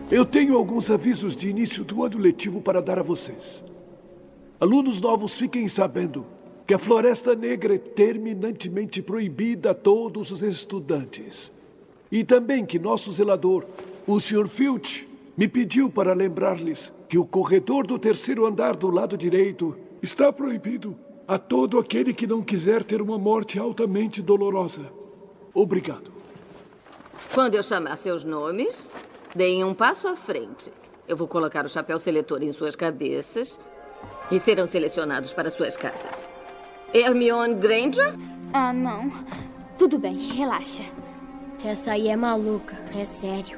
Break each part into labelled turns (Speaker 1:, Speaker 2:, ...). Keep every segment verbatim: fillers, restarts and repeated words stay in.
Speaker 1: Eu tenho alguns avisos de início do ano letivo para dar a vocês. Alunos novos, fiquem sabendo que a Floresta Negra é terminantemente proibida a todos os estudantes. E também que nosso zelador, o senhor Filch, me pediu para lembrar-lhes que o corredor do terceiro andar do lado direito está proibido a todo aquele que não quiser ter uma morte altamente dolorosa. Obrigado.
Speaker 2: Quando eu chamar seus nomes, deem um passo à frente. Eu vou colocar o chapéu seletor em suas cabeças e serão selecionados para suas casas. Hermione Granger?
Speaker 3: Ah, não. Tudo bem, relaxa. Essa aí é maluca, é sério.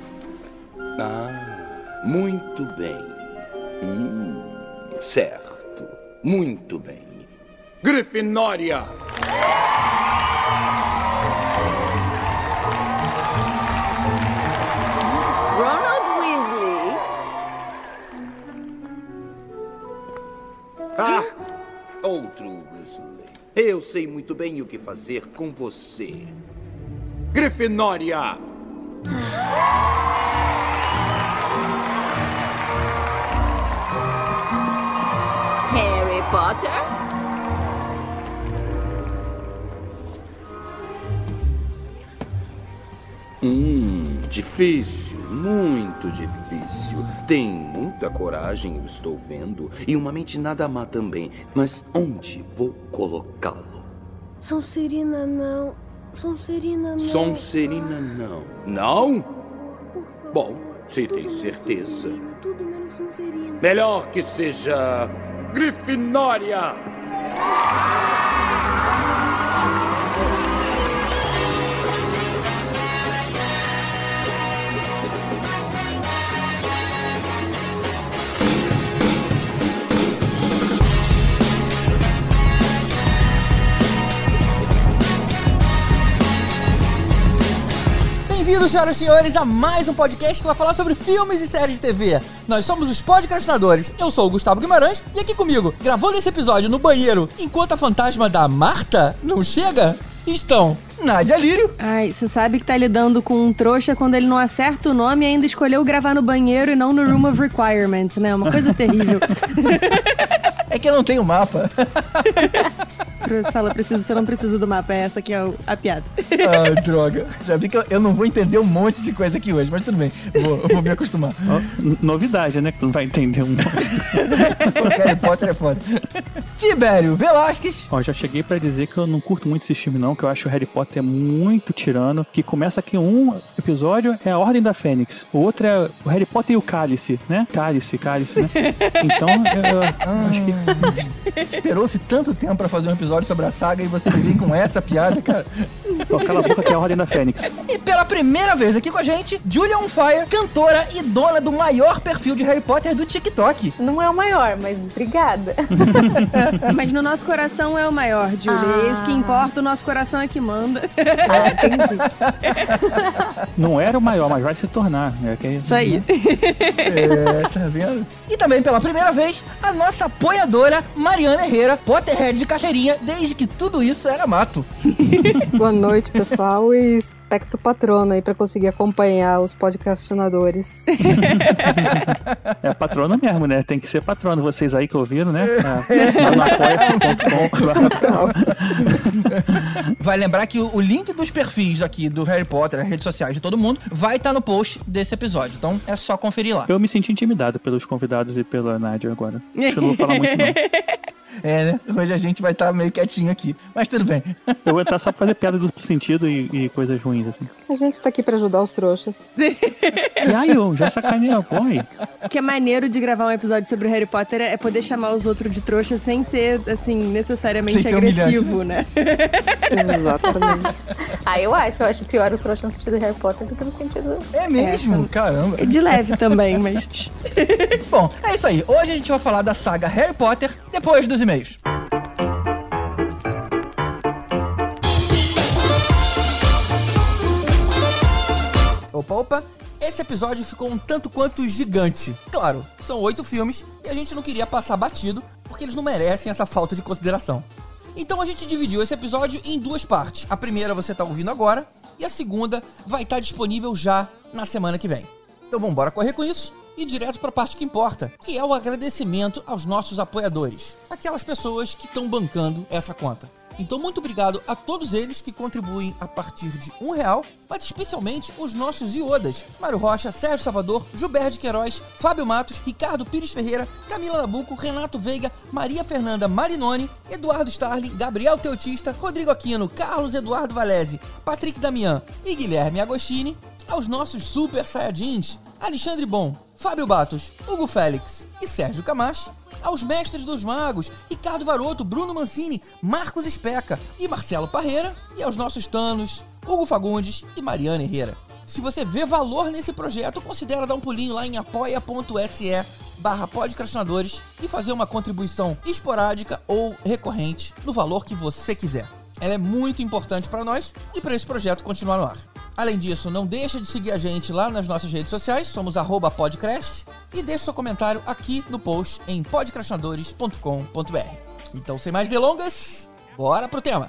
Speaker 4: Ah, muito bem. Hum, certo. Muito bem. Grifinória!
Speaker 2: Ronald Weasley.
Speaker 4: Ah! Outro Weasley. Eu sei muito bem o que fazer com você. Grifinória!
Speaker 2: Harry Potter?
Speaker 4: Hum, difícil, muito difícil. Tem muita coragem, eu estou vendo, e uma mente nada má também. Mas onde vou colocá-lo?
Speaker 3: Sonserina não. Sonserina não.
Speaker 4: Sonserina não. Não? Bom, se tem certeza.
Speaker 3: Tudo menos Sonserina.
Speaker 4: Melhor que seja Grifinória!
Speaker 5: Bem-vindos, senhoras e senhores, a mais um podcast que vai falar sobre filmes e séries de T V. Nós somos os podcastinadores. Eu sou o Gustavo Guimarães e aqui comigo, gravando esse episódio no banheiro, enquanto a fantasma da Marta não chega, estão Nádia Lírio.
Speaker 6: Ai, você sabe que tá lidando com um trouxa quando ele não acerta o nome e ainda escolheu gravar no banheiro e não no Room of Requirements, né? Uma coisa terrível.
Speaker 5: É que eu não tenho mapa.
Speaker 6: Sala, precisa, você não precisa do mapa, é essa que é o, a piada.
Speaker 5: Ai, droga. Já vi que eu, eu não vou entender um monte de coisa aqui hoje, mas tudo bem. Vou, eu vou me acostumar.
Speaker 7: Oh, novidade, né? Que tu não vai entender um monte.
Speaker 5: Harry Potter é foda. Tibério Velasquez.
Speaker 7: Ó, já cheguei pra dizer que eu não curto muito esse filme, não, que eu acho o Harry Potter tirano, tirano, que começa aqui um episódio é a Ordem da Fênix, o outro é o Harry Potter e o Cálice, né? Cálice, Cálice, né? Então, eu, eu
Speaker 5: ah,
Speaker 7: acho que...
Speaker 5: Esperou-se tanto tempo pra fazer um episódio sobre a saga e você me vem com essa piada, cara.
Speaker 7: Pô, cala a boca que é a Ordem da Fênix.
Speaker 5: E pela primeira vez aqui com a gente, Julia On Fire, cantora e dona do maior perfil de Harry Potter do TikTok.
Speaker 8: Não é o maior, mas obrigada.
Speaker 6: Mas no nosso coração é o maior, Julia. Ah. É isso que importa, o nosso coração é que manda.
Speaker 8: Ah, entendi.
Speaker 7: Não era o maior, mas vai se tornar. É que é
Speaker 6: isso aí.
Speaker 5: É, tá vendo? E também pela primeira vez, a nossa apoiadora Mariana Herrera, Potterhead de carteirinha, desde que tudo isso era mato.
Speaker 8: Boa noite, pessoal, e expecto patrono aí pra conseguir acompanhar os podcastinadores.
Speaker 7: É patrona mesmo, né? Tem que ser patrono. Vocês aí que ouviram, né? É. Lá no apoia-se ponto com.
Speaker 5: Vai lembrar que o link dos perfis aqui do Harry Potter, as redes sociais de todo mundo, vai estar no post desse episódio. Então é só conferir lá.
Speaker 7: Eu me senti intimidado pelos convidados e pela Nádia agora. Acho que eu não vou falar muito, não.
Speaker 5: É, né? Hoje a gente vai estar meio quietinho aqui. Mas tudo bem.
Speaker 7: Eu vou entrar só pra fazer piada do sentido e, e coisas ruins, assim.
Speaker 8: A gente tá aqui pra ajudar os trouxas.
Speaker 7: E aí, eu já sacaneei, pô.
Speaker 6: O que é maneiro de gravar um episódio sobre Harry Potter é poder chamar os outros de trouxa sem ser, assim, necessariamente sem agressivo, né?
Speaker 8: Exatamente. Ah, eu acho. Eu acho pior o trouxa no sentido Harry Potter do que no sentido...
Speaker 5: É mesmo? É, caramba.
Speaker 6: De leve também, mas...
Speaker 5: Bom, é isso aí. Hoje a gente vai falar da saga Harry Potter depois dos e-mails. Opa, opa. Esse episódio ficou um tanto quanto gigante. Claro, são oito filmes e a gente não queria passar batido porque eles não merecem essa falta de consideração. Então a gente dividiu esse episódio em duas partes. A primeira você tá ouvindo agora e a segunda vai estar disponível já na semana que vem. Então vamos embora correr com isso e direto para a parte que importa, que é o agradecimento aos nossos apoiadores, aquelas pessoas que estão bancando essa conta. Então muito obrigado a todos eles que contribuem a partir de um real, mas especialmente os nossos iodas: Mário Rocha, Sérgio Salvador, Gilberto de Queiroz, Fábio Matos, Ricardo Pires Ferreira, Camila Nabuco, Renato Veiga, Maria Fernanda Marinoni, Eduardo Starling, Gabriel Teutista, Rodrigo Aquino, Carlos Eduardo Valese, Patrick Damian e Guilherme Agostini. Aos nossos super saiyajins: Alexandre Bom, Fábio Batos, Hugo Félix e Sérgio Camacho. Aos mestres dos magos: Ricardo Varoto, Bruno Mancini, Marcos Especa e Marcelo Parreira. E aos nossos Thanos, Hugo Fagundes e Mariana Herrera. Se você vê valor nesse projeto, considera dar um pulinho lá em apoia.se barra podcastinadores e fazer uma contribuição esporádica ou recorrente no valor que você quiser. Ela é muito importante para nós e para esse projeto continuar no ar. Além disso, não deixa de seguir a gente lá nas nossas redes sociais, somos arroba podcast, e deixe seu comentário aqui no post em podcastinadores ponto com ponto b r. Então, sem mais delongas, bora pro tema!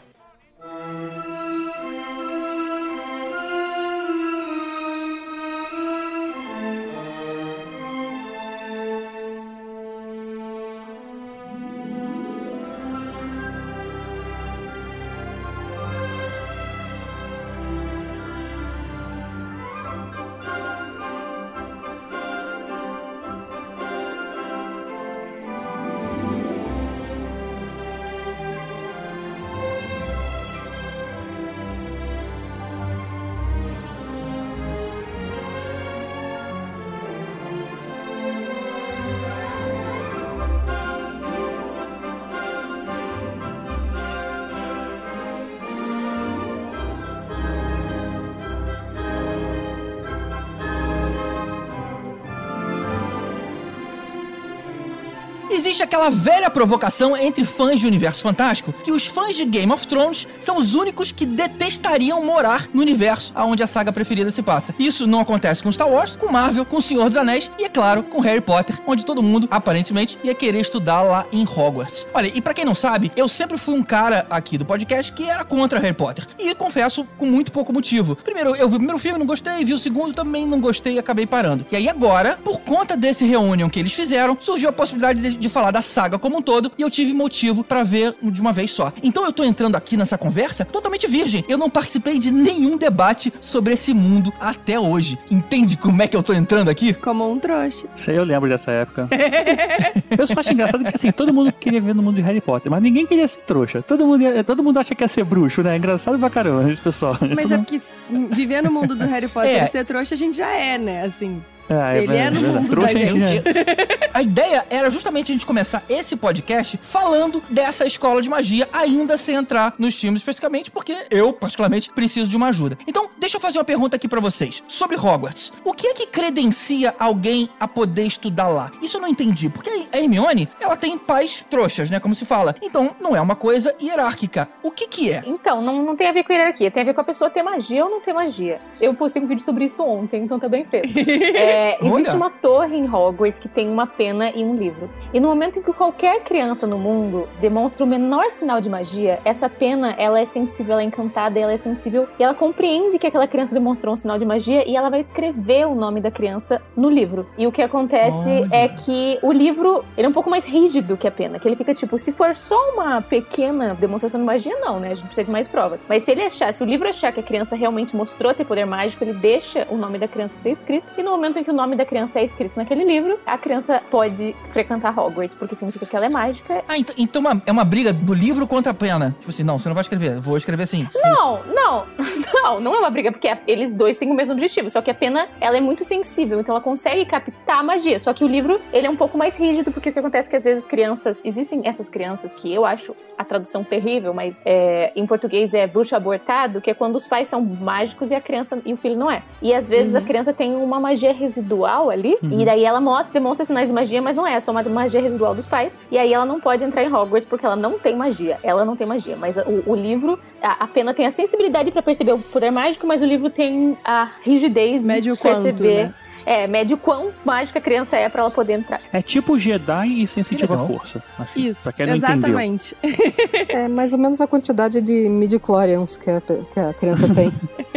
Speaker 5: Existe aquela velha provocação entre fãs de Universo Fantástico que os fãs de Game of Thrones são os únicos que detestariam morar no universo onde a saga preferida se passa. Isso não acontece com Star Wars, com Marvel, com O Senhor dos Anéis e, é claro, com Harry Potter, onde todo mundo, aparentemente, ia querer estudar lá em Hogwarts. Olha, e pra quem não sabe, eu sempre fui um cara aqui do podcast que era contra Harry Potter. E confesso, com muito pouco motivo. Primeiro, eu vi o primeiro filme, não gostei, vi o segundo, também não gostei e acabei parando. E aí agora, por conta desse reunion que eles fizeram, surgiu a possibilidade de, de falar da saga como um todo, e eu tive motivo pra ver de uma vez só. Então eu tô entrando aqui nessa conversa totalmente virgem. Eu não participei de nenhum debate sobre esse mundo até hoje. Entende como é que eu tô entrando aqui?
Speaker 6: Como um trouxa.
Speaker 7: Isso aí eu lembro dessa época. Eu só acho engraçado que, assim, todo mundo queria ver no mundo de Harry Potter, mas ninguém queria ser trouxa. Todo mundo, ia, todo mundo acha que ia ser bruxo, né? É engraçado pra caramba, pessoal.
Speaker 6: Mas
Speaker 7: todo
Speaker 6: é
Speaker 7: mundo...
Speaker 6: porque viver no mundo do Harry Potter
Speaker 5: É.
Speaker 6: e ser trouxa a gente já é, né? Assim...
Speaker 7: Ah, é,
Speaker 6: Ele é no mundo
Speaker 7: trouxa
Speaker 6: da
Speaker 7: a gente,
Speaker 6: gente.
Speaker 7: né?
Speaker 5: A ideia era justamente a gente começar esse podcast falando dessa escola de magia, ainda sem entrar nos filmes especificamente, porque eu, particularmente, preciso de uma ajuda. Então, deixa eu fazer uma pergunta aqui pra vocês. Sobre Hogwarts, o que é que credencia alguém a poder estudar lá? Isso eu não entendi, porque a Hermione, ela tem pais trouxas, né, como se fala. Então, não é uma coisa hierárquica. O que que é?
Speaker 9: Então, não, não tem a ver com hierarquia, tem a ver com a pessoa ter magia ou não ter magia. Eu postei um vídeo sobre isso ontem, então tá bem fresco. É, existe
Speaker 5: Olha.
Speaker 9: uma torre em Hogwarts que tem uma pena e um livro. E no momento em que qualquer criança no mundo demonstra o menor sinal de magia, essa pena, ela é sensível, ela é encantada, ela é sensível e ela compreende que aquela criança demonstrou um sinal de magia e ela vai escrever o nome da criança no livro. E o que acontece
Speaker 5: Olha.
Speaker 9: é que o livro, ele é um pouco mais rígido que a pena, que ele fica tipo, se for só uma pequena demonstração de magia, não, né? A gente precisa de mais provas. Mas se ele achar, se o livro achar que a criança realmente mostrou ter poder mágico, ele deixa o nome da criança ser escrito e no momento em que o nome da criança é escrito naquele livro, a criança pode frequentar Hogwarts, porque significa que ela é mágica.
Speaker 5: Ah, então, então uma- é uma briga do livro contra a pena. Tipo assim, não, você não vai escrever, eu vou escrever assim.
Speaker 9: Não, não, não, não é uma briga, porque a- eles dois têm o mesmo objetivo, só que a pena, ela é muito sensível, então ela consegue captar a magia, só que o livro, ele é um pouco mais rígido, porque o que acontece é que às vezes crianças, existem essas crianças que eu acho a tradução terrível, mas é, em português é bruxo abortado, que é quando os pais são mágicos e a criança e o filho não é. E às vezes a criança tem uma magia residual ali, e daí ela mostra, demonstra sinais de magia, mas não é, é só uma magia residual dos pais, e aí ela não pode entrar em Hogwarts porque ela não tem magia, ela não tem magia, mas o, o livro, a, a pena tem a sensibilidade pra perceber o poder mágico, mas o livro tem a rigidez
Speaker 6: Médio
Speaker 9: de
Speaker 6: quanto,
Speaker 9: perceber...
Speaker 6: né?
Speaker 9: É, mede o quão mágica a criança é pra ela poder entrar.
Speaker 7: É tipo Jedi e sensitivo à
Speaker 5: legal.
Speaker 7: força. Assim,
Speaker 6: Isso,
Speaker 7: pra quem não entendeu.
Speaker 6: exatamente.
Speaker 8: É mais ou menos a quantidade de midi-chlorians que a, que a criança tem.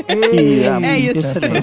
Speaker 7: E, ah,
Speaker 6: É isso.
Speaker 7: Excelente.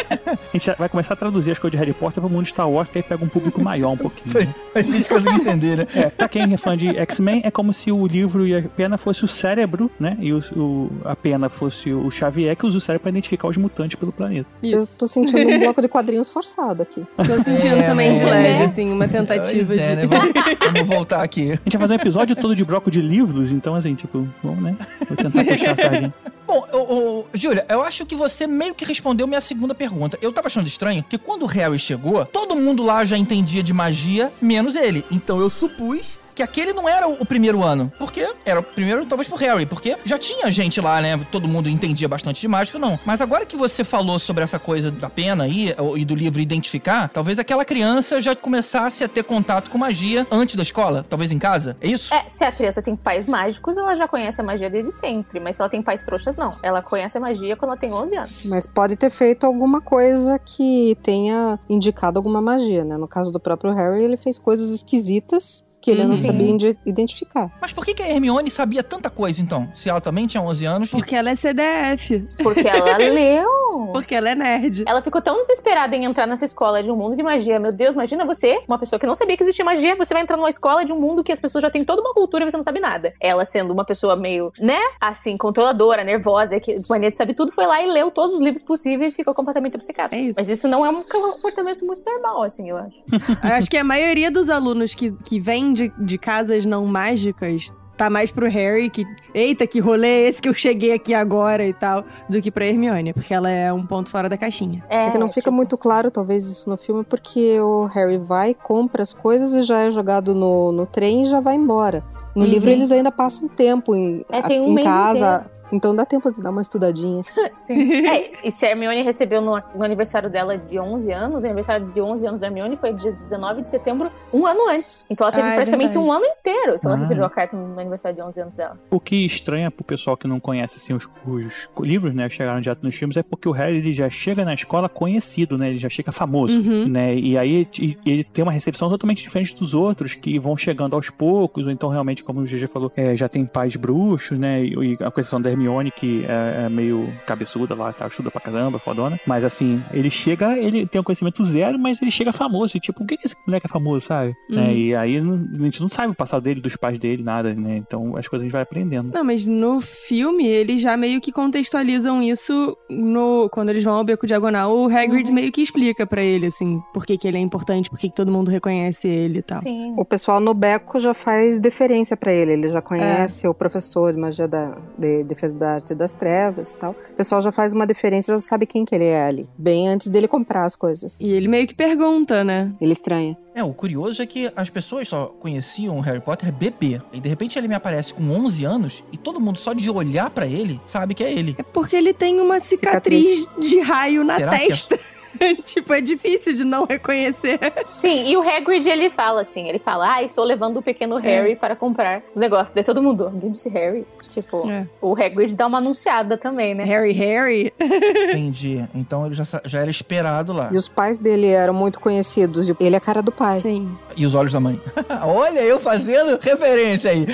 Speaker 7: A gente vai começar a traduzir as coisas de Harry Potter pro mundo Star Wars, que aí pega um público maior um pouquinho.
Speaker 5: A gente conseguir entender, né?
Speaker 7: É, pra quem é fã de X-Men, é como se o livro e a pena fosse o cérebro, né? E o, o, a pena fosse o Xavier, que usa o cérebro pra identificar os mutantes pelo planeta.
Speaker 8: Eu tô sentindo um bloco de quadrinhos forçado aqui.
Speaker 6: Tô sentindo
Speaker 5: É,
Speaker 6: também de
Speaker 5: é,
Speaker 6: leve,
Speaker 5: né?
Speaker 6: assim, uma tentativa
Speaker 5: Pois é,
Speaker 6: de...
Speaker 5: né? Vamos, vamos voltar aqui.
Speaker 7: A gente vai fazer um episódio todo de bloco de livros, então assim, tipo, bom, né? Vou tentar puxar a sardinha.
Speaker 5: Bom, ô, ô, Júlia, eu acho que você meio que respondeu minha segunda pergunta. Eu tava achando estranho que quando o Harry chegou, todo mundo lá já entendia de magia, menos ele. Então eu supus que aquele não era o primeiro ano. Porque era o primeiro, talvez, pro Harry. Porque já tinha gente lá, né? Todo mundo entendia bastante de mágica, não. Mas agora que você falou sobre essa coisa da pena aí, e do livro identificar, talvez aquela criança já começasse a ter contato com magia antes da escola. Talvez em casa. É isso?
Speaker 9: É, se a criança tem pais mágicos, ela já conhece a magia desde sempre. Mas se ela tem pais trouxas, não. Ela conhece a magia quando ela tem onze anos.
Speaker 8: Mas pode ter feito alguma coisa que tenha indicado alguma magia, né? No caso do próprio Harry, ele fez coisas esquisitas que ele não
Speaker 6: Sim.
Speaker 8: sabia indi- identificar.
Speaker 5: Mas por que, que a Hermione sabia tanta coisa, então? Se ela também tinha onze anos...
Speaker 6: Porque ela é C D F.
Speaker 9: Porque ela leu.
Speaker 6: Porque ela é nerd.
Speaker 9: Ela ficou tão desesperada em entrar nessa escola de um mundo de magia. Meu Deus, imagina você, uma pessoa que não sabia que existia magia, você vai entrar numa escola de um mundo que as pessoas já têm toda uma cultura e você não sabe nada. Ela sendo uma pessoa meio, né, assim, controladora, nervosa, que mania de saber tudo, foi lá e leu todos os livros possíveis e ficou completamente obcecada.
Speaker 6: É isso.
Speaker 9: Mas isso não é um comportamento muito normal, assim, eu acho.
Speaker 6: Eu acho que a maioria dos alunos que, que vêm de, de casas não mágicas tá mais pro Harry, que eita, que rolê é esse que eu cheguei aqui agora e tal, do que pra Hermione, porque ela é um ponto fora da caixinha.
Speaker 9: É,
Speaker 8: É que não fica
Speaker 9: tipo,
Speaker 8: muito claro, talvez, isso no filme, porque o Harry vai, compra as coisas e já é jogado no, no trem e já vai embora. No
Speaker 6: Uhum.
Speaker 8: livro, eles ainda passam tempo em,
Speaker 9: É, tem um
Speaker 8: em
Speaker 9: mês
Speaker 8: casa. Então dá tempo de dar uma estudadinha.
Speaker 9: Sim. É, e se a Hermione recebeu no, no aniversário dela de onze anos, o aniversário de onze anos da Hermione foi dia dezenove de setembro, um ano antes. Então ela teve
Speaker 6: Ah, é
Speaker 9: praticamente
Speaker 6: verdade.
Speaker 9: um ano inteiro se ela
Speaker 7: Ah.
Speaker 9: recebeu a carta no aniversário de onze anos dela.
Speaker 7: O que estranha pro pessoal que não conhece assim, os, os livros, né, que chegaram direto nos filmes, é porque o Harry ele já chega na escola conhecido, né, ele já chega famoso,
Speaker 6: Uhum.
Speaker 7: né, e aí e- ele tem uma recepção totalmente diferente dos outros, que vão chegando aos poucos, ou então realmente, como o G G falou, é, já tem pais bruxos, né, e, e a questão da Hermione, que é, é meio cabeçuda lá, tá, estuda pra caramba, fodona, mas assim, ele chega, ele tem um conhecimento zero, mas ele chega famoso, e tipo, o que que esse moleque é famoso, sabe?
Speaker 6: Uhum.
Speaker 7: Né, e aí não- a gente não sabe o passado dele, dos pais dele, nada, né, então as coisas a gente vai aprendendo.
Speaker 6: Não, mas no filme, eles já meio que contextualizam isso no quando eles vão ao Beco Diagonal, o Hagrid
Speaker 9: Uhum.
Speaker 6: meio que explica pra ele, assim, por que que ele é importante, por que que todo mundo reconhece ele e tal.
Speaker 9: Sim.
Speaker 8: O pessoal no beco já faz deferência pra ele. Ele já conhece o professor de magia da de defesa da arte das trevas e tal. O pessoal já faz uma deferência, já sabe quem que ele é ali. Bem antes dele comprar as coisas.
Speaker 6: E ele meio que pergunta, né?
Speaker 8: Ele estranha.
Speaker 5: É, o curioso é que as pessoas só conheciam o Harry Potter bebê. E de repente ele me aparece com onze anos e todo mundo só de olhar pra ele sabe que é ele.
Speaker 6: É porque ele tem uma cicatriz,
Speaker 8: Cicatriz.
Speaker 6: de raio na
Speaker 5: Será que é-
Speaker 6: testa. Tipo, é difícil de não reconhecer.
Speaker 9: Sim, e o Hagrid, ele fala assim, ele fala, ah, estou levando o pequeno Harry para comprar os negócios. Daí todo mundo, alguém disse Harry? Tipo,
Speaker 6: É.
Speaker 9: o Hagrid dá uma anunciada também, né?
Speaker 6: Harry, Harry.
Speaker 5: Entendi. Então ele já, sa- já era esperado lá.
Speaker 8: E os pais dele eram muito conhecidos. E ele é a cara do pai.
Speaker 6: Sim.
Speaker 5: E os olhos da mãe. Olha, eu fazendo referência aí.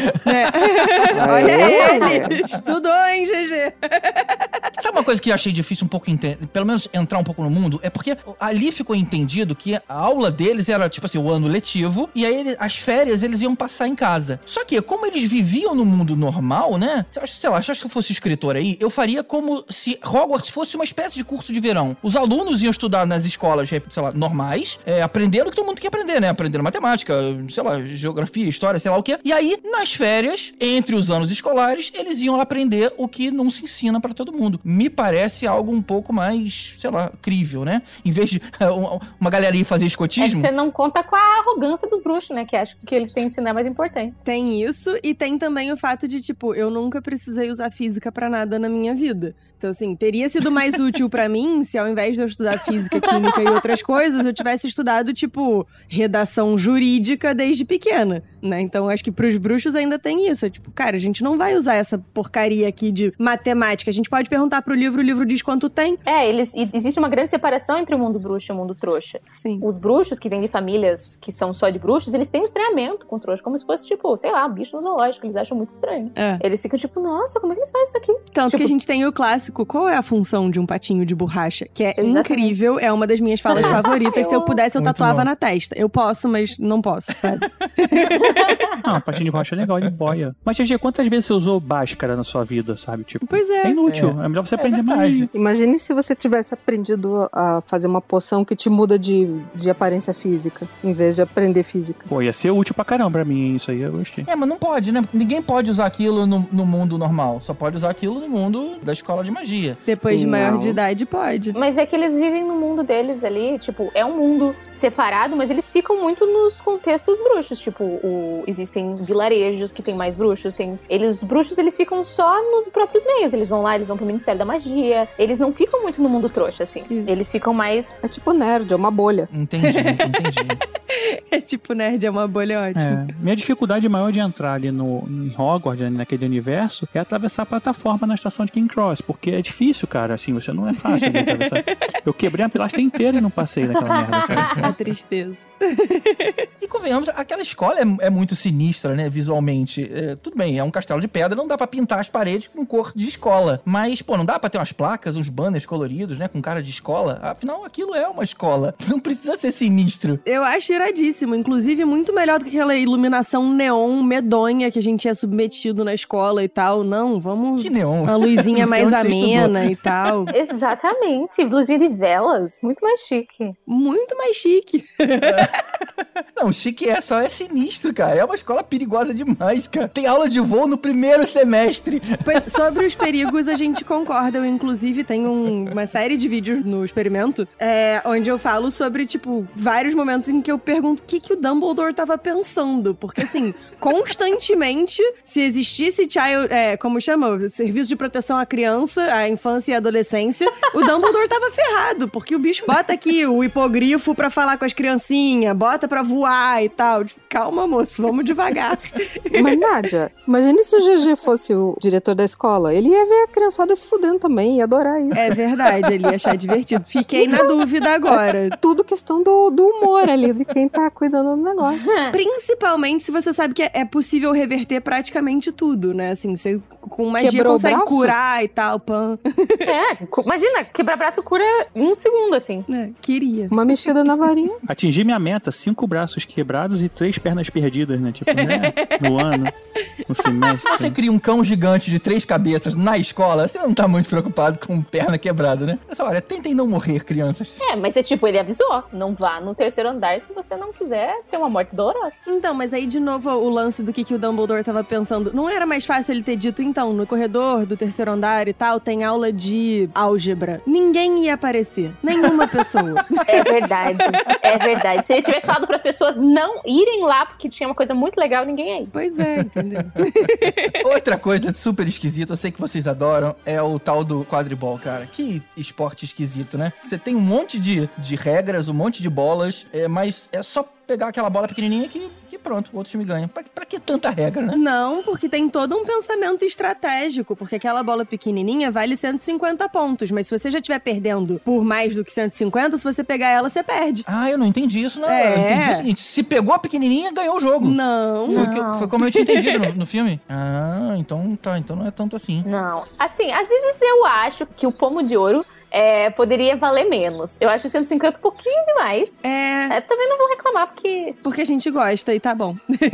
Speaker 6: É. Olha
Speaker 8: Aê.
Speaker 6: ele. Estudou, hein, G G?
Speaker 5: Sabe uma coisa que eu achei difícil um pouco entender, pelo menos entrar um pouco no mundo? É porque ali ficou entendido que a aula deles era, tipo assim, o ano letivo, e aí ele- as férias eles iam passar em casa. Só que, como eles viviam no mundo normal, né? Sei lá, se eu fosse escritor aí, eu faria como se Hogwarts fosse uma espécie de curso de verão. Os alunos iam estudar nas escolas, sei lá, normais, é, aprendendo o que todo mundo quer aprender, né? Aprendendo matemática, sei lá, geografia, história, sei lá o quê. E aí, nas férias, entre os anos escolares, eles iam aprender o que não se ensina pra todo mundo. Me parece algo um pouco mais, sei lá, crível, né? Em vez de uh, uma galera ir fazer
Speaker 9: É que
Speaker 5: escotismo.
Speaker 9: você não conta com a arrogância dos bruxos, né? Que acham que eles têm que ensinar é mais importante.
Speaker 6: Tem isso e tem também o fato de, tipo, eu nunca precisei usar física pra nada na minha vida. Então, assim, teria sido mais útil pra mim se ao invés de eu estudar física, química e outras coisas, eu tivesse estudado, tipo, redação jurídica desde pequena, né? Então, acho que pros bruxos ainda tem isso. É tipo, cara, a gente não vai usar essa porcaria aqui de matemática. A gente pode perguntar lá pro livro, o livro diz quanto tem.
Speaker 9: É, eles, e existe uma grande separação entre o mundo bruxo e o mundo trouxa.
Speaker 6: Sim.
Speaker 9: Os bruxos que vêm de famílias que são só de bruxos, eles têm um estranhamento com trouxa, como se fosse, tipo, sei lá, um bicho no zoológico, eles acham muito estranho.
Speaker 6: É.
Speaker 9: Eles ficam tipo, nossa, como é que eles fazem isso aqui?
Speaker 6: Tanto
Speaker 9: tipo,
Speaker 6: que a gente tem o clássico, qual é a função de um patinho de borracha? Que é
Speaker 9: Exatamente.
Speaker 6: incrível, é uma das minhas falas favoritas. Se eu pudesse, eu
Speaker 5: Muito
Speaker 6: tatuava
Speaker 5: bom.
Speaker 6: na testa. Eu posso, mas não posso, sabe?
Speaker 7: Ah, um patinho de borracha é legal, ele boia. Mas, G G, quantas vezes você usou Bhaskara na sua vida, sabe? Tipo,
Speaker 6: Pois é.
Speaker 7: é inútil. É, melhor você aprender mais.
Speaker 8: Imagine se você tivesse aprendido a fazer uma poção que te muda de, de aparência física, em vez de aprender física.
Speaker 7: Pô, ia ser útil pra caramba pra mim, isso aí eu gostei.
Speaker 5: É, mas não pode, né? Ninguém pode usar aquilo no, no mundo normal. Só pode usar aquilo no mundo da escola de magia.
Speaker 6: Depois de maior
Speaker 8: Não.
Speaker 6: de idade, pode.
Speaker 9: Mas é que eles vivem no mundo deles ali, tipo, é um mundo separado, mas eles ficam muito nos contextos bruxos, tipo, o, existem vilarejos que tem mais bruxos, tem, eles, os bruxos, eles ficam só nos próprios meios, eles vão lá, eles vão pro Ministério da Magia, eles não ficam muito no mundo trouxa, assim,
Speaker 6: Isso.
Speaker 9: eles ficam mais...
Speaker 8: É tipo nerd, é uma bolha.
Speaker 5: Entendi, entendi.
Speaker 6: É tipo nerd, é uma bolha ótima.
Speaker 7: É, minha dificuldade maior de entrar ali no, em Hogwarts, ali naquele universo, é atravessar a plataforma na estação de King Cross, porque é difícil, cara, assim, você não é fácil de atravessar. Eu quebrei a pilastra inteira e não passei naquela merda, sabe?
Speaker 6: A tristeza.
Speaker 5: E convenhamos, aquela escola é, é muito sinistra, né, visualmente. É, tudo bem, é um castelo de pedra, não dá pra pintar as paredes com cor de escola. Mas, pô, não dá pra ter umas placas, uns banners coloridos, né, com cara de escola? Afinal, aquilo é uma escola. Não precisa ser sinistro.
Speaker 6: Eu acho iradíssimo, inclusive muito melhor do que aquela iluminação neon medonha que a gente tinha submetido na escola e tal. Não, vamos...
Speaker 5: Que neon.
Speaker 6: Uma luzinha
Speaker 5: Não sei
Speaker 6: mais
Speaker 5: onde você
Speaker 6: amena e tal.
Speaker 9: Exatamente, blusinha de velas, muito mais chique.
Speaker 6: Muito mais chique.
Speaker 5: Não, chique é só, é sinistro, cara. É uma escola perigosa demais, cara. Tem aula de voo no primeiro semestre.
Speaker 6: Pois, sobre os perigos, a gente concorda. Eu, inclusive, tenho um- uma série de vídeos no Experimento é, onde eu falo sobre, tipo, vários momentos em que eu pergunto o que, que o Dumbledore tava pensando. Porque, assim, constantemente, se existisse child, é, como chama? Serviço de proteção à criança, à infância e à adolescência, o Dumbledore tava ferrado. Porque o bicho bota aqui o hipogrifo pra falar com as criancinhas, bota pra voar e tal. Calma, moço, vamos devagar.
Speaker 8: Mas, Nádia, imagine se o G G fosse o diretor da escola. Ele ia ver a criançada se fudendo também, ia adorar isso.
Speaker 6: É verdade, ele ia achar divertido. Fiquei na dúvida agora.
Speaker 8: Tudo questão do, do humor ali, de quem tá cuidando do negócio.
Speaker 6: Principalmente se você sabe que é- é possível reverter praticamente tudo, né? Assim, você com magia
Speaker 8: Quebrou o
Speaker 6: consegue
Speaker 8: braço?
Speaker 6: curar e tal, pan.
Speaker 9: É, cu- imagina, quebrar braço cura em um segundo, assim.
Speaker 6: É, queria.
Speaker 8: Uma mexida na varinha.
Speaker 7: Atingi minha meta, cinco braços quebrados e três pernas perdidas, né? Tipo, né? No ano, no
Speaker 5: Se
Speaker 7: semestre.
Speaker 5: você cria um cão gigante de três cabeças na escola, você não tá muito preocupado com perna quebrada, né? Mas olha, tentem não morrer, crianças.
Speaker 9: É, mas é tipo, ele avisou, não vá no terceiro andar se você não quiser ter uma morte dolorosa.
Speaker 6: Então, mas aí de novo o lance do que, que o Dumbledore tava pensando. Não era mais fácil ele ter dito, então, no corredor do terceiro andar e tal, tem aula de álgebra. Ninguém ia aparecer. Nenhuma pessoa.
Speaker 9: É verdade, é verdade. Se ele tivesse falado pras pessoas não irem lá porque tinha uma coisa muito legal, ninguém ia ir.
Speaker 6: Pois é, entendeu?
Speaker 5: Outra coisa super esquisita, eu sei que vocês adoram, é o tal do quadribol, cara. Que esporte esquisito, né? Você tem um monte de, de regras, um monte de bolas, é, mas é só pegar aquela bola pequenininha que, que pronto, o outro time ganha. Pra, pra que tanta regra, né?
Speaker 6: Não, porque tem todo um pensamento estratégico, porque aquela bola pequenininha vale cento e cinquenta pontos, mas se você já estiver perdendo por mais do que cento e cinquenta, se você pegar ela, você perde.
Speaker 5: Ah, eu não entendi isso, não.
Speaker 6: É.
Speaker 5: Eu entendi o seguinte, se pegou a pequenininha, ganhou o jogo.
Speaker 6: Não.
Speaker 5: Foi, o que-
Speaker 9: Não.
Speaker 5: foi como eu tinha entendido no, no filme. Ah, então tá, então não é tanto assim.
Speaker 9: Não. Assim, às vezes eu acho que o pomo de ouro é, poderia valer menos. Eu acho cento e cinquenta um pouquinho demais.
Speaker 6: É,
Speaker 9: É, também não vou reclamar, porque...
Speaker 6: porque a gente gosta e tá bom.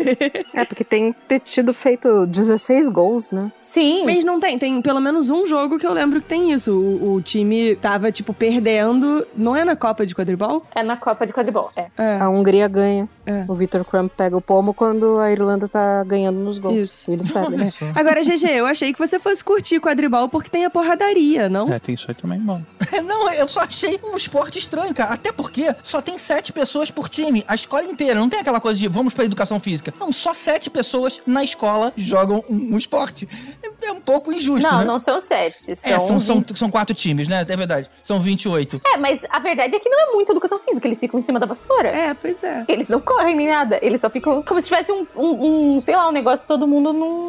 Speaker 8: É, porque tem que ter tido feito dezesseis gols, né?
Speaker 9: Sim.
Speaker 6: Mas não tem, tem pelo menos um jogo que eu lembro que tem isso. O, o time tava, tipo, perdendo. Não é na Copa de Quadribol?
Speaker 9: É na Copa de Quadribol, é.
Speaker 6: É.
Speaker 8: A Hungria ganha.
Speaker 6: É.
Speaker 8: O Victor Crumb pega o pomo quando a Irlanda tá ganhando nos gols.
Speaker 6: Isso.
Speaker 8: E eles pegam.
Speaker 5: Olha só.
Speaker 6: Agora, G G, eu achei que você fosse curtir quadribol porque tem a porradaria, não?
Speaker 7: É, tem isso aí também, bom.
Speaker 5: Não, eu só achei um esporte estranho, cara. Até porque só tem sete pessoas por time. A escola inteira. Não tem aquela coisa de vamos pra educação física. Não, só sete pessoas na escola jogam um, um esporte. É, é um pouco injusto,
Speaker 9: Não,
Speaker 5: né?
Speaker 9: não são sete. São,
Speaker 5: É, são, são,
Speaker 9: vinte.
Speaker 5: são quatro times, né? É verdade. São vinte e oito.
Speaker 9: É, mas a verdade é que não é muita educação física. Eles ficam em cima da vassoura.
Speaker 6: É, pois é.
Speaker 9: Eles não correm nem nada. Eles só ficam como se tivesse um, um, um, sei lá, um negócio todo mundo num,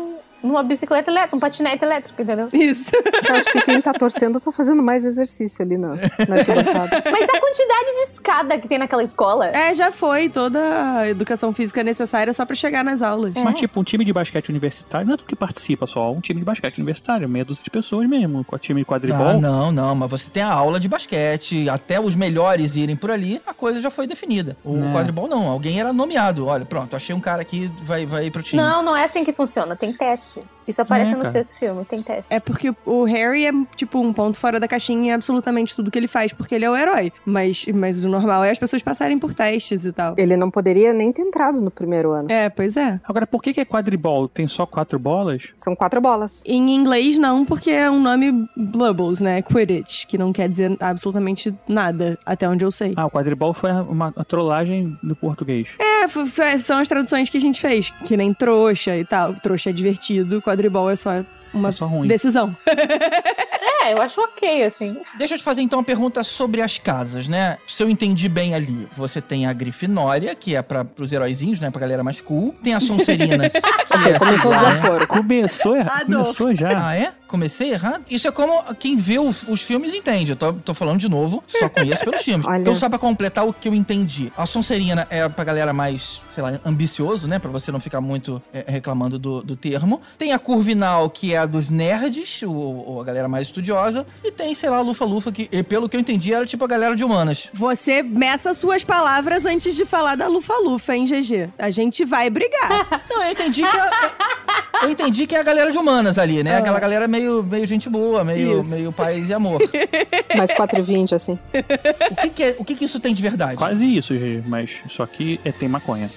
Speaker 9: numa bicicleta elétrica, um patinete elétrico, entendeu?
Speaker 6: Isso.
Speaker 8: Eu acho que quem tá torcendo tá fazendo mais exercício ali na, na arquibancada.
Speaker 9: Mas a quantidade de escada que tem naquela escola...
Speaker 6: É, já foi toda a educação física necessária só pra chegar nas aulas.
Speaker 7: Mas tipo, um time de basquete universitário não é tudo que participa só, um time de basquete universitário, meia dúzia de pessoas mesmo, com o time de quadribol.
Speaker 5: Ah, não, não, mas você tem a aula de basquete, até os melhores irem por ali, a coisa já foi definida. O
Speaker 7: É.
Speaker 5: quadribol não, alguém era nomeado. Olha, pronto, achei um cara que vai, vai ir pro time.
Speaker 9: Não, não é assim que funciona. Tem teste. Isso aparece
Speaker 7: É,
Speaker 9: no
Speaker 7: cara.
Speaker 9: sexto filme. Tem teste.
Speaker 6: É porque o Harry é, tipo, um ponto fora da caixinha em absolutamente tudo que ele faz, porque ele é o herói. Mas, mas o normal é as pessoas passarem por testes e tal.
Speaker 8: Ele não poderia nem ter entrado no primeiro ano.
Speaker 6: É, pois é.
Speaker 7: Agora, por que que é quadribol? Tem só quatro bolas?
Speaker 8: São quatro bolas.
Speaker 6: Em inglês, não, porque é um nome Blubbles, né? Quidditch, que não quer dizer absolutamente nada, até onde eu sei.
Speaker 7: Ah, o quadribol foi uma, uma trollagem do português.
Speaker 6: É, f- f- são as traduções que a gente fez, que nem trouxa e tal. Trouxa é divertido, quadribol é só uma
Speaker 7: É só ruim.
Speaker 6: decisão.
Speaker 9: É, eu acho ok, assim.
Speaker 5: Deixa eu te fazer então uma pergunta sobre as casas, né? Se eu entendi bem ali, você tem a Grifinória, que é pra, pros heróizinhos, né? Pra galera mais cool. Tem a Sonserina, que é
Speaker 8: Começou o
Speaker 5: assim, né?
Speaker 8: desaforo.
Speaker 7: Começou errado.
Speaker 6: Adoro.
Speaker 7: Começou já.
Speaker 5: Ah, é? Comecei errado? Isso é como quem vê os, os filmes entende. Eu tô, tô falando de novo, só conheço pelos filmes.
Speaker 8: Olha.
Speaker 5: Então, só pra completar o que eu entendi. A Sonserina é pra galera mais, sei lá, ambicioso, né? Pra você não ficar muito é, reclamando do, do termo. Tem a Curvinal, que é a dos nerds, o, o- a galera mais estudiosa. E tem, sei lá, a Lufa-Lufa, que, e pelo que eu entendi, era tipo a galera de humanas.
Speaker 6: Você meça suas palavras antes de falar da Lufa-Lufa, hein, G G? A gente vai brigar.
Speaker 5: Não, eu entendi que é, eu entendi que é a galera de humanas ali, né? Aquela galera meio, meio gente boa, meio,
Speaker 6: Isso.
Speaker 5: meio paz e amor.
Speaker 8: Mais quatro e vinte, assim.
Speaker 5: O que que, é, o que que isso tem de verdade?
Speaker 7: Quase isso, Gigi, mas só que é, tem maconha.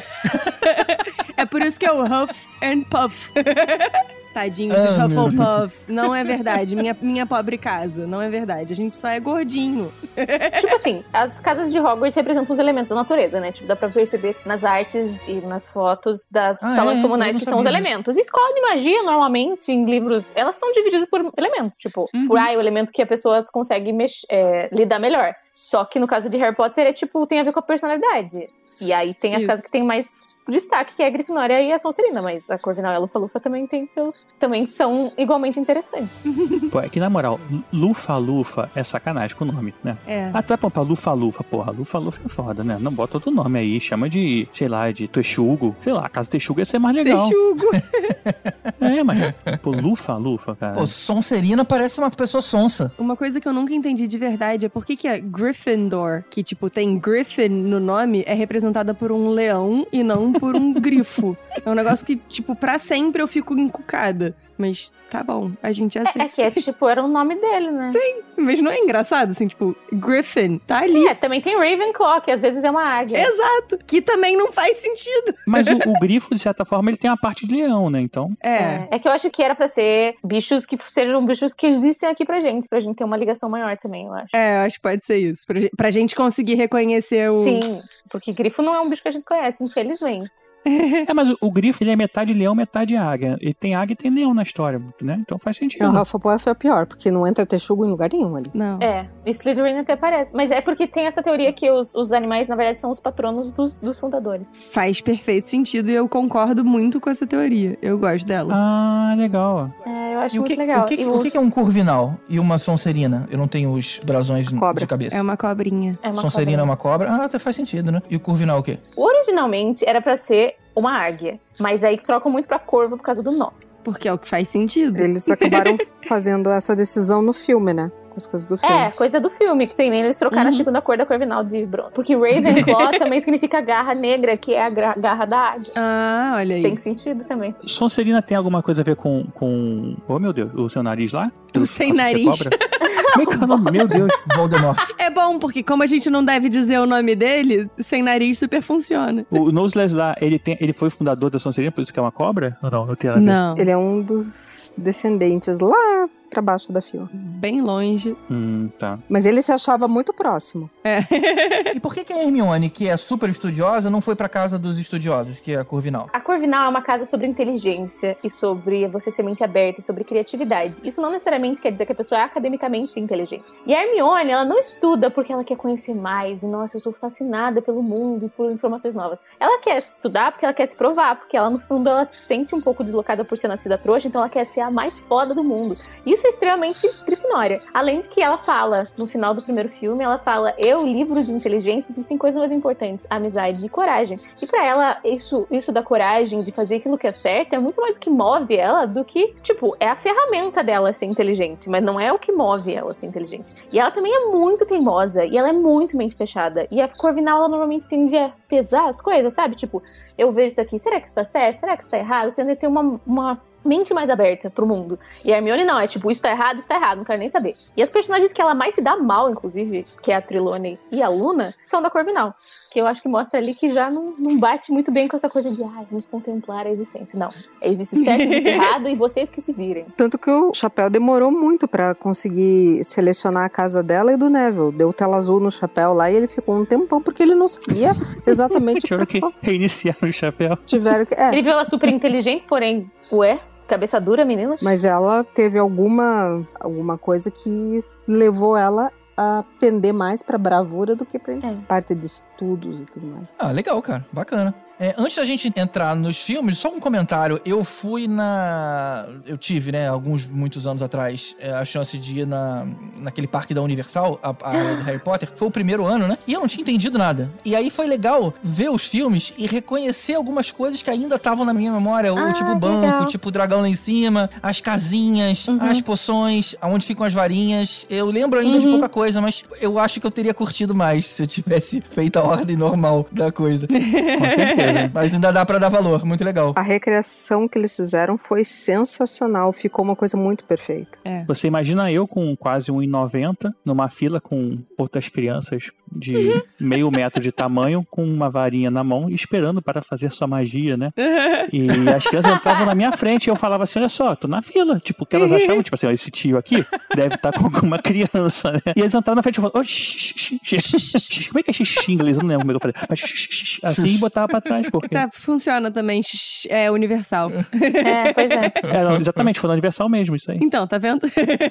Speaker 6: É por isso que é o Huff and Puff. Tadinho dos
Speaker 5: Ah, meu
Speaker 6: Hufflepuffs. Não é verdade. Minha, minha pobre casa. Não é verdade. A gente só é gordinho.
Speaker 9: Tipo assim, as casas de Hogwarts representam os elementos da natureza, né? Tipo, dá pra perceber nas artes e nas fotos das
Speaker 5: Ah,
Speaker 9: salas
Speaker 5: é? Eu
Speaker 9: comunais
Speaker 5: não
Speaker 9: que são os
Speaker 5: sabia disso.
Speaker 9: elementos. Escola de magia, normalmente, em livros, elas são divididas por elementos. Tipo,
Speaker 6: Uhum.
Speaker 9: por aí, o elemento que a pessoa consegue mex- é, lidar melhor. Só que no caso de Harry Potter, é tipo, tem a ver com a personalidade. E aí tem as
Speaker 6: Isso.
Speaker 9: casas que tem mais destaque, que é a Grifinória e a Sonserina, mas a Corvinal e a Lufa-Lufa também tem seus... também são igualmente interessantes.
Speaker 7: Pô, é que na moral, Lufa-Lufa é sacanagem com o nome, né?
Speaker 6: É.
Speaker 7: Ah, tu vai pôr pra Lufa-Lufa, porra. Lufa-Lufa é foda, né? Não bota outro nome aí. Chama de, sei lá, de Texugo. Sei lá, a casa Texugo ia ser mais legal.
Speaker 6: Texugo.
Speaker 7: É, mas, pô, Lufa-Lufa, cara.
Speaker 5: Pô, Sonserina parece uma pessoa sonsa.
Speaker 6: Uma coisa que eu nunca entendi de verdade é por que que a Gryffindor, que, tipo, tem Griffin no nome, é representada por um leão e não por um grifo. É um negócio que, tipo, pra sempre eu fico encucada. Mas tá bom, a gente
Speaker 9: É,
Speaker 6: aceita.
Speaker 9: é que é tipo, era o nome dele, né?
Speaker 6: Mas não é engraçado, assim, tipo, Griffin, tá ali.
Speaker 9: É, também tem Ravenclaw, que às vezes é uma águia.
Speaker 6: Exato. Que também não faz sentido.
Speaker 7: Mas o, o grifo, de certa forma, ele tem a parte de leão, né? Então,
Speaker 6: É.
Speaker 9: É. É que eu acho que era pra ser bichos que sejam bichos que existem aqui pra gente, pra gente ter uma ligação maior também, eu acho.
Speaker 6: É, eu acho que pode ser isso. Pra, gen- pra gente conseguir reconhecer o...
Speaker 9: Sim, porque grifo não é um bicho que a gente conhece, infelizmente.
Speaker 7: é, mas o, o grifo, ele é metade leão, metade águia. Ele tem águia e tem leão na história, né? Então faz sentido.
Speaker 8: O Hufflepuff é pior, porque não entra texugo em lugar nenhum ali.
Speaker 6: Não.
Speaker 9: É, Slytherin até parece. Mas é porque tem essa teoria que os, os animais, na verdade, são os patronos dos, dos fundadores.
Speaker 6: Faz perfeito sentido e eu concordo muito com essa teoria. Eu gosto dela.
Speaker 7: Ah, legal.
Speaker 9: É, eu acho
Speaker 5: E o
Speaker 9: muito
Speaker 5: que,
Speaker 9: legal.
Speaker 5: o, que,
Speaker 9: E
Speaker 5: o
Speaker 9: os-
Speaker 5: que que é um Curvinal e uma Sonserina? Eu não tenho os brasões
Speaker 8: Cobra.
Speaker 5: de cabeça.
Speaker 6: É uma cobrinha.
Speaker 9: É uma
Speaker 5: Sonserina é
Speaker 9: cobra.
Speaker 5: uma cobra? Ah, até faz sentido, né? E o Curvinal o quê?
Speaker 9: Originalmente era pra ser uma águia, mas aí trocam muito pra corvo por causa do nome.
Speaker 6: Porque é o que faz sentido.
Speaker 8: Eles acabaram fazendo essa decisão no filme, né? Com as coisas do filme.
Speaker 9: É, coisa do filme, que também eles trocaram
Speaker 6: Uhum.
Speaker 9: a segunda cor da Corvinal de bronze. Porque Ravenclaw também significa garra negra, que é a gra- garra da águia.
Speaker 6: Ah, olha aí.
Speaker 9: Tem sentido também.
Speaker 7: Sonserina tem alguma coisa a ver com, com... Oh, meu Deus, o seu nariz lá?
Speaker 6: O sem
Speaker 7: Você
Speaker 6: nariz.
Speaker 7: cobra? Como é que é o nome? Meu Deus.
Speaker 5: Voldemort.
Speaker 6: É bom, porque como a gente não deve dizer o nome dele, sem nariz super funciona.
Speaker 7: O Noseless lá, ele, tem, ele foi fundador da Sonserina, por isso que é uma cobra? Ou não? Não tem nada a ver.
Speaker 6: Não.
Speaker 8: Ele é um dos descendentes lá pra baixo da fila.
Speaker 6: Bem longe.
Speaker 7: Hum, tá.
Speaker 8: Mas ele se achava muito próximo.
Speaker 6: É.
Speaker 5: E por que que a Hermione, que é super estudiosa, não foi pra casa dos estudiosos, que é a Corvinal?
Speaker 9: A Corvinal é uma casa sobre inteligência e sobre você ser mente aberta e sobre criatividade. Isso não necessariamente quer dizer que a pessoa é academicamente inteligente. E a Hermione, ela não estuda porque ela quer conhecer mais. E, nossa, eu sou fascinada pelo mundo e por informações novas. Ela quer estudar porque ela quer se provar, porque ela, no fundo, ela se sente um pouco deslocada por ser nascida trouxa, então ela quer ser a mais foda do mundo. Isso é extremamente Grifinória. Além de que ela fala, no final do primeiro filme, ela fala, eu, livros de inteligência, existem coisas mais importantes, amizade e coragem. E pra ela, isso, isso da coragem, de fazer aquilo que é certo, é muito mais o que move ela do que, tipo, é a ferramenta dela ser inteligente, mas não é o que move ela ser inteligente. E ela também é muito teimosa, e ela é muito mente fechada. E a Corvinal, ela normalmente tende a pesar as coisas, sabe? Tipo, eu vejo isso aqui, será que isso tá certo? Será que isso tá errado? Tende a ter uma... uma mente mais aberta pro mundo. E a Hermione não, é tipo, isso tá errado, isso tá errado, não quero nem saber. E as personagens que ela mais se dá mal, inclusive, que é a Trelawney e a Luna, são da Corvinal. Que eu acho que mostra ali que já não, não bate muito bem com essa coisa de, ah, vamos contemplar a existência. Não, existe o certo, existe o errado e vocês que se virem.
Speaker 8: Tanto que o Chapéu demorou muito pra conseguir selecionar a casa dela e do Neville. Deu tela azul no Chapéu lá e ele ficou um tempão porque ele não sabia exatamente.
Speaker 7: Tiveram que reiniciar o Chapéu.
Speaker 8: Tiveram que... É.
Speaker 9: Ele viu ela super inteligente, porém, ué... Cabeça dura, menina.
Speaker 8: Mas ela teve alguma, alguma coisa que levou ela a pender mais pra bravura do que pra é. parte de estudos e tudo mais.
Speaker 5: Ah, legal, cara. Bacana. É, antes da gente entrar nos filmes, só um comentário. Eu fui na... Eu tive, né, alguns, muitos anos atrás, a chance de ir na, naquele parque da Universal, a, a área do Harry Potter. Foi o primeiro ano, né? E eu não tinha entendido nada. E aí foi legal ver os filmes e reconhecer algumas coisas que ainda estavam na minha memória.
Speaker 9: Ah,
Speaker 5: o tipo banco,
Speaker 9: legal.
Speaker 5: tipo dragão lá em cima, as casinhas,
Speaker 9: Uhum.
Speaker 5: as poções, onde ficam as varinhas. Eu lembro ainda
Speaker 9: Uhum.
Speaker 5: de pouca coisa, mas eu acho que eu teria curtido mais se eu tivesse feito a ordem normal da coisa.
Speaker 7: Com certeza.
Speaker 5: Mas ainda dá pra dar valor, muito legal.
Speaker 8: A recriação que eles fizeram foi sensacional, ficou uma coisa muito perfeita.
Speaker 6: É.
Speaker 7: Você imagina eu com quase um metro e noventa numa fila com outras crianças de meio metro de tamanho, com uma varinha na mão, esperando para fazer sua magia, né? E as crianças entravam na minha frente e eu falava assim, olha só, tô na fila. Tipo, que elas achavam, tipo assim, ó, esse tio aqui deve estar com alguma criança, né? E eles entravam na frente e eu falava, oh, xixi, xixi. Como é que é xixi em inglês? Eu não lembro como é que eu falei. Mas xixi, assim e botava pra trás, porque...
Speaker 6: Tá, funciona também, é universal.
Speaker 9: É, pois é.
Speaker 7: É, não, exatamente, foi no Universal mesmo, isso aí.
Speaker 6: Então, tá vendo?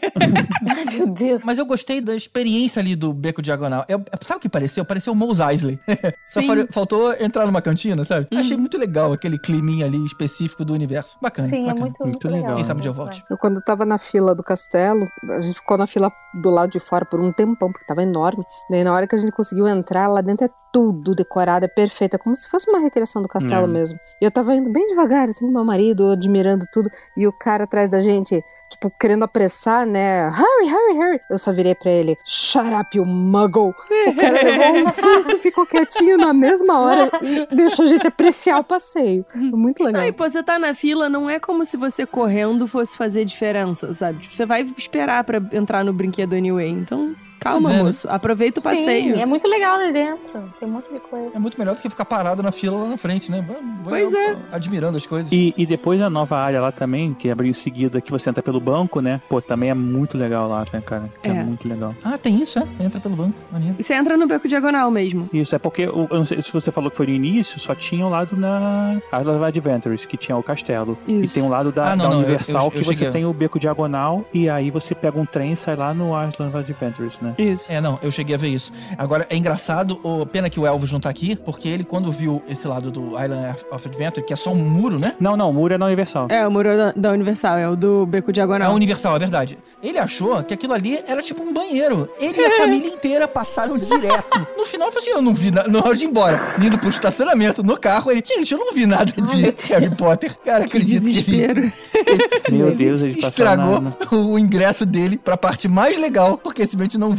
Speaker 9: Meu Deus.
Speaker 5: Mas eu gostei da experiência ali do Beco Diagonal. Eu, sabe o que pareceu? Pareceu o Mos Eisley. Só
Speaker 6: Sim.
Speaker 5: fal- faltou entrar numa cantina, sabe? Achei muito legal aquele climinha ali específico do universo. Bacana.
Speaker 9: Sim, é
Speaker 5: bacana.
Speaker 9: muito,
Speaker 7: Muito
Speaker 9: muito legal.
Speaker 7: legal.
Speaker 5: Quem sabe onde eu volte.
Speaker 8: Eu, quando eu tava na fila do castelo, a gente ficou na fila do lado de fora por um tempão, porque tava enorme. Daí na hora que a gente conseguiu entrar, lá dentro é tudo decorado, é perfeito. É como se fosse uma recriação do castelo
Speaker 7: É.
Speaker 8: mesmo. E eu tava indo bem devagar, assim, com meu marido, admirando tudo. E o cara atrás da gente, tipo, querendo apressar, né? Hurry, hurry, hurry. Eu só virei pra ele, shut up, you muggle. O cara levou um susto, ficou quietinho na mesma hora e deixou a gente apreciar o passeio. Foi muito legal.
Speaker 6: Aí, pô, você tá na fila, não é como se você correndo fosse fazer diferença, sabe? Tipo, você vai esperar pra entrar no brinquedo anyway. Então, calma,
Speaker 5: Pois é, né?
Speaker 6: moço. Aproveita o passeio.
Speaker 9: Sim, é muito legal ali dentro. Tem um monte de coisa.
Speaker 5: É muito melhor do que ficar parado na fila lá na frente, né? Vai, vai
Speaker 6: Pois é.
Speaker 5: admirando as coisas.
Speaker 7: E, e depois a nova área lá também, que abriu em seguida, que você entra pelo banco, né? Pô, também é muito legal lá, né, cara? É,
Speaker 6: É.
Speaker 7: muito legal.
Speaker 5: Ah, tem isso, é? Entra pelo banco. Maneiro.
Speaker 6: E você entra no beco diagonal mesmo.
Speaker 7: Isso, é porque, o- eu não sei se você falou que foi no início, só tinha o lado na Island of Adventures, que tinha o castelo.
Speaker 6: Isso.
Speaker 7: E tem um lado da,
Speaker 5: Ah, não,
Speaker 7: da
Speaker 5: não, eu-
Speaker 7: Universal,
Speaker 5: eu- eu
Speaker 7: que você
Speaker 5: cheguei.
Speaker 7: tem o beco diagonal, e aí você pega um trem e sai lá no Island of Adventures, né?
Speaker 6: Isso.
Speaker 5: É, não, eu cheguei a ver isso. Agora, é engraçado, o, pena que o Elvis não tá aqui, porque ele, quando viu esse lado do Island of Adventure, que é só um muro, né?
Speaker 7: Não, não, o muro é na Universal.
Speaker 6: É, o muro da, da Universal, é o do beco
Speaker 5: É
Speaker 6: diagonal.
Speaker 5: universal, é verdade. Ele achou que aquilo ali era tipo um banheiro. Ele e a família inteira passaram direto. No final, eu falei assim, eu não vi nada. Na hora de ir embora, indo pro estacionamento, no carro, ele, gente, eu não vi nada de Harry Potter. Cara,
Speaker 6: Que
Speaker 5: acredito
Speaker 6: desespero.
Speaker 5: que ele,
Speaker 7: Meu Deus, ele
Speaker 5: estragou
Speaker 7: passaram na-
Speaker 5: o ingresso dele pra parte mais legal, porque simplesmente não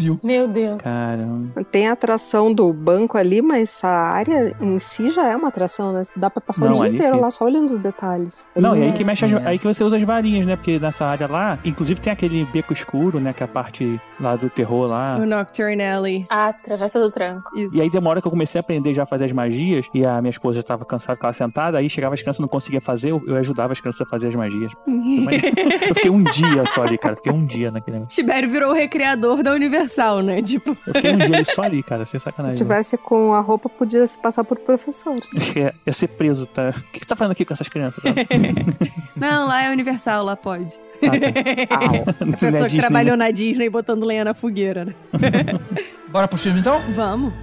Speaker 5: viu.
Speaker 9: Meu Deus.
Speaker 7: Caramba.
Speaker 8: Tem a atração do banco ali, mas a área em si já é uma atração, né? Dá pra passar
Speaker 7: Não,
Speaker 8: o dia
Speaker 7: ali
Speaker 8: inteiro
Speaker 7: que-
Speaker 8: lá só olhando os detalhes.
Speaker 7: Não,
Speaker 8: Ele
Speaker 7: e aí que mexe as,
Speaker 5: É.
Speaker 7: aí que você usa as varinhas, né? Porque nessa área lá, inclusive tem aquele beco escuro, né? Que é a parte lá do terror lá.
Speaker 6: O Nocturne Alley.
Speaker 9: A Travessa do Tranco.
Speaker 6: Isso.
Speaker 7: E aí demora que eu comecei a aprender já a fazer as magias, e a minha esposa já estava cansada, ficava sentada, aí chegava as crianças não conseguia fazer, eu, eu ajudava as crianças a fazer as magias. Mas eu fiquei um dia só ali, cara. Fiquei um dia naquele negócio.
Speaker 6: Tibério virou o recriador da Universal, né? Tipo.
Speaker 7: Eu fiquei um dia ali só ali, cara, sem
Speaker 8: Se
Speaker 7: sacanagem.
Speaker 8: tivesse com a roupa, podia se passar por professor.
Speaker 7: Ia, ia ser preso, tá? O que, que tá fazendo aqui com essas crianças? Tá?
Speaker 6: Não, lá é Universal, lá pode.
Speaker 7: Ah, tá.
Speaker 6: A pessoa
Speaker 7: Não é
Speaker 6: que
Speaker 7: Disney,
Speaker 6: trabalhou
Speaker 7: né?
Speaker 6: na Disney botando lenha na fogueira, né?
Speaker 5: Bora pro filme então?
Speaker 6: Vamos.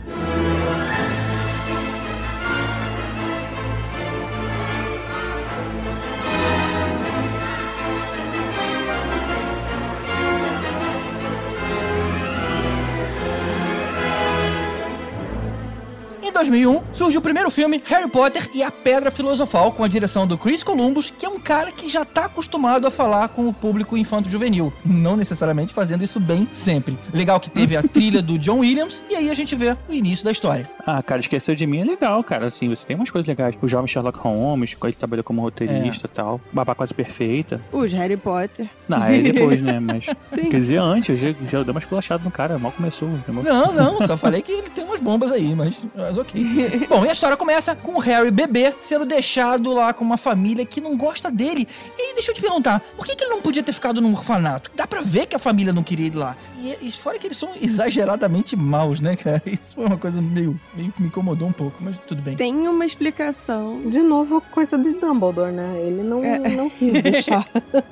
Speaker 5: Em dois mil e um, surge o primeiro filme, Harry Potter e a Pedra Filosofal, com a direção do Chris Columbus, que é um cara que já tá acostumado a falar com o público infanto-juvenil, não necessariamente fazendo isso bem sempre. Legal que teve a trilha do John Williams, e aí a gente vê o início da história.
Speaker 7: Ah, cara, Esqueceu de Mim é legal, cara. Assim, você tem umas coisas legais. O jovem Sherlock Holmes, quando ele trabalhou como roteirista e tal. Babá Quase Perfeita.
Speaker 6: Os Harry Potter.
Speaker 7: Não, é depois, né? Mas,
Speaker 6: Sim.
Speaker 7: quer dizer, antes, eu já, já dei uma esculachada no cara. Mal começou o negócio.
Speaker 5: Não, não, só falei que ele tem umas bombas aí, mas, mas ok. Bom, e a história começa com o Harry bebê sendo deixado lá com uma família que não gosta dele. E aí, deixa eu te perguntar, por que, que ele não podia ter ficado num orfanato? Dá pra ver que a família não queria ir lá. E, e fora que eles são exageradamente maus, né, cara? Isso foi uma coisa meio, meio que me incomodou um pouco, mas tudo bem.
Speaker 6: Tem uma explicação.
Speaker 8: De novo, coisa de Dumbledore, né? Ele não,
Speaker 6: É.
Speaker 8: não quis deixar.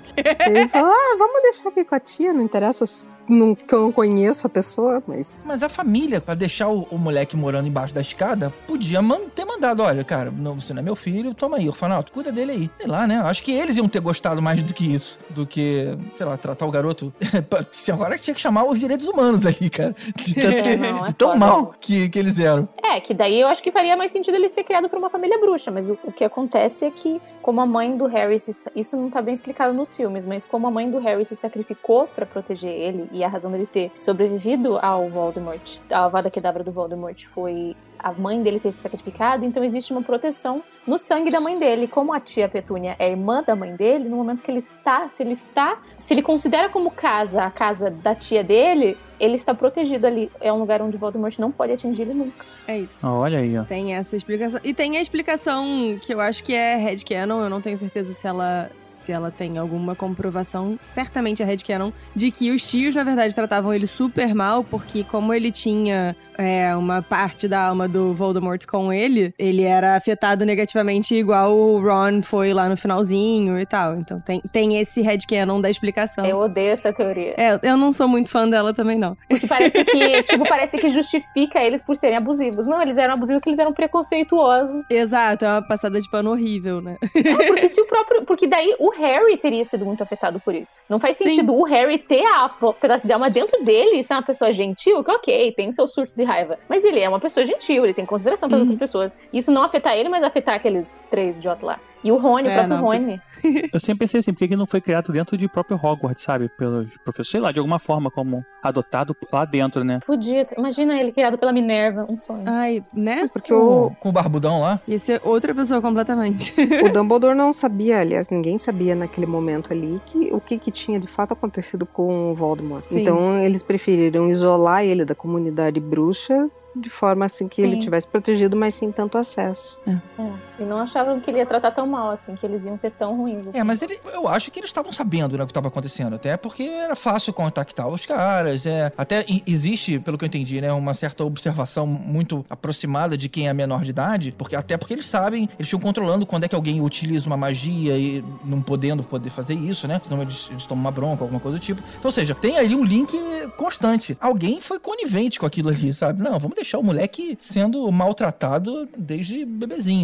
Speaker 8: Ele falou, ah, vamos deixar aqui com a tia, não interessa não, que eu não conheço a pessoa, mas...
Speaker 5: Mas a família, pra deixar o, o moleque morando embaixo da escada, podia man- ter mandado, olha, cara, não, você não é meu filho, toma aí, orfanato, cuida dele aí. Sei lá, né? Acho que eles iam ter gostado mais do que isso. Do que, sei lá, tratar o garoto... Agora tinha que chamar os direitos humanos ali, cara. De tanto que,
Speaker 9: É, não, é
Speaker 5: de tão
Speaker 9: foda.
Speaker 5: mal que, que eles eram.
Speaker 9: É, que daí eu acho que faria mais sentido ele ser criado por uma família bruxa, mas o, o que acontece é que, como a mãe do Harry, se, isso não tá bem explicado nos filmes, mas como a mãe do Harry se sacrificou pra proteger ele, e a razão dele ter sobrevivido ao Voldemort, a Avada Kedavra do Voldemort, foi a mãe dele ter se sacrificado, então existe uma proteção no sangue da mãe dele. Como a tia Petúnia é irmã da mãe dele, no momento que ele está, se ele está, se ele considera como casa a casa da tia dele, ele está protegido ali. É um lugar onde Voldemort não pode atingir ele nunca.
Speaker 6: É isso.
Speaker 7: Olha aí, ó.
Speaker 6: Tem essa explicação. E tem a explicação que eu acho que é headcanon, eu não tenho certeza se ela, se ela tem alguma comprovação, certamente é headcanon, de que os tios, na verdade, tratavam ele super mal, porque como ele tinha é, uma parte da alma do Voldemort com ele, ele era afetado negativamente igual o Ron foi lá no finalzinho e tal. Então tem, tem esse headcanon da explicação.
Speaker 9: Eu odeio essa teoria.
Speaker 6: É, eu não sou muito fã dela também, não.
Speaker 9: Porque parece que, tipo, parece que justifica eles por serem abusivos. Não, eles eram abusivos porque eles eram preconceituosos.
Speaker 6: Exato, é uma passada de pano horrível, né?
Speaker 9: É, porque se o próprio... Porque daí o Harry teria sido muito afetado por isso. Não faz sentido
Speaker 6: Sim.
Speaker 9: o Harry ter a pedaço de alma dentro dele, ser uma pessoa gentil, que ok, tem seus surtos de raiva. Mas ele é uma pessoa gentil, ele tem consideração pelas
Speaker 6: Uhum.
Speaker 9: outras pessoas. Isso não afetar ele, mas afetar aqueles três idiotas lá. E o Rony, o
Speaker 6: É,
Speaker 9: próprio
Speaker 6: não,
Speaker 9: Rony.
Speaker 7: Eu sempre pensei assim, por que ele não foi criado dentro de próprio Hogwarts, sabe? Pelos professores, sei lá, de alguma forma, como adotado lá dentro, né?
Speaker 9: Podia ter. Imagina ele criado pela Minerva, um sonho.
Speaker 6: Ai, né?
Speaker 8: Porque o,
Speaker 5: Com, com o barbudão lá.
Speaker 6: Ia ser outra pessoa completamente.
Speaker 8: o Dumbledore não sabia, aliás, ninguém sabia naquele momento ali que, o que, que tinha de fato acontecido com o Voldemort.
Speaker 6: Sim.
Speaker 8: Então eles preferiram isolar ele da comunidade bruxa de forma assim que
Speaker 9: Sim.
Speaker 8: ele tivesse protegido, mas sem tanto acesso.
Speaker 9: É. E não achavam que ele ia tratar tão mal, assim, que eles iam ser tão ruins. Assim.
Speaker 5: É, mas ele, eu acho que eles estavam sabendo, né, o que estava acontecendo. Até porque era fácil contactar os caras. É, até i- existe, pelo que eu entendi, né, uma certa observação muito aproximada de quem é menor de idade. Porque, até porque eles sabem, eles ficam controlando quando é que alguém utiliza uma magia e não podendo poder fazer isso, né? Senão eles, eles tomam uma bronca, alguma coisa do tipo. Então, ou seja, tem ali um link constante. Alguém foi conivente com aquilo ali, sabe? Não, vamos deixar o moleque sendo maltratado desde bebezinho.
Speaker 9: Uhum.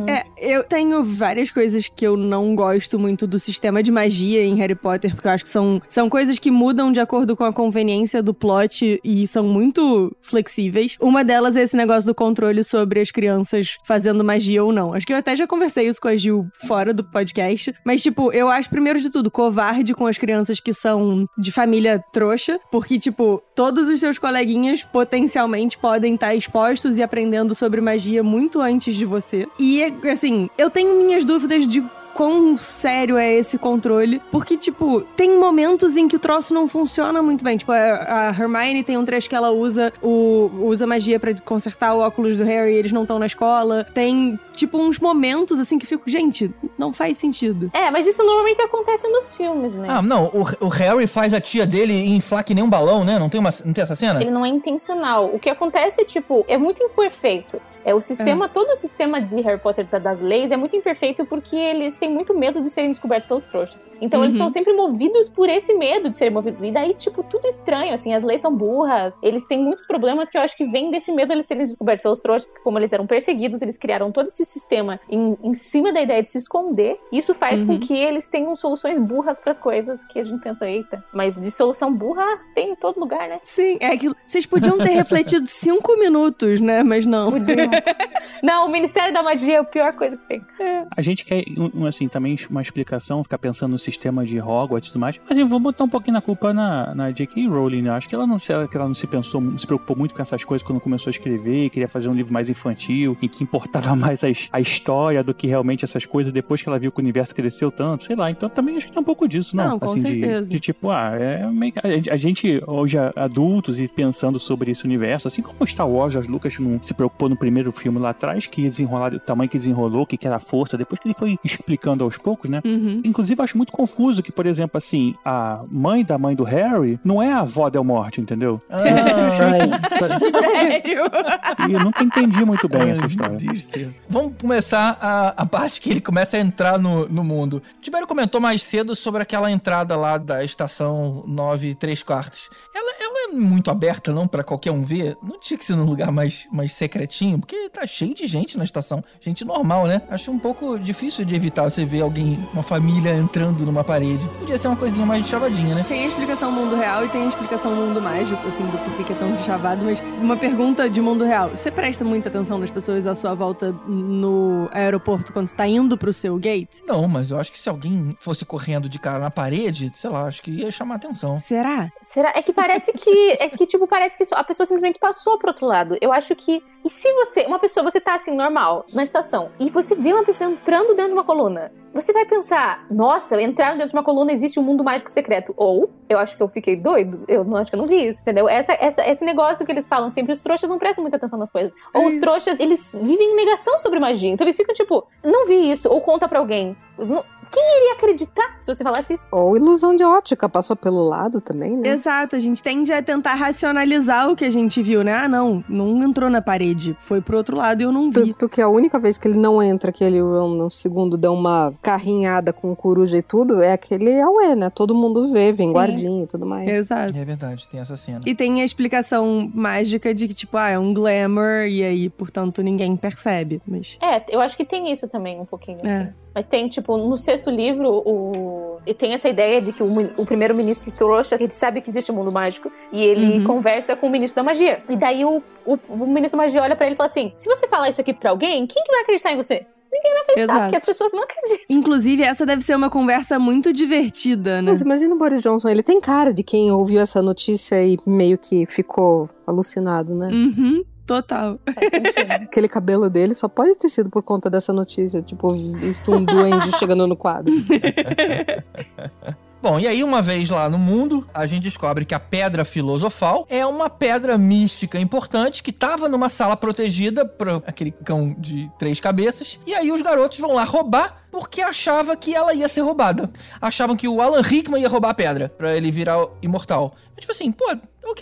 Speaker 9: Uhum.
Speaker 6: É, eu tenho várias coisas que eu não gosto muito do sistema de magia em Harry Potter, porque eu acho que são, são coisas que mudam de acordo com a conveniência do plot e são muito flexíveis. Uma delas é esse negócio do controle sobre as crianças fazendo magia ou não. Acho que eu até já conversei isso com a Gil fora do podcast, mas, tipo, eu acho, primeiro de tudo, covarde com as crianças que são de família trouxa, porque, tipo, todos os seus coleguinhas potencialmente podem estar expostos e aprendendo sobre magia muito antes de você. E, assim, eu tenho minhas dúvidas de quão sério é esse controle, porque, tipo, tem momentos em que o troço não funciona muito bem. Tipo, a Hermione tem um trecho que ela usa o, usa magia pra consertar o óculos do Harry e eles não estão na escola. Tem, tipo, uns momentos, assim, que fico, gente, não faz sentido.
Speaker 9: É, mas isso normalmente acontece nos filmes, né?
Speaker 5: Ah, não, o, o Harry faz a tia dele inflar que nem um balão, né? Não tem, uma, não tem essa cena?
Speaker 9: Ele não é intencional. O que acontece é, tipo, é muito imperfeito. É, o sistema, é. todo o sistema de Harry Potter das leis é muito imperfeito porque eles têm muito medo de serem descobertos pelos trouxas. Então uhum. eles estão sempre movidos por esse medo de serem movidos. E daí, tipo, tudo estranho, assim, as leis são burras. Eles têm muitos problemas que eu acho que vêm desse medo de eles serem descobertos pelos trouxas. Como eles eram perseguidos, eles criaram todo esse sistema em, em cima da ideia de se esconder. Isso faz uhum. com que eles tenham soluções burras pras coisas que a gente pensa, eita, mas de solução burra tem em todo lugar, né?
Speaker 6: Sim, é aquilo. Vocês podiam ter refletido cinco minutos, né? Mas não.
Speaker 9: Podiam. Não, o Ministério da Magia é a pior coisa que tem. É.
Speaker 7: A gente quer, um, assim, também uma explicação, ficar pensando no sistema de Hogwarts e tudo mais, mas eu vou botar um pouquinho na culpa na, na J K Rowling, né? Acho que ela não, se, ela, que ela não se pensou, não se preocupou muito com essas coisas quando começou a escrever, queria fazer um livro mais infantil, em que importava mais a, a história do que realmente essas coisas, depois que ela viu que o universo cresceu tanto, sei lá. Então também acho que tem um pouco disso, não?
Speaker 6: Não, com
Speaker 7: assim,
Speaker 6: certeza.
Speaker 7: De, de tipo, ah, é meio, a, a gente, hoje, adultos e pensando sobre esse universo, assim como o Star Wars, George Lucas não se preocupou no primeiro filme lá atrás, que ia desenrolar, o tamanho que desenrolou, o que, que era a força, depois que ele foi explicando aos poucos, né? Uhum. Inclusive, acho muito confuso que, por exemplo, assim, a mãe da mãe do Harry não é a avó Delmorte, entendeu?
Speaker 5: Ah,
Speaker 7: e eu nunca entendi muito bem Ai, essa história.
Speaker 5: Vamos começar a, a parte que ele começa a entrar no, no mundo. O Tibério comentou mais cedo sobre aquela entrada lá da estação nove e três quartos. Ela, ela é muito aberta, não, pra qualquer um ver? Não tinha que ser num lugar mais, mais secretinho? Porque tá cheio de gente na estação. Gente normal, né? Acho um pouco difícil de evitar você ver alguém, uma família entrando numa parede. Podia ser uma coisinha mais chavadinha, né?
Speaker 6: Tem a explicação mundo real e tem a explicação mundo mágico, assim, do porquê que é tão chavado, mas uma pergunta de mundo real. Você presta muita atenção nas pessoas à sua volta no aeroporto quando você tá indo pro seu gate?
Speaker 5: Não, mas eu acho que se alguém fosse correndo de cara na parede, sei lá, acho que ia chamar atenção.
Speaker 6: Será?
Speaker 9: Será? É que parece que, é que tipo, parece que a pessoa simplesmente passou pro outro lado. Eu acho que, e se você, uma pessoa, você tá assim, normal, na estação, e você vê uma pessoa entrando dentro de uma coluna, você vai pensar, nossa, entraram dentro de uma coluna, existe um mundo mágico secreto. Ou, eu acho que eu fiquei doido, eu não acho que eu não vi isso, entendeu? Essa, essa, esse negócio que eles falam sempre, os trouxas não prestam muita atenção nas coisas. Ou é os trouxas, eles vivem em negação sobre magia. Então eles ficam tipo, não vi isso, ou conta pra alguém. Quem iria acreditar se você falasse isso?
Speaker 8: Ou ilusão de ótica, passou pelo lado também, né?
Speaker 6: Exato, a gente tende a tentar racionalizar o que a gente viu, né? Ah, não, não entrou na parede, foi pro outro lado e eu não vi.
Speaker 8: Tanto que a única vez que ele não entra, que ele no segundo dá uma carrinhada com coruja e tudo, é aquele auê, né? Todo mundo vê, vem Sim. guardinha e tudo mais.
Speaker 6: Exato.
Speaker 5: É verdade, tem essa cena.
Speaker 6: E tem a explicação mágica de que, tipo, ah, é um glamour e aí, portanto, ninguém percebe, mas...
Speaker 9: É, eu acho que tem isso também, um pouquinho, assim. É. Mas tem, tipo, no sexto livro, o... e tem essa ideia de que o, o primeiro-ministro trouxa, ele sabe que existe um mundo mágico, e ele uhum. conversa com o ministro da magia. E daí o, o, o ministro da magia olha pra ele e fala assim, se você falar isso aqui pra alguém, quem que vai acreditar em você? Ninguém vai acreditar, Exato. Porque as pessoas não acreditam.
Speaker 6: Inclusive, essa deve ser uma conversa muito divertida, né?
Speaker 8: Mas imagina o Boris Johnson, ele tem cara de quem ouviu essa notícia e meio que ficou alucinado, né?
Speaker 6: Uhum. Total.
Speaker 8: Aquele cabelo dele só pode ter sido por conta dessa notícia. Tipo, visto um duende chegando no quadro.
Speaker 5: Bom, e aí uma vez lá no mundo, a gente descobre que a Pedra Filosofal é uma pedra mística importante que estava numa sala protegida por aquele cão de três cabeças. E aí os garotos vão lá roubar porque achava que ela ia ser roubada. Achavam que o Alan Rickman ia roubar a pedra pra ele virar imortal. Mas, tipo assim, pô, ok,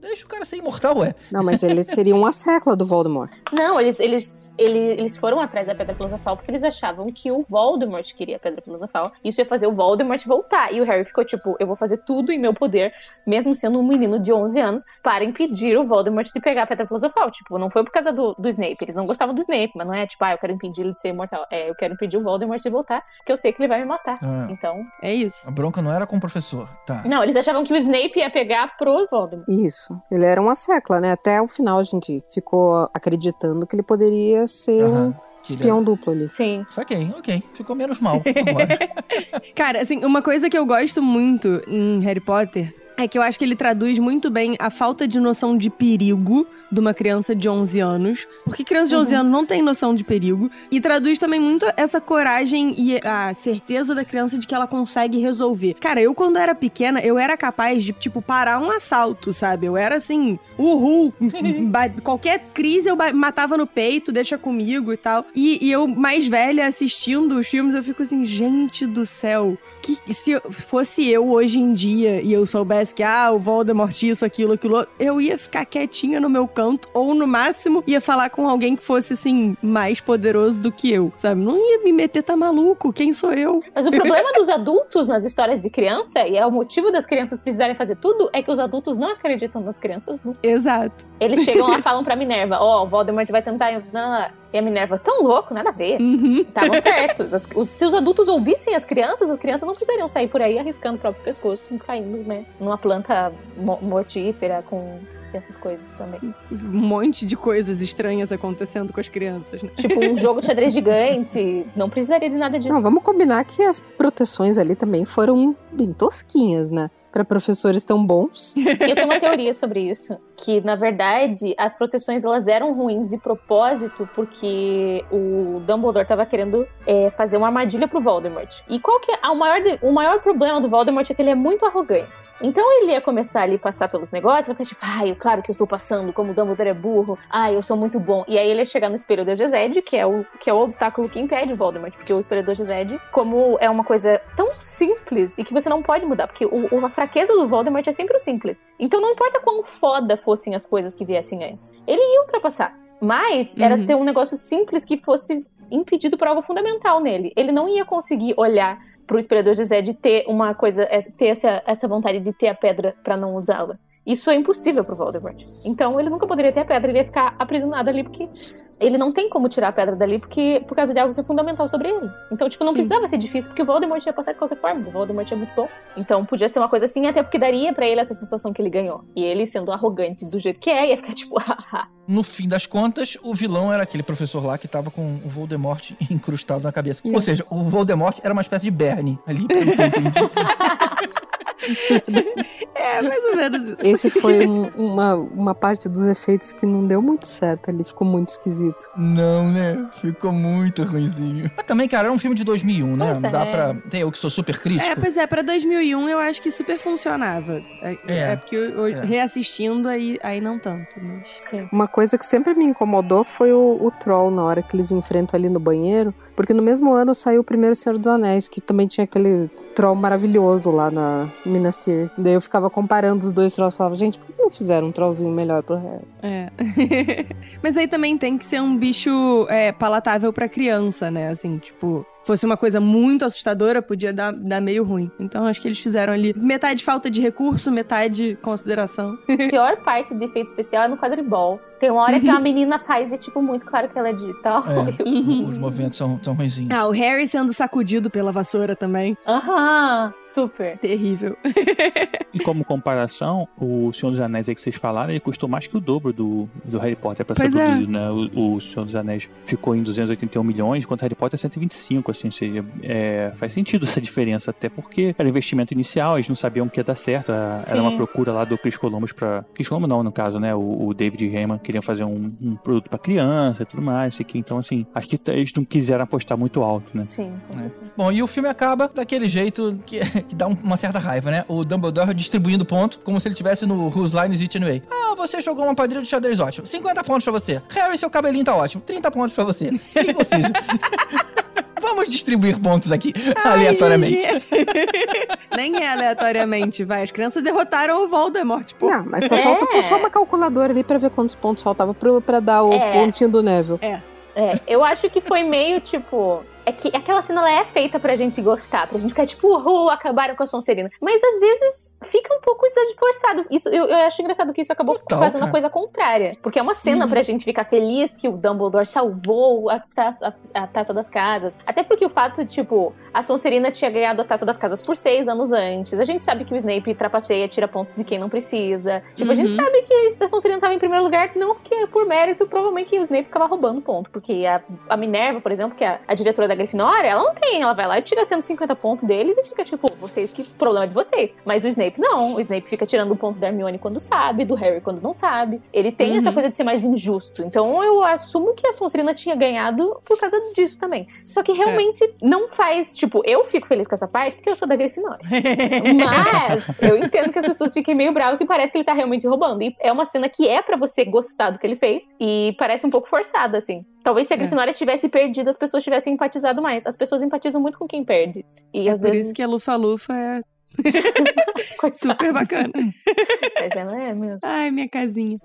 Speaker 5: Deixa o cara ser imortal, ué.
Speaker 8: Não, mas ele seria uma sécula do Voldemort.
Speaker 9: Não, eles, eles, eles, eles foram atrás da Pedra Filosofal porque eles achavam que o Voldemort queria a Pedra Filosofal. Isso ia fazer o Voldemort voltar. E o Harry ficou tipo, eu vou fazer tudo em meu poder, mesmo sendo um menino de onze anos, para impedir o Voldemort de pegar a Pedra Filosofal. Tipo, não foi por causa do, do Snape. Eles não gostavam do Snape, mas não é tipo, ah, eu quero impedir ele de ser imortal. É, eu quero impedir o Voldemort de voltar, porque eu sei que ele vai me matar.
Speaker 5: Ah.
Speaker 9: Então...
Speaker 6: É isso.
Speaker 5: A bronca não era com o professor, tá.
Speaker 9: Não, eles achavam que o Snape ia pegar pro Voldemort.
Speaker 8: Isso. Ele era uma sécula, né? Até o final a gente ficou acreditando que ele poderia ser
Speaker 5: Aham.
Speaker 8: um espião duplo ali.
Speaker 9: Sim.
Speaker 5: Saquei, ok. Ficou menos mal agora.
Speaker 6: Cara, assim, uma coisa que eu gosto muito em Harry Potter é que eu acho que ele traduz muito bem a falta de noção de perigo de uma criança de onze anos. Porque criança de onze
Speaker 9: Uhum.
Speaker 6: anos não tem noção de perigo. E traduz também muito essa coragem e a certeza da criança de que ela consegue resolver. Cara, eu quando era pequena, eu era capaz de, tipo, parar um assalto, sabe? Eu era assim, uhul. Ba- qualquer crise eu ba- matava no peito, deixa comigo e tal. E, e eu, mais velha, assistindo os filmes, eu fico assim, gente do céu. Que, se eu- fosse eu hoje em dia e eu soubesse que, ah, o Voldemort isso, aquilo, aquilo outro, eu ia ficar quietinha no meu canto, ou no máximo ia falar com alguém que fosse, assim, mais poderoso do que eu, sabe? Não ia me meter, tá maluco? Quem sou eu?
Speaker 9: Mas o problema dos adultos nas histórias de criança, e é o motivo das crianças precisarem fazer tudo, é que os adultos não acreditam nas crianças nunca.
Speaker 6: Exato.
Speaker 9: Eles chegam lá e falam pra Minerva, ó, oh, o Voldemort vai tentar... Não, não, não. E a Minerva, tão louco, nada a ver.
Speaker 6: Uhum.
Speaker 9: Estavam certos. As- os, se os adultos ouvissem as crianças, as crianças não precisariam sair por aí arriscando o próprio pescoço, caindo, né? Numa planta mo- mortífera com essas coisas também.
Speaker 6: Um monte de coisas estranhas acontecendo com as crianças, né?
Speaker 9: Tipo, um jogo de xadrez gigante. Não precisaria de nada disso.
Speaker 8: Não, vamos combinar que as proteções ali também foram bem tosquinhas, né? Pra professores tão bons.
Speaker 9: Eu tenho uma teoria sobre isso, que na verdade as proteções elas eram ruins de propósito porque o Dumbledore tava querendo é, fazer uma armadilha pro Voldemort. E qual que é a- o maior, de- o maior problema do Voldemort é que ele é muito arrogante. Então ele ia começar ali a passar pelos negócios, ia ficar tipo, ai, claro que eu estou passando, como o Dumbledore é burro, ai, eu sou muito bom. E aí ele ia chegar no Espelho de Gezed, que é o que é o obstáculo que impede o Voldemort, porque o Espelho de Gezed, como é uma coisa tão simples e que você não pode mudar, porque o, o, a fraqueza do Voldemort é sempre o simples. Então não importa quão foda fossem as coisas que viessem antes, ele ia ultrapassar. Mas era
Speaker 6: Uhum.
Speaker 9: ter um negócio simples que fosse impedido por algo fundamental nele. Ele não ia conseguir olhar pro Espelhador de Zed e ter uma coisa, é, ter essa, essa vontade de ter a pedra pra não usá-la. Isso é impossível pro Voldemort. Então ele nunca poderia ter a pedra, ele ia ficar aprisionado ali porque ele não tem como tirar a pedra dali porque, por causa de algo que é fundamental sobre ele. Então, tipo, não
Speaker 6: Sim.
Speaker 9: precisava ser difícil porque o Voldemort ia passar de qualquer forma. O Voldemort é muito bom. Então podia ser uma coisa assim, até porque daria pra ele essa sensação que ele ganhou. E ele, sendo arrogante do jeito que é, ia ficar tipo, haha.
Speaker 5: No fim das contas, o vilão era aquele professor lá que tava com o Voldemort incrustado na cabeça.
Speaker 6: Isso.
Speaker 5: Ou seja, o Voldemort era uma espécie de Bernie ali, pelo que eu entendi.
Speaker 6: É, mais ou menos isso.
Speaker 8: Esse foi um- uma, uma parte dos efeitos que não deu muito certo ali, ficou muito esquisito.
Speaker 5: Não, né? Ficou muito ruinzinho. Mas também, cara, era um filme de dois mil e um, né?
Speaker 9: Pois é.
Speaker 5: Dá pra... Tem eu que sou super crítico.
Speaker 6: É, pois é, pra dois mil e um eu acho que super funcionava. É,
Speaker 5: É.
Speaker 6: é porque eu, eu-
Speaker 5: É.
Speaker 6: reassistindo aí, aí não tanto, mas...
Speaker 9: Sim.
Speaker 8: Uma coisa que sempre me incomodou foi o, o Troll na hora que eles enfrentam ali no banheiro, porque no mesmo ano saiu o primeiro Senhor dos Anéis, que também tinha aquele Troll maravilhoso lá na Minas Tirith. Daí eu ficava comparando os dois Trolls e falava, gente, por que não fizeram um Trollzinho melhor pro Harry?
Speaker 6: É. Mas aí também tem que ser um bicho é, palatável pra criança, né? Assim, tipo, fosse uma coisa muito assustadora, podia dar, dar meio ruim. Então acho que eles fizeram ali metade falta de recurso, metade consideração.
Speaker 9: A pior parte de efeito especial é no quadribol. Tem uma hora que uma menina faz e é, tipo, muito claro que ela é digital.
Speaker 5: É, os movimentos são, são ruinzinhos.
Speaker 6: Ah, o Harry sendo sacudido pela vassoura também.
Speaker 9: Aham, super.
Speaker 6: Terrível.
Speaker 7: E como comparação, o Senhor dos Anéis aí que vocês falaram, ele custou mais que o dobro do, do Harry Potter pra ser
Speaker 6: Pois é.
Speaker 7: produzido, né? O, o Senhor dos Anéis ficou em duzentos e oitenta e um milhões, enquanto o Harry Potter é cento e vinte e cinco, assim, ou seja, é, faz sentido essa diferença, até porque era investimento inicial, eles não sabiam que ia dar certo, a-
Speaker 9: Sim.
Speaker 7: era uma procura lá do Chris Columbus pra... Chris Columbus não, no caso, né? O, o David Heyman queriam fazer um, um produto pra criança e tudo mais, sei que, então, assim, acho que eles não quiseram apostar muito alto, né?
Speaker 9: Sim.
Speaker 5: É. Bom, e o filme acaba daquele jeito que, que dá um- uma certa raiva, né? O Dumbledore distribuindo ponto, como se ele estivesse no Whose Line Is It Anyway? Ah, você jogou uma quadrilha de xadrez ótimo. cinquenta pontos pra você. Harry, seu cabelinho tá ótimo. trinta pontos pra você. E, ou seja... vamos distribuir pontos aqui, Ai, aleatoriamente.
Speaker 6: Nem é aleatoriamente, vai. As crianças derrotaram o Voldemort, pô.
Speaker 8: Não, mas só
Speaker 9: É.
Speaker 8: falta puxar uma calculadora ali pra ver quantos pontos faltava pro, pra dar o
Speaker 9: É.
Speaker 8: pontinho do Neville.
Speaker 6: É.
Speaker 9: É, eu acho que foi meio, tipo... É que aquela cena, ela é feita pra gente gostar, pra gente ficar tipo, uhul, acabaram com a Sonserina. Mas às vezes fica um pouco forçado. Isso, eu, eu acho engraçado que isso acabou
Speaker 5: Total,
Speaker 9: fazendo
Speaker 5: cara.
Speaker 9: a coisa contrária. Porque é uma cena
Speaker 6: Uhum.
Speaker 9: pra gente ficar feliz que o Dumbledore salvou a taça, a, a taça das casas. Até porque o fato de, tipo, a Sonserina tinha ganhado a taça das casas por seis anos antes. A gente sabe que o Snape trapaceia, tira ponto de quem não precisa. Tipo, a gente
Speaker 6: Uhum.
Speaker 9: sabe que a Sonserina tava em primeiro lugar, não porque por mérito, provavelmente que o Snape ficava roubando ponto. Porque a, a Minerva, por exemplo, que é a diretora da Grifinória, ela não tem, ela vai lá e tira cento e cinquenta pontos deles e fica tipo, vocês, que problema de vocês. Mas o Snape não, o Snape fica tirando o ponto da Hermione quando sabe, do Harry quando não sabe. Ele tem
Speaker 6: Uhum.
Speaker 9: essa coisa de ser mais injusto. Então eu assumo que a Sonserina tinha ganhado por causa disso também. Só que realmente é. não faz, tipo, eu fico feliz com essa parte porque eu sou da Grifinória. Mas eu entendo que as pessoas fiquem meio bravas que parece que ele tá realmente roubando. E é uma cena que é pra você gostar do que ele fez e parece um pouco forçada, assim. Talvez se a Grifinória é. tivesse perdido, as pessoas tivessem empatizado mais. As pessoas empatizam muito com quem perde. E
Speaker 6: é
Speaker 9: às
Speaker 6: por
Speaker 9: vezes...
Speaker 6: isso que a Lufa-Lufa é super bacana.
Speaker 9: Mas ela é mesmo.
Speaker 6: Ai, minha casinha.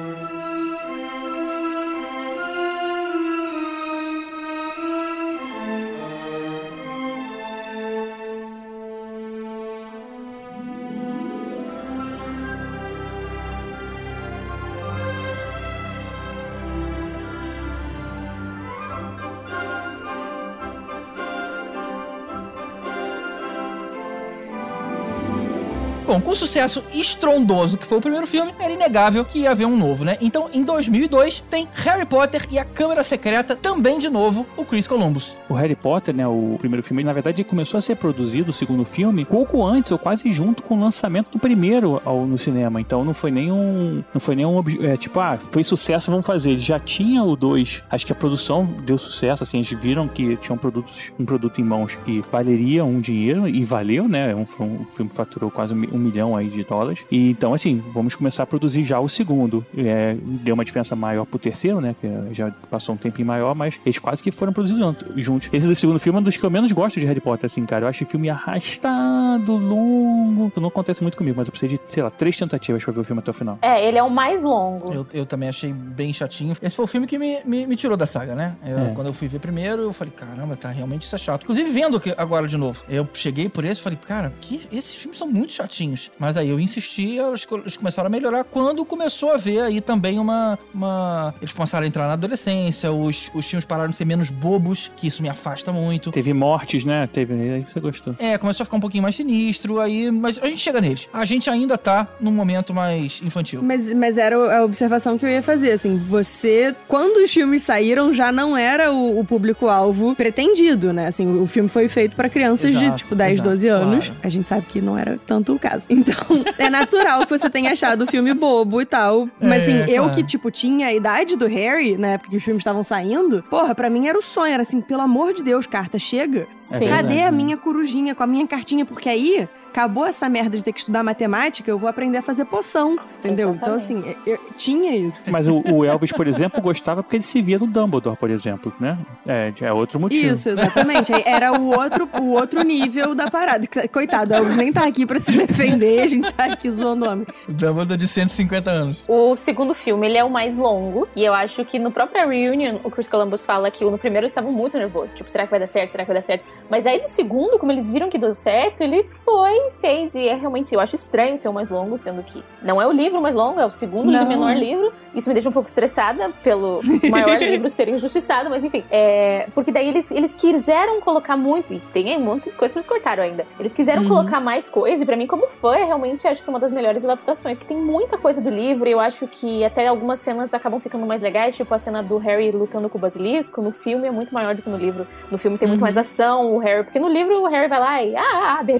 Speaker 5: Bom, com o sucesso estrondoso que foi o primeiro filme, era inegável que ia haver um novo, né? Então, em dois mil e dois, tem Harry Potter e a Câmara Secreta, também de novo, o Chris Columbus.
Speaker 7: O Harry Potter, né, o primeiro filme, na verdade, começou a ser produzido, o segundo filme, pouco antes, ou quase junto com o lançamento do primeiro ao, no cinema. Então, não foi nenhum, não foi nenhum, é, tipo, ah, foi sucesso, vamos fazer. Ele já tinha o dois, acho que a produção deu sucesso, assim, eles viram que tinham produtos, um produto em mãos que valeria um dinheiro, e valeu, né, um, um filme faturou quase um um milhão aí de dólares. E então, assim, vamos começar a produzir já o segundo. É, deu uma diferença maior pro terceiro, né? Que já passou um tempinho maior, mas eles quase que foram produzidos juntos. Esse do segundo filme é um dos que eu menos gosto de Harry Potter, assim, cara. Eu acho o filme arrastado, longo. Não acontece muito comigo, mas eu precisei de, sei lá, três tentativas pra ver o filme até o final.
Speaker 9: É, ele é o mais longo.
Speaker 5: Eu, eu também achei bem chatinho. Esse foi o filme que me, me, me tirou da saga, né? Eu, é. Quando eu fui ver primeiro, eu falei, caramba, tá, realmente isso é chato. Inclusive, vendo agora de novo, eu cheguei por esse e falei, cara, que, esses filmes são muito chatinhos. Mas aí eu insisti, eles começaram a melhorar quando começou a ver aí também uma... uma... Eles começaram a entrar na adolescência, os, os filmes pararam de ser menos bobos, que isso me afasta muito.
Speaker 7: Teve mortes, né? Teve, aí você gostou.
Speaker 5: É, começou a ficar um pouquinho mais sinistro, aí... Mas a gente chega neles. A gente ainda tá num momento mais infantil.
Speaker 6: Mas, mas era a observação que eu ia fazer, assim, você, quando os filmes saíram, já não era o, o público-alvo pretendido, né? Assim, o filme foi feito pra crianças exato, de, tipo, dez, exato, doze anos. Claro. A gente sabe que não era tanto o caso. Então, é natural que você tenha achado o filme bobo e tal. Mas, assim, é, eu claro. que, tipo, tinha a idade do Harry, na época que os filmes estavam saindo, porra, pra mim era o sonho. Era assim, pelo amor de Deus, carta, chega.
Speaker 9: Sim.
Speaker 6: Cadê a minha corujinha com a minha cartinha? Porque aí, acabou essa merda de ter que estudar matemática, eu vou aprender a fazer poção, entendeu? Exatamente. Então, assim, eu, eu tinha isso.
Speaker 7: Mas o, o Elvis, por exemplo, gostava porque ele se via no Dumbledore, por exemplo, né? É, é outro motivo.
Speaker 6: Isso, exatamente. Era o outro, o outro nível da parada. Coitado, o Elvis nem tá aqui pra se defender, a gente tá aqui zoando o homem.
Speaker 5: O Dumbledore de cento e cinquenta anos.
Speaker 9: O segundo filme, ele é o mais longo, e eu acho que no próprio Reunion, o Chris Columbus fala que no primeiro eles estavam muito nervosos, tipo, será que vai dar certo, será que vai dar certo? Mas aí no segundo, como eles viram que deu certo, ele foi, fez, e é realmente, eu acho estranho ser o mais longo, sendo que não é o livro mais longo, é o segundo e menor livro. Isso me deixa um pouco estressada pelo maior livro ser injustiçado, mas enfim, é, porque daí eles, eles quiseram colocar muito, e tem um monte de coisa que eles cortaram ainda, eles quiseram uhum. colocar mais coisa, e pra mim, como fã, é realmente, acho que uma das melhores adaptações, que tem muita coisa do livro, e eu acho que até algumas cenas acabam ficando mais legais, tipo a cena do Harry lutando com o basilisco, no filme é muito maior do que no livro. No filme tem muito uhum. mais ação, o Harry, porque no livro o Harry vai lá e, ah, de repente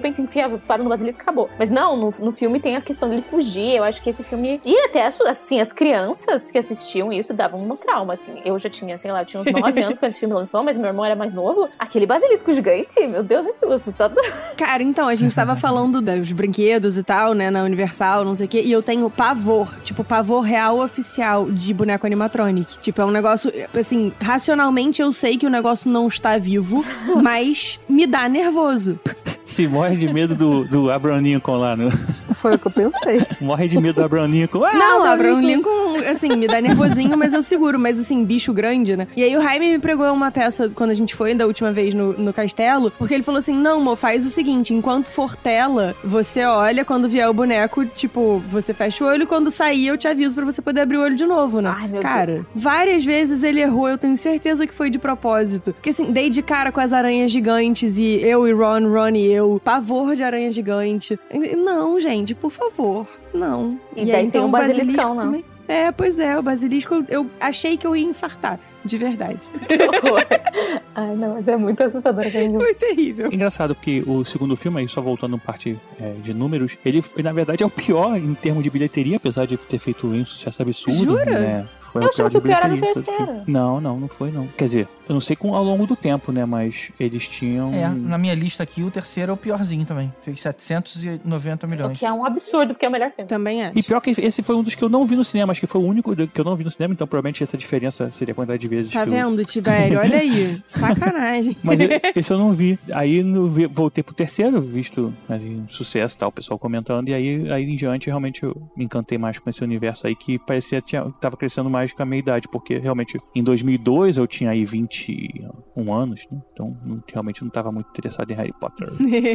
Speaker 9: repente enfia a espada no basilisco e acabou. Mas não, no, no filme tem a questão dele fugir. Eu acho que esse filme... E até, assim, as crianças que assistiam isso davam um trauma, assim. Eu já tinha, sei lá, eu tinha uns nove anos quando esse filme lançou, mas meu irmão era mais novo. Aquele basilisco gigante, meu Deus, é muito assustador.
Speaker 6: Cara, então, a gente tava falando dos brinquedos e tal, né, na Universal, não sei o quê, e eu tenho pavor, tipo, pavor real oficial de boneco animatronic. Tipo, é um negócio, assim, racionalmente eu sei que o negócio não está vivo, mas me dá nervoso.
Speaker 7: Se morre de medo do, do Abraham Lincoln lá, no...
Speaker 8: Foi o que eu pensei.
Speaker 7: Morre de medo do Abraham Lincoln. Ah,
Speaker 6: não, Abraham Lincoln, assim, me dá nervosinho, mas eu seguro. Mas, assim, bicho grande, né? E aí o Jaime me pregou uma peça quando a gente foi da última vez no, no castelo, porque ele falou assim, não, amor, faz o seguinte, enquanto for tela, você olha, quando vier o boneco, tipo, você fecha o olho e quando sair eu te aviso pra você poder abrir o olho de novo, né?
Speaker 9: Ai, meu
Speaker 6: cara,
Speaker 9: Deus.
Speaker 6: Várias vezes ele errou, eu tenho certeza que foi de propósito. Porque, assim, dei de cara com as aranhas gigantes e eu e Ron, Ron e eu, pavor de aranha gigante. Não, gente, por favor, não.
Speaker 9: E, e daí aí, tem um basiliscão, não?
Speaker 6: Também. É, pois é, o basilisco, eu, eu achei que eu ia infartar, de verdade.
Speaker 9: Que horror. Ai, não, mas é muito assustador.
Speaker 6: Foi terrível.
Speaker 7: Engraçado, porque o segundo filme, aí só voltando parte é, de números, ele, na verdade, é o pior em termos de bilheteria, apesar de ter feito um sucesso absurdo.
Speaker 6: Jura?
Speaker 7: Né? Foi
Speaker 9: eu
Speaker 7: o pior
Speaker 9: achava que o pior era o
Speaker 7: bilheteria,
Speaker 9: terceiro.
Speaker 7: Não, não, não foi, não. Quer dizer, eu não sei com, ao longo do tempo, né, mas eles tinham...
Speaker 5: É, na minha lista aqui, o terceiro é o piorzinho também. Fez setecentos e noventa milhões.
Speaker 9: O que é um absurdo, porque é o melhor filme.
Speaker 6: Também é.
Speaker 7: E pior que esse foi um dos que eu não vi no cinema, acho que foi o único que eu não vi no cinema, então provavelmente essa diferença seria a quantidade de vezes
Speaker 6: tá
Speaker 7: que
Speaker 6: vendo, eu... Tibério? Olha aí. Sacanagem.
Speaker 7: Mas eu, esse eu não vi. Aí no, voltei pro terceiro, visto ali, um sucesso e tal, o pessoal comentando, e aí, aí em diante realmente eu me encantei mais com esse universo aí que parecia que tava crescendo mais com a minha idade, porque realmente em dois mil e dois eu tinha aí vinte e um anos, né? Então não, realmente não tava muito interessado em Harry Potter.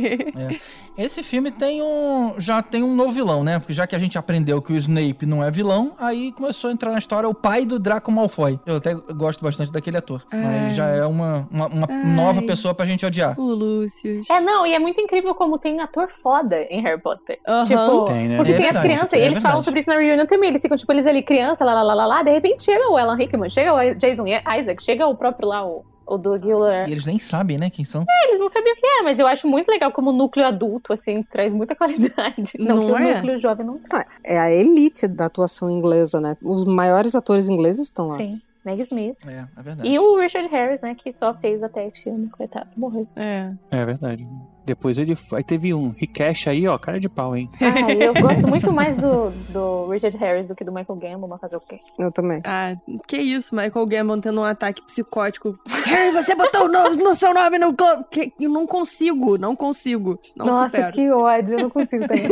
Speaker 5: É. Esse filme tem um... já tem um novo vilão, né? Porque já que a gente aprendeu que o Snape não é vilão, aí começou a entrar na história o pai do Draco Malfoy. Eu até gosto bastante daquele ator. Ai. Mas já é uma, uma, uma nova pessoa pra gente odiar.
Speaker 6: O Lúcio.
Speaker 9: É, não, e é muito incrível como tem ator foda em Harry Potter.
Speaker 6: Uhum.
Speaker 9: Tipo,
Speaker 7: tem, né?
Speaker 9: porque
Speaker 5: é
Speaker 9: tem
Speaker 5: verdade,
Speaker 9: as crianças,
Speaker 5: é
Speaker 9: e eles
Speaker 5: verdade.
Speaker 9: falam sobre isso na reunião também. Eles ficam, tipo, eles ali, criança, lá, lá, lá, lá, lá. De repente chega o Alan Rickman, chega o Jason Isaac, chega o próprio lá, o... O Doug Giller.
Speaker 5: E eles nem sabem, né, quem são.
Speaker 9: É, eles não sabiam o que é, mas eu acho muito legal como o núcleo adulto, assim, traz muita qualidade. Não,
Speaker 6: Não
Speaker 9: que
Speaker 6: é?
Speaker 9: o núcleo jovem não traz.
Speaker 8: É a elite da atuação inglesa, né? Os maiores atores ingleses estão lá.
Speaker 9: Sim, Meg Smith.
Speaker 5: É, é verdade.
Speaker 9: E o Richard Harris, né, que só fez até esse filme, coitado, morreu.
Speaker 6: É.
Speaker 7: É verdade. Depois ele aí teve um recash aí, ó, cara de pau, hein?
Speaker 9: Ah, eu gosto muito mais do, do Richard Harris do que do Michael Gambon, mas fazer o quê?
Speaker 8: Eu também.
Speaker 6: Ah, que isso, Michael Gambon tendo um ataque psicótico. Harry, você botou o no, no seu nome no clube. Que- Eu não consigo, não consigo. Não
Speaker 9: Nossa,
Speaker 6: supero.
Speaker 9: que ódio, eu não consigo também.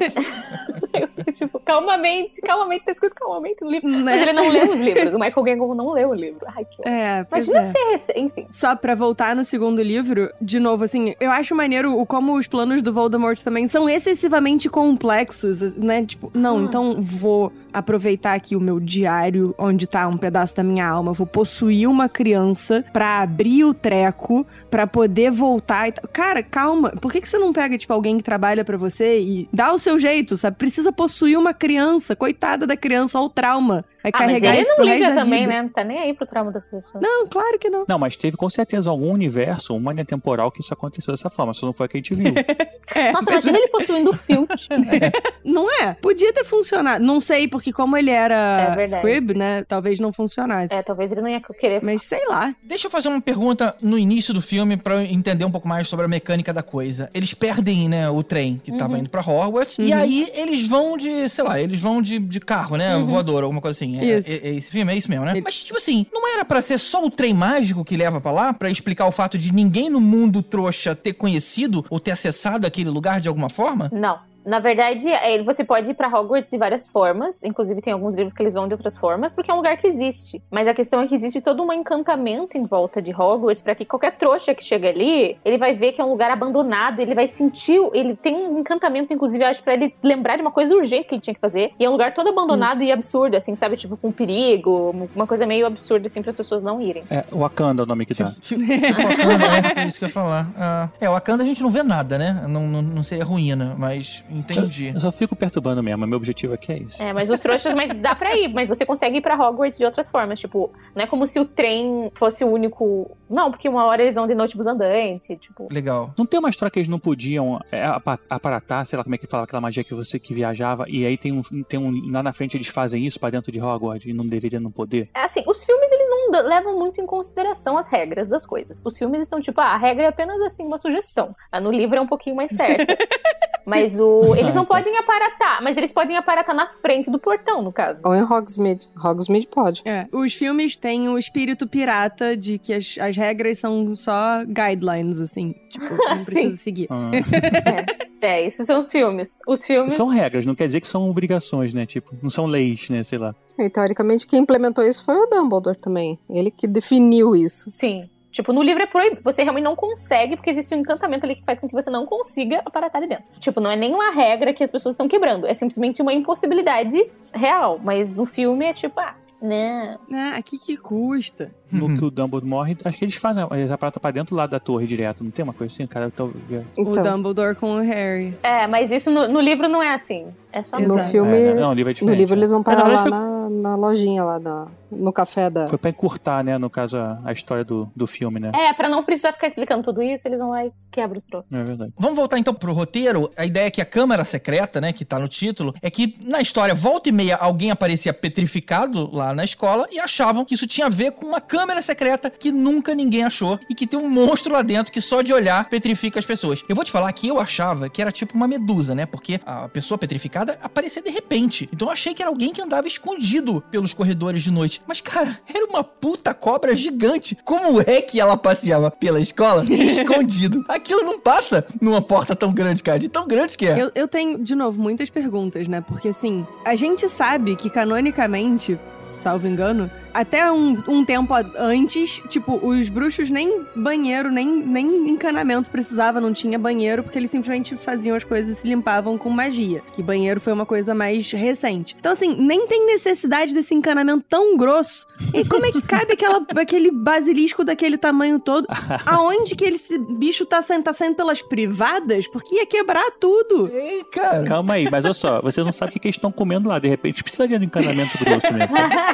Speaker 9: Eu, tipo, calmamente, calmamente, tá escrito calmamente no livro.
Speaker 6: Né?
Speaker 9: Mas ele não leu os livros, o Michael Gambon não leu o livro. Ai, que ódio.
Speaker 6: É, pois
Speaker 9: Imagina
Speaker 6: é.
Speaker 9: ser recente, enfim.
Speaker 6: Só pra voltar no segundo livro, de novo, assim, eu acho maneiro o como os planos do Voldemort também são excessivamente complexos, né? Tipo, não,
Speaker 9: Hum.
Speaker 6: então vou aproveitar aqui o meu diário, onde tá um pedaço da minha alma, vou possuir uma criança pra abrir o treco, pra poder voltar e tal. Cara, calma, por que que você não pega, tipo, alguém que trabalha pra você e dá o seu jeito, sabe? Precisa possuir uma criança, coitada da criança, olha o trauma. Vai
Speaker 9: Ah, mas
Speaker 6: carregar
Speaker 9: ele
Speaker 6: isso
Speaker 9: não
Speaker 6: pro resto
Speaker 9: liga
Speaker 6: da
Speaker 9: também,
Speaker 6: vida.
Speaker 9: né? Não tá nem aí pro trauma das pessoas.
Speaker 6: Não, claro que não.
Speaker 7: Não, mas teve com certeza algum universo, uma linha temporal que isso aconteceu dessa forma, só não foi a que a gente viu.
Speaker 6: É,
Speaker 9: Nossa, imagina ele possuindo o Filch.
Speaker 6: não é? Podia ter funcionado. Não sei, porque como ele
Speaker 9: É
Speaker 6: era
Speaker 9: verdade.
Speaker 6: Squib, né? Talvez não funcionasse.
Speaker 9: É, talvez ele não ia querer.
Speaker 6: Mas sei lá.
Speaker 5: Deixa eu fazer uma pergunta no início do filme pra eu entender um pouco mais sobre a mecânica da coisa. Eles perdem, né, o trem que tava indo pra Hogwarts, e
Speaker 6: Uhum.
Speaker 5: aí eles vão de, sei lá, eles vão de, de carro, né, voador, alguma coisa assim. É,
Speaker 6: Isso.
Speaker 5: é- é esse filme, é isso mesmo, né?
Speaker 6: Ele-
Speaker 5: Mas, tipo assim, não era pra ser só o trem mágico que leva pra lá, pra explicar o fato de ninguém no mundo trouxa ter conhecido ou ter acessado aquele lugar de alguma forma?
Speaker 9: Não. Na verdade, é, você pode ir pra Hogwarts de várias formas. Inclusive, tem alguns livros que eles vão de outras formas, porque é um lugar que existe. Mas a questão é que existe todo um encantamento em volta de Hogwarts, pra que qualquer trouxa que chega ali, ele vai ver que é um lugar abandonado, ele vai sentir... Ele tem um encantamento, inclusive, eu acho, pra ele lembrar de uma coisa urgente que ele tinha que fazer. E é um lugar todo abandonado
Speaker 6: Isso.
Speaker 9: e absurdo, assim, sabe? Tipo, com perigo, uma coisa meio absurda, assim, para as pessoas não irem.
Speaker 7: É, Wakanda é o nome que dá.
Speaker 5: Tipo, tipo Wakanda, é, por isso que eu ia falar. Ah, é, o Wakanda a gente não vê nada, né? Não, não, não seria ruína, mas, Entendi.
Speaker 7: Eu, eu só fico perturbando mesmo, meu objetivo aqui é isso.
Speaker 9: É, mas os trouxas, mas dá pra ir, mas você consegue ir pra Hogwarts de outras formas, tipo, não é como se o trem fosse o único... Não, porque uma hora eles vão de notebus andante, tipo...
Speaker 5: Legal.
Speaker 7: Não tem uma história que eles não podiam é, aparatar, sei lá como é que fala, aquela magia que você que viajava, e aí tem um, tem um... Lá na frente eles fazem isso pra dentro de Hogwarts e não deveria não poder?
Speaker 9: É assim, os filmes, eles não levam muito em consideração as regras das coisas. Os filmes estão tipo, ah, a regra é apenas, assim, uma sugestão. Ah, no livro é um pouquinho mais certo. Mas o... Eles não podem aparatar, mas eles podem aparatar na frente do portão, no caso.
Speaker 8: Ou em Hogsmeade. Hogsmeade pode.
Speaker 6: É, os filmes têm o espírito pirata de que as, as regras são só guidelines, assim. Tipo, não precisa seguir.
Speaker 7: Ah.
Speaker 9: é, é, esses são os filmes. Os filmes...
Speaker 7: São regras, não quer dizer que são obrigações, né? Tipo, não são leis, né? Sei lá.
Speaker 8: E, teoricamente, quem implementou isso foi o Dumbledore também. Ele que definiu isso.
Speaker 9: Sim. Tipo, no livro é proibido. Você realmente não consegue, porque existe um encantamento ali que faz com que você não consiga aparatar ali dentro. Tipo, não é nenhuma regra que as pessoas estão quebrando. É simplesmente uma impossibilidade real. Mas no filme é tipo, ah, não.
Speaker 6: Ah, que que custa?
Speaker 7: No que o Dumbledore morre, acho que eles fazem, eles aparatam pra dentro lá da torre direto, não tem uma coisa assim? Cara, eu tô...
Speaker 6: então. O Dumbledore com o Harry.
Speaker 9: É, mas isso no, no livro não é assim. É só
Speaker 8: no filme.
Speaker 7: É, não, o livro é diferente.
Speaker 8: No livro eles vão parar
Speaker 7: é,
Speaker 8: lá
Speaker 7: foi...
Speaker 8: na, na lojinha, lá na, no café da...
Speaker 7: Foi pra encurtar, né, no caso, a, a história do, do filme, né?
Speaker 9: É, pra não precisar ficar explicando tudo isso, eles vão lá e quebram os troços.
Speaker 7: É verdade.
Speaker 5: Vamos voltar então pro roteiro. A ideia é que a Câmara Secreta, né, que tá no título, é que na história, volta e meia, alguém aparecia petrificado lá na escola e achavam que isso tinha a ver com uma câmera secreta que nunca ninguém achou e que tem um monstro lá dentro que só de olhar petrifica as pessoas. Eu vou te falar que eu achava que era tipo uma medusa, né? Porque a pessoa petrificada aparecia de repente. Então eu achei que era alguém que andava escondido pelos corredores de noite. Mas, cara, era uma puta cobra gigante. Como é que ela passeava pela escola escondido? Aquilo não passa numa porta tão grande, cara. De tão grande que é.
Speaker 6: Eu, eu tenho, de novo, muitas perguntas, né? Porque, assim, a gente sabe que, canonicamente, salvo engano, até um, um tempo antes, tipo, os bruxos nem banheiro, nem, nem encanamento precisava, não tinha banheiro, porque eles simplesmente faziam as coisas e se limpavam com magia. Que banheiro foi uma coisa mais recente. Então, assim, nem tem necessidade desse encanamento tão grosso. E como é que cabe aquela, aquele basilisco daquele tamanho todo? Aonde que ele, esse bicho tá saindo? Tá saindo pelas privadas? Porque ia quebrar tudo.
Speaker 5: Ei, cara.
Speaker 7: Calma aí, mas olha só, você não sabe o que eles estão comendo lá. De repente, precisaria de um encanamento grosso mesmo.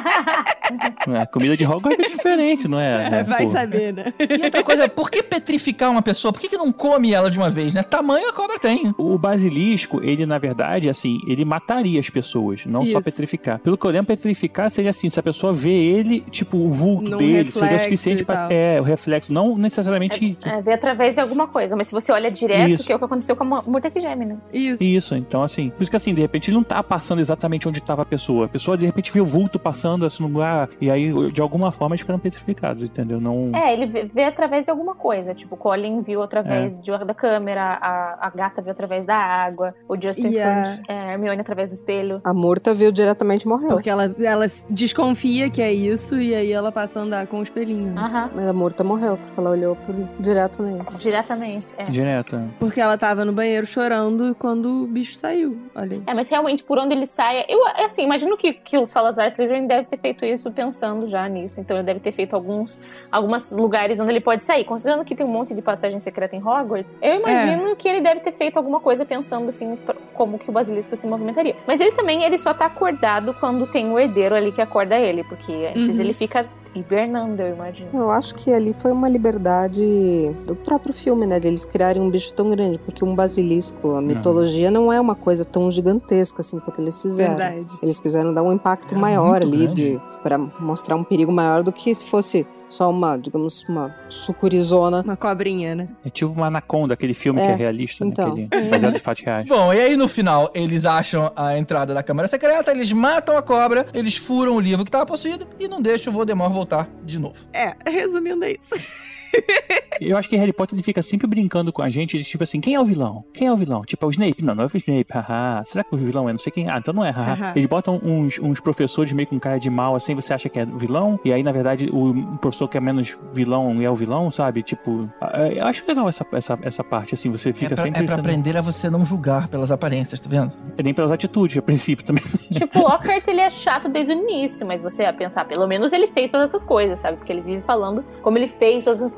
Speaker 7: Não é? A comida de Hogwarts é diferente, não é?
Speaker 6: É, vai Pô. saber, né?
Speaker 5: E outra coisa, por que petrificar uma pessoa? Por que, que não come ela de uma vez, né? Tamanho a cobra tem.
Speaker 7: O basilisco, ele, na verdade, assim, ele mataria as pessoas, não Isso. só petrificar. Pelo que eu lembro, petrificar seria assim, se a pessoa vê ele, tipo, o vulto Num dele, seria o suficiente pra... É, o reflexo, não necessariamente...
Speaker 9: É, é ver através de alguma coisa, mas se você olha direto, isso. que é o que aconteceu com a Mordekaiser, né?
Speaker 6: Isso.
Speaker 7: Isso, então assim, por isso que assim, de repente ele não tá passando exatamente onde estava a pessoa. A pessoa, de repente, vê o vulto passando assim no lugar, e aí, de alguma forma, eles ficaram petrificados, entendeu? Não...
Speaker 9: É, ele vê, vê através de alguma coisa, tipo, o Colin viu através é. de, da câmera, a, a gata viu através da água, o Justin yeah. foi, é, a Hermione através do espelho.
Speaker 8: A Murta viu diretamente e morreu.
Speaker 6: Porque ela, ela desconfia que é isso, e aí ela passa a andar com o espelhinho.
Speaker 9: Aham.
Speaker 8: Mas a Murta morreu, porque ela olhou por, direto nele.
Speaker 9: Diretamente, é.
Speaker 7: Direto.
Speaker 6: Porque ela tava no banheiro chorando quando o bicho saiu, olha aí.
Speaker 9: É, mas realmente, por onde ele sai... Eu, assim, imagino que, que o Salazar Slytherin deve ter feito isso pensando já nisso. Então ele deve ter feito alguns alguns lugares onde ele pode sair. Considerando que tem um monte de passagem secreta em Hogwarts, eu imagino é. que ele deve ter feito alguma coisa pensando, assim, como que o basilisco se movimentaria. Mas ele também, ele só tá acordado quando tem o herdeiro ali que acorda ele. Porque antes uhum. ele fica hibernando, eu imagino.
Speaker 8: Eu acho que ali foi uma liberdade do próprio filme, né? De eles criarem um bicho tão grande. Porque um basilisco, a mitologia não, não é uma coisa tão gigantesca assim quanto eles fizeram.
Speaker 6: Verdade.
Speaker 8: Eles quiseram dar um impacto é maior ali, de, pra mostrar um perigo maior do que se fosse só uma, digamos, uma sucurizona.
Speaker 6: Uma cobrinha, né?
Speaker 7: É tipo uma anaconda, aquele filme é, que é realista,
Speaker 8: então.
Speaker 7: né? Aquele, baseado em fatos reais.
Speaker 5: Bom, e aí no final, eles acham a entrada da Câmara Secreta, eles matam a cobra, eles furam o livro que estava possuído e não deixam o Voldemort voltar de novo.
Speaker 6: É, resumindo é isso.
Speaker 7: Eu acho que Harry Potter ele fica sempre brincando com a gente, de tipo assim, quem é o vilão? Quem é o vilão? Tipo, é o Snape? Não, não é o Snape, haha. Será que o vilão é não sei quem? Ah, então não é, haha. Uhum. Eles botam uns, uns professores meio com cara de mal, assim, você acha que é vilão, e aí, na verdade, o professor que é menos vilão é o vilão, sabe? Tipo, eu acho legal essa, essa, essa parte, assim, você fica
Speaker 5: é pra,
Speaker 7: sempre...
Speaker 5: É pra
Speaker 7: sendo...
Speaker 5: aprender a você não julgar pelas aparências, tá vendo?
Speaker 7: É nem pelas atitudes, a princípio, também.
Speaker 9: Tipo, o Lockhart, ele é chato desde o início, mas você a pensar, pelo menos ele fez todas essas coisas, sabe? Porque ele vive falando como ele fez todas essas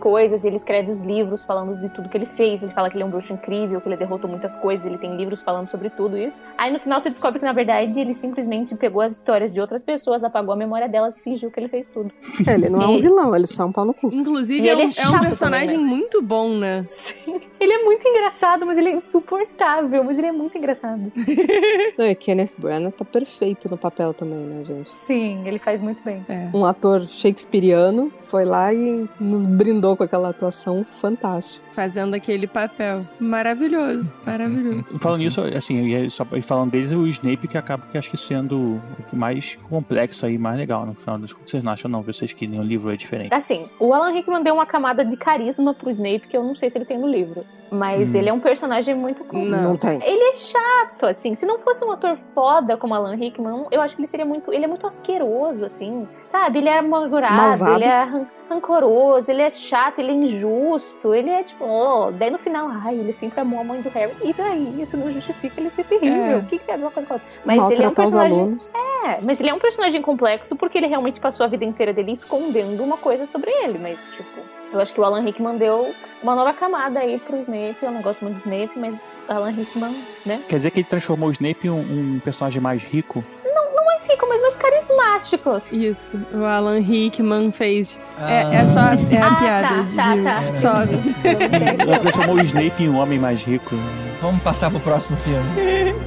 Speaker 9: coisas, e ele escreve os livros falando de tudo que ele fez. Ele fala que ele é um bruxo incrível, que ele derrotou muitas coisas, ele tem livros falando sobre tudo isso. Aí no final você descobre que na verdade ele simplesmente pegou as histórias de outras pessoas, apagou a memória delas e fingiu que ele fez tudo.
Speaker 8: É, ele não é um vilão, ele só é um pau no cu.
Speaker 6: Inclusive é um, é, é um personagem também, né? Muito bom, né?
Speaker 9: Sim. Ele é muito engraçado, mas ele é insuportável, mas ele é muito engraçado.
Speaker 8: Não, e Kenneth Branagh tá perfeito no papel também, né, gente?
Speaker 9: Sim, ele faz muito bem.
Speaker 6: É.
Speaker 8: Um ator shakespeariano foi lá e nos brindou com aquela atuação fantástica.
Speaker 6: Fazendo aquele papel maravilhoso, maravilhoso.
Speaker 7: Falando nisso, assim, só falando deles, o Snape que acaba que acho que sendo o que mais complexo aí, mais legal no final das contas. Vocês não acham não? Vocês que nem o livro é diferente.
Speaker 9: Assim, o Alan Rickman deu uma camada de carisma pro Snape que eu não sei se ele tem no livro. Mas hum. ele é um personagem muito comum.
Speaker 8: Não. não tem.
Speaker 9: Ele é chato, assim. Se não fosse um ator foda como Alan Rickman, eu acho que ele seria muito... Ele é muito asqueroso, assim. Sabe? Ele é amargurado, ele é ran- rancoroso, ele é chato, ele é injusto. Ele é, tipo... Oh. Daí no final, ai, ele sempre amou a mãe do Harry. E daí? Isso não justifica ele ser terrível. É. O que que é a mesma coisa com a outra? Mas
Speaker 8: Maltratar
Speaker 9: ele é um personagem...
Speaker 8: os alunos.
Speaker 9: É, mas ele é um personagem complexo porque ele realmente passou a vida inteira dele escondendo uma coisa sobre ele. Mas, tipo... Eu acho que o Alan Rickman deu uma nova camada aí pro Snape. Eu não gosto muito do Snape, mas Alan Rickman, né?
Speaker 7: Quer dizer que ele transformou o Snape em um, um personagem mais rico?
Speaker 9: Não, não mais rico, mas mais carismático.
Speaker 6: Isso, o Alan Rickman fez. Ah. É, é só é a
Speaker 9: ah,
Speaker 6: piada
Speaker 9: tá,
Speaker 6: de...
Speaker 9: Tá, tá.
Speaker 6: Só...
Speaker 7: Ele transformou o Snape em um homem mais rico.
Speaker 5: Vamos passar pro próximo filme.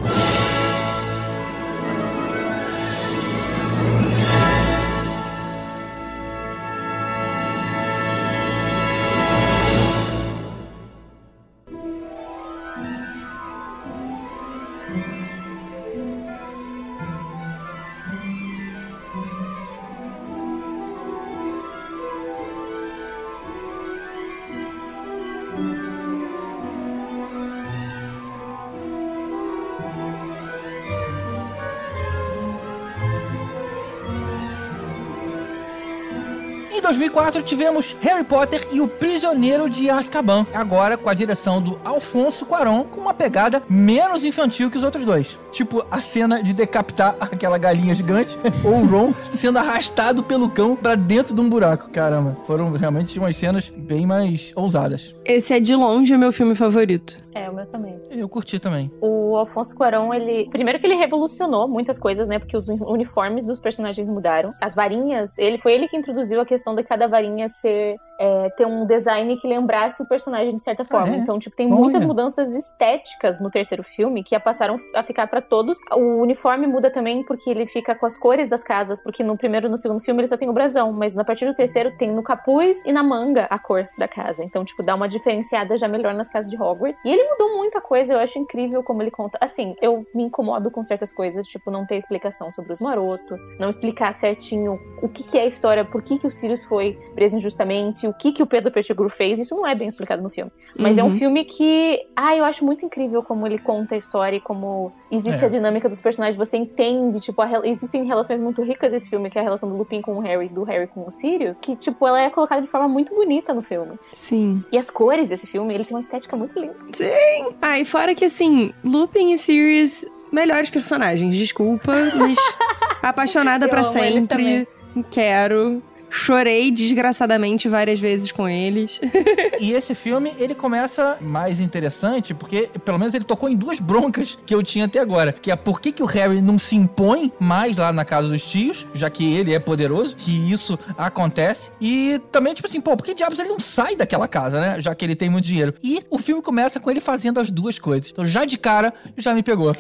Speaker 5: Em dois mil e quatro tivemos Harry Potter e o Prisioneiro de Azkaban, agora com a direção do Alfonso Cuarón, com uma pegada menos infantil que os outros dois. Tipo a cena de decapitar aquela galinha gigante ou o Ron sendo arrastado pelo cão pra dentro de um buraco. Caramba, foram realmente umas cenas bem mais ousadas.
Speaker 6: Esse é de longe o meu filme favorito.
Speaker 9: É, o meu também.
Speaker 5: Eu curti também.
Speaker 9: O Alfonso Cuarón, ele... Primeiro que ele revolucionou muitas coisas, né? Porque os uniformes dos personagens mudaram. As varinhas, ele foi ele que introduziu a questão de cada varinha ser... É, ter um design que lembrasse o personagem de certa forma. Ah, é? Então, tipo, tem Olha. muitas mudanças estéticas no terceiro filme que passaram a ficar pra todos. O uniforme muda também porque ele fica com as cores das casas, porque no primeiro e no segundo filme ele só tem o brasão, mas a partir do terceiro tem no capuz e na manga a cor da casa. Então, tipo, dá uma diferenciada já melhor nas casas de Hogwarts. E ele mudou muita coisa, eu acho incrível como ele conta. Assim, eu me incomodo com certas coisas, tipo, não ter explicação sobre os marotos, não explicar certinho o que que é a história, por que que o Sirius foi preso injustamente, o que que o Pedro Pettigrew fez, isso não é bem explicado no filme. Mas uhum. é um filme que, ah, eu acho muito incrível como ele conta a história e como existe é. a dinâmica dos personagens, você entende, tipo, a, existem relações muito ricas nesse filme, que é a relação do Lupin com o Harry, do Harry com o Sirius, que, tipo, ela é colocada de forma muito bonita no filme.
Speaker 6: Sim.
Speaker 9: E as cores desse filme, ele tem uma estética muito linda.
Speaker 6: Sim! Ah, e fora que, assim, Lupin e Sirius, melhores personagens, desculpa, mas apaixonada pra sempre, quero... Chorei desgraçadamente várias vezes com eles.
Speaker 5: E esse filme, ele começa mais interessante, porque pelo menos ele tocou em duas broncas que eu tinha até agora. Que é por que que o Harry não se impõe mais lá na casa dos tios, já que ele é poderoso, que isso acontece. E também, tipo assim, pô, por que diabos ele não sai daquela casa, né? Já que ele tem muito dinheiro. E o filme começa com ele fazendo as duas coisas. Então já de cara, já me pegou.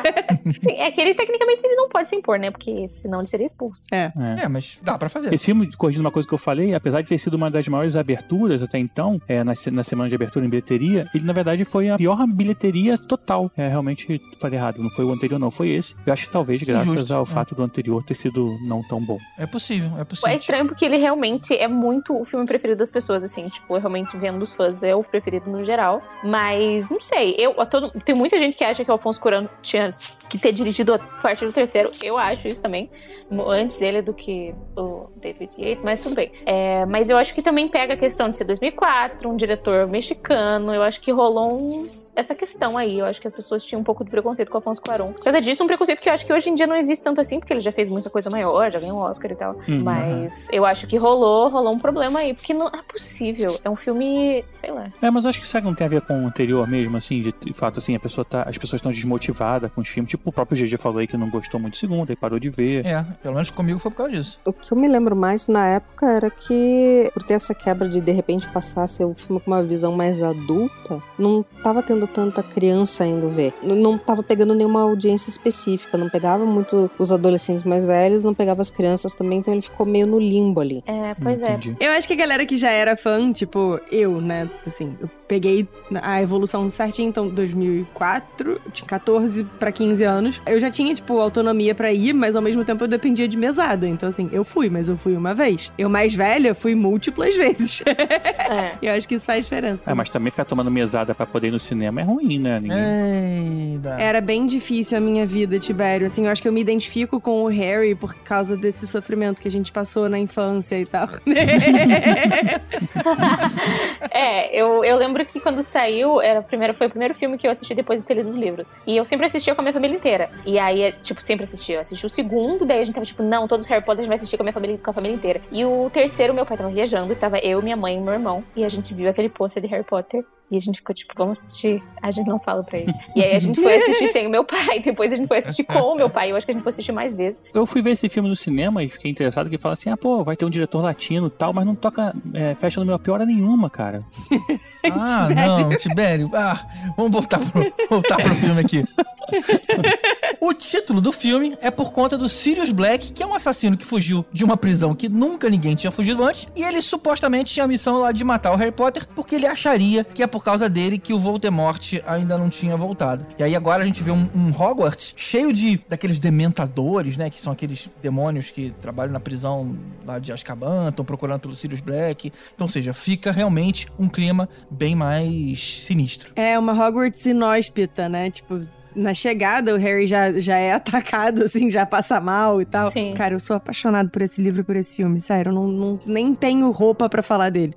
Speaker 9: Sim, é que ele tecnicamente ele não pode se impor, né? Porque senão ele seria expulso.
Speaker 6: É,
Speaker 5: é. é mas dá pra fazer.
Speaker 7: Esse filme, corrigindo uma coisa que eu falei, apesar de ter sido uma das maiores aberturas até então, é, na, na semana de abertura em bilheteria, ele na verdade foi a pior bilheteria total. É, realmente falei errado, não foi o anterior não, foi esse. Eu acho que talvez graças Justo, ao é. fato do anterior ter sido não tão bom.
Speaker 5: É possível, é possível.
Speaker 9: É estranho porque ele realmente é muito o filme preferido das pessoas, assim, tipo, realmente vendo os fãs é o preferido no geral, mas não sei, eu, todo, tem muita gente que acha que o Alfonso Cuarón tinha que ter dirigido a partir do terceiro, eu acho isso também, antes dele do que o David Yates, mas tudo bem. É, mas eu acho que também pega a questão de ser dois mil e quatro, um diretor mexicano, eu acho que rolou um... essa questão aí. Eu acho que as pessoas tinham um pouco de preconceito com o Afonso Cuarón. Por causa disso, um preconceito que eu acho que hoje em dia não existe tanto assim, porque ele já fez muita coisa maior, já ganhou um Oscar e tal. Uhum. Mas eu acho que rolou, rolou um problema aí, porque não é possível. É um filme, sei lá.
Speaker 7: É, mas acho que isso não tem a ver com o anterior mesmo, assim, de, de fato, assim, a pessoa tá, as pessoas estão desmotivadas com os filmes. Tipo, o próprio G G falou aí que não gostou muito do segundo, aí parou de ver.
Speaker 5: É, pelo menos comigo foi por causa disso.
Speaker 8: O que eu me lembro mais na época era que, por ter essa quebra de de repente passar a ser o filme com uma visão mais adulta, não tava tendo tanta criança indo ver. Não tava pegando nenhuma audiência específica, não pegava muito os adolescentes mais velhos, não pegava as crianças também, então ele ficou meio no limbo ali.
Speaker 9: É, pois
Speaker 7: Entendi.
Speaker 9: é.
Speaker 6: Eu acho que a galera que já era fã, tipo, eu, né, assim, eu peguei a evolução certinho, então, dois mil e quatro, eu tinha catorze pra quinze anos. Eu já tinha, tipo, autonomia pra ir, mas ao mesmo tempo eu dependia de mesada. Então, assim, eu fui, mas eu fui uma vez. Eu mais velha, fui múltiplas vezes. É. E eu acho que isso faz diferença.
Speaker 7: É, mas também ficar tomando mesada pra poder ir no cinema é ruim, né? Ninguém...
Speaker 5: Eita.
Speaker 6: Era bem difícil a minha vida, Tibério. Assim, eu acho que eu me identifico com o Harry por causa desse sofrimento que a gente passou na infância e tal.
Speaker 9: É, eu, eu lembro que quando saiu, era a primeira, foi o primeiro filme que eu assisti depois de ter lido os livros. E eu sempre assistia com a minha família inteira. E aí, tipo, sempre assistia. Eu assisti o segundo, daí a gente tava tipo, não, todos os Harry Potter a gente vai assistir com a minha família, com a família inteira. E o terceiro, meu pai tava viajando, e tava eu, minha mãe e meu irmão. E a gente viu aquele pôster de Harry Potter. E a gente ficou tipo, vamos assistir. A gente não fala pra ele. E aí a gente foi assistir sem o meu pai. Depois a gente foi assistir com o meu pai. Eu acho que a gente foi assistir mais vezes.
Speaker 7: Eu fui ver esse filme no cinema e fiquei interessado que fala assim, ah, pô, vai ter um diretor latino e tal, mas não toca é, festa no meu pior hora nenhuma, cara.
Speaker 5: Ah, não, Tibério. Ah, vamos voltar pro, voltar pro filme aqui. O título do filme é por conta do Sirius Black, que é um assassino que fugiu de uma prisão que nunca ninguém tinha fugido antes, e ele supostamente tinha a missão lá de matar o Harry Potter, porque ele acharia que é por causa dele que o Voldemort ainda não tinha voltado. E aí agora a gente vê um, um Hogwarts cheio de daqueles dementadores, né, que são aqueles demônios que trabalham na prisão lá de Azkaban, estão procurando pelo Sirius Black. Então, ou seja, fica realmente um clima bem mais sinistro.
Speaker 6: É, uma Hogwarts inóspita, né, tipo... Na chegada, o Harry já, já é atacado, assim, já passa mal e tal.
Speaker 9: Sim.
Speaker 6: Cara, eu sou apaixonado por esse livro e por esse filme, sério. Eu não, não, nem tenho roupa pra falar dele.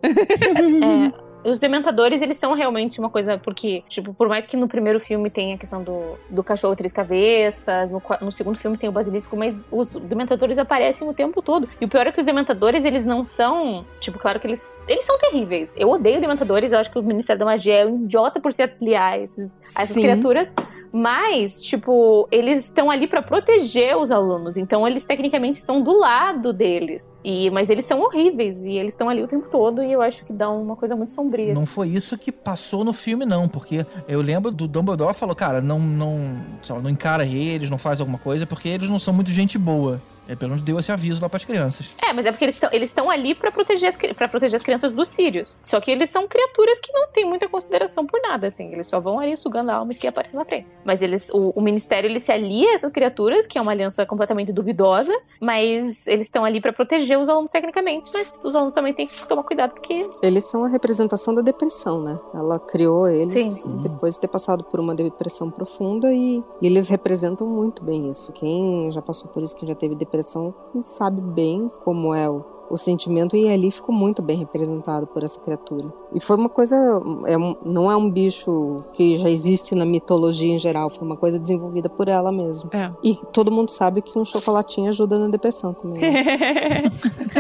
Speaker 9: É... Os Dementadores, eles são realmente uma coisa, porque, tipo, por mais que no primeiro filme tenha a questão do, do cachorro três cabeças, no, no segundo filme tem o basilisco, mas os Dementadores aparecem o tempo todo. E o pior é que os Dementadores, eles não são, tipo, claro que eles, eles são terríveis. Eu odeio Dementadores, eu acho que o Ministério da Magia é um idiota por se aliar a, esses, a essas Sim. criaturas. Mas, tipo, eles estão ali pra proteger os alunos. Então, eles tecnicamente estão do lado deles. E, mas eles são horríveis. E eles estão ali o tempo todo. E eu acho que dá uma coisa muito sombria.
Speaker 5: Não foi isso que passou no filme, não. Porque eu lembro do Dumbledore falou, cara, não, não, sei lá, não encara eles, não faz alguma coisa, porque eles não são muito gente boa. É, pelo menos deu esse aviso lá pras crianças.
Speaker 9: É, mas é porque eles estão eles estão ali pra proteger, as, pra proteger as crianças dos Sirius. Só que eles são criaturas que não têm muita consideração por nada, assim. Eles só vão ali sugando a alma que aparece na frente. Mas eles, o, o Ministério, ele se alia a essas criaturas, que é uma aliança completamente duvidosa, mas eles estão ali pra proteger os alunos tecnicamente, mas os alunos também têm que tomar cuidado, porque...
Speaker 8: Eles são a representação da depressão, né? Ela criou eles
Speaker 9: Sim.
Speaker 8: depois de ter passado por uma depressão profunda e, e eles representam muito bem isso. Quem já passou por isso, quem já teve depressão, sabe bem como é o, o sentimento, e ali ficou muito bem representado por essa criatura. E foi uma coisa, é um, não é um bicho que já existe na mitologia em geral, foi uma coisa desenvolvida por ela mesma.
Speaker 6: É.
Speaker 8: E todo mundo sabe que um chocolatinho ajuda na depressão também. Né?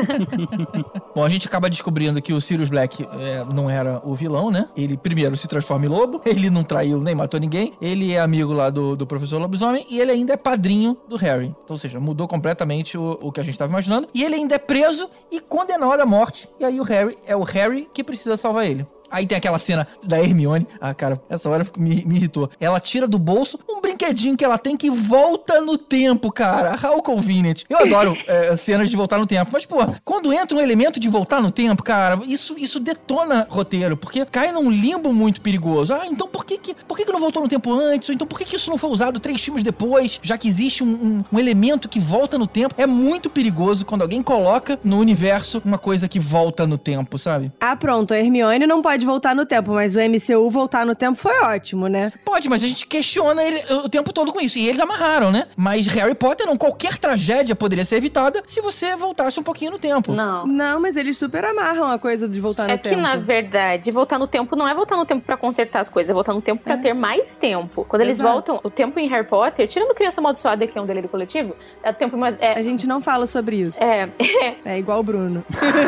Speaker 5: Bom, a gente acaba descobrindo que o Sirius Black é, não era o vilão, né? Ele primeiro se transforma em lobo, ele não traiu nem matou ninguém, ele é amigo lá do, do professor Lobisomem e ele ainda é padrinho do Harry. Então, ou seja, mudou completamente o, o que a gente estava imaginando. E ele ainda é preso e condenado à morte. E aí o Harry é o Harry que precisa salvar ele. Aí tem aquela cena da Hermione. Ah, cara, essa hora me, me irritou. Ela tira do bolso um brinquedinho que ela tem que volta no tempo, cara. How convenient. Eu adoro é, cenas de voltar no tempo. Mas, pô, quando entra um elemento de voltar no tempo, cara, isso, isso detona roteiro. Porque cai num limbo muito perigoso. Ah, então por que que, por que que não voltou no tempo antes? Ou então por que que isso não foi usado três filmes depois? Já que existe um, um, um elemento que volta no tempo. É muito perigoso quando alguém coloca no universo uma coisa que volta no tempo, sabe?
Speaker 6: Ah, pronto. A Hermione não pode pode voltar no tempo, mas o M C U voltar no tempo foi ótimo, né?
Speaker 5: Pode, mas a gente questiona ele o tempo todo com isso. E eles amarraram, né? Mas Harry Potter não. Qualquer tragédia poderia ser evitada se você voltasse um pouquinho no tempo.
Speaker 9: Não.
Speaker 6: Não, mas eles super amarram a coisa de voltar no
Speaker 9: É
Speaker 6: tempo.
Speaker 9: que, na verdade, voltar no tempo não é voltar no tempo pra consertar as coisas, é voltar no tempo pra
Speaker 6: É.
Speaker 9: ter mais tempo. Quando eles
Speaker 6: Exato.
Speaker 9: voltam, o tempo em Harry Potter, tirando Criança Amaldiçoada, que é um delírio coletivo, é o tempo... É,
Speaker 6: A gente não fala sobre isso.
Speaker 9: é,
Speaker 6: É igual o Bruno.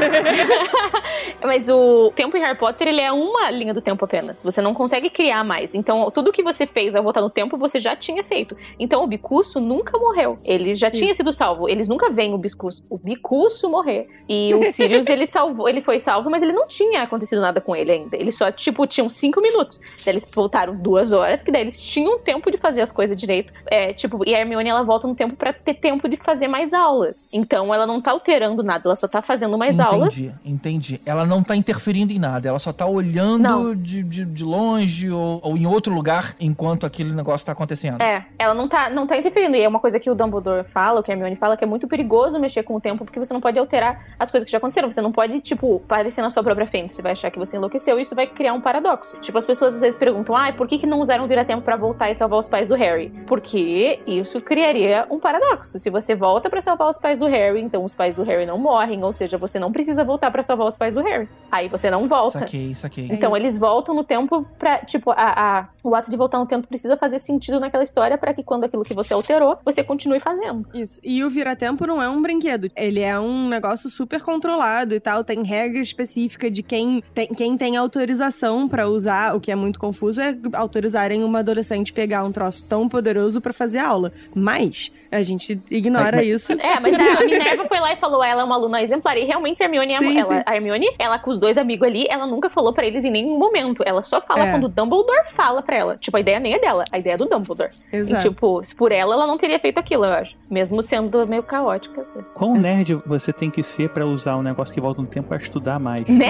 Speaker 9: mas o tempo em Harry Potter, ele é uma linha do tempo apenas. Você não consegue criar mais. Então, tudo que você fez ao voltar no tempo, você já tinha feito. Então, o Bicuço nunca morreu. Ele já tinha sido salvo. Eles nunca veem o Bicuço, o Bicuço morrer. E o Sirius, ele salvou, ele foi salvo, mas ele não tinha acontecido nada com ele ainda. Ele só, tipo, tinham cinco minutos. Daí eles voltaram duas horas, que daí eles tinham tempo de fazer as coisas direito. É, tipo, e a Hermione, ela volta no tempo pra ter tempo de fazer mais aulas. Então, ela não tá alterando nada, ela só tá fazendo mais
Speaker 5: entendi,
Speaker 9: aulas.
Speaker 5: Entendi, entendi. Ela não tá interferindo em nada, ela só tá olhando de, de, de longe ou, ou em outro lugar enquanto aquele negócio tá acontecendo.
Speaker 9: É, ela não tá, não tá interferindo. E é uma coisa que o Dumbledore fala, o que a Hermione fala, que é muito perigoso mexer com o tempo, porque você não pode alterar as coisas que já aconteceram. Você não pode, tipo, parecer na sua própria frente. Você vai achar que você enlouqueceu e isso vai criar um paradoxo. Tipo, as pessoas às vezes perguntam, ah, por que que não usaram o vira-tempo pra voltar e salvar os pais do Harry? Porque isso criaria um paradoxo. Se você volta pra salvar os pais do Harry, então os pais do Harry não morrem, ou seja, você não precisa voltar pra salvar os pais do Harry. Aí você não volta.
Speaker 5: Saquei, saquei.
Speaker 9: Então,
Speaker 6: É isso.
Speaker 9: eles voltam no tempo pra, tipo, a, a, o ato de voltar no tempo precisa fazer sentido naquela história pra que quando aquilo que você alterou, você continue fazendo.
Speaker 6: Isso. E o vira-tempo não é um brinquedo. Ele é um negócio super controlado e tal. Tem regra específica de quem tem, quem tem autorização pra usar. O que é muito confuso é autorizarem uma adolescente pegar um troço tão poderoso pra fazer aula. Mas a gente ignora
Speaker 7: Mas-
Speaker 6: isso.
Speaker 9: É, mas a, a Minerva foi lá e falou, ela é uma aluna exemplar. E realmente a Hermione, é
Speaker 6: Sim,
Speaker 9: ela,
Speaker 6: sim.
Speaker 9: a Hermione, ela com os dois amigos ali, ela nunca falou pra eles em nenhum momento. Ela só fala
Speaker 6: É.
Speaker 9: quando o Dumbledore fala pra ela. Tipo, a ideia nem é dela, a ideia é do Dumbledore.
Speaker 6: Exato.
Speaker 9: E, tipo, se por ela, ela não teria feito aquilo, eu acho. Mesmo sendo meio caótica, assim.
Speaker 7: Quão nerd você tem que ser pra usar um negócio que volta no tempo pra estudar mais?
Speaker 9: Né?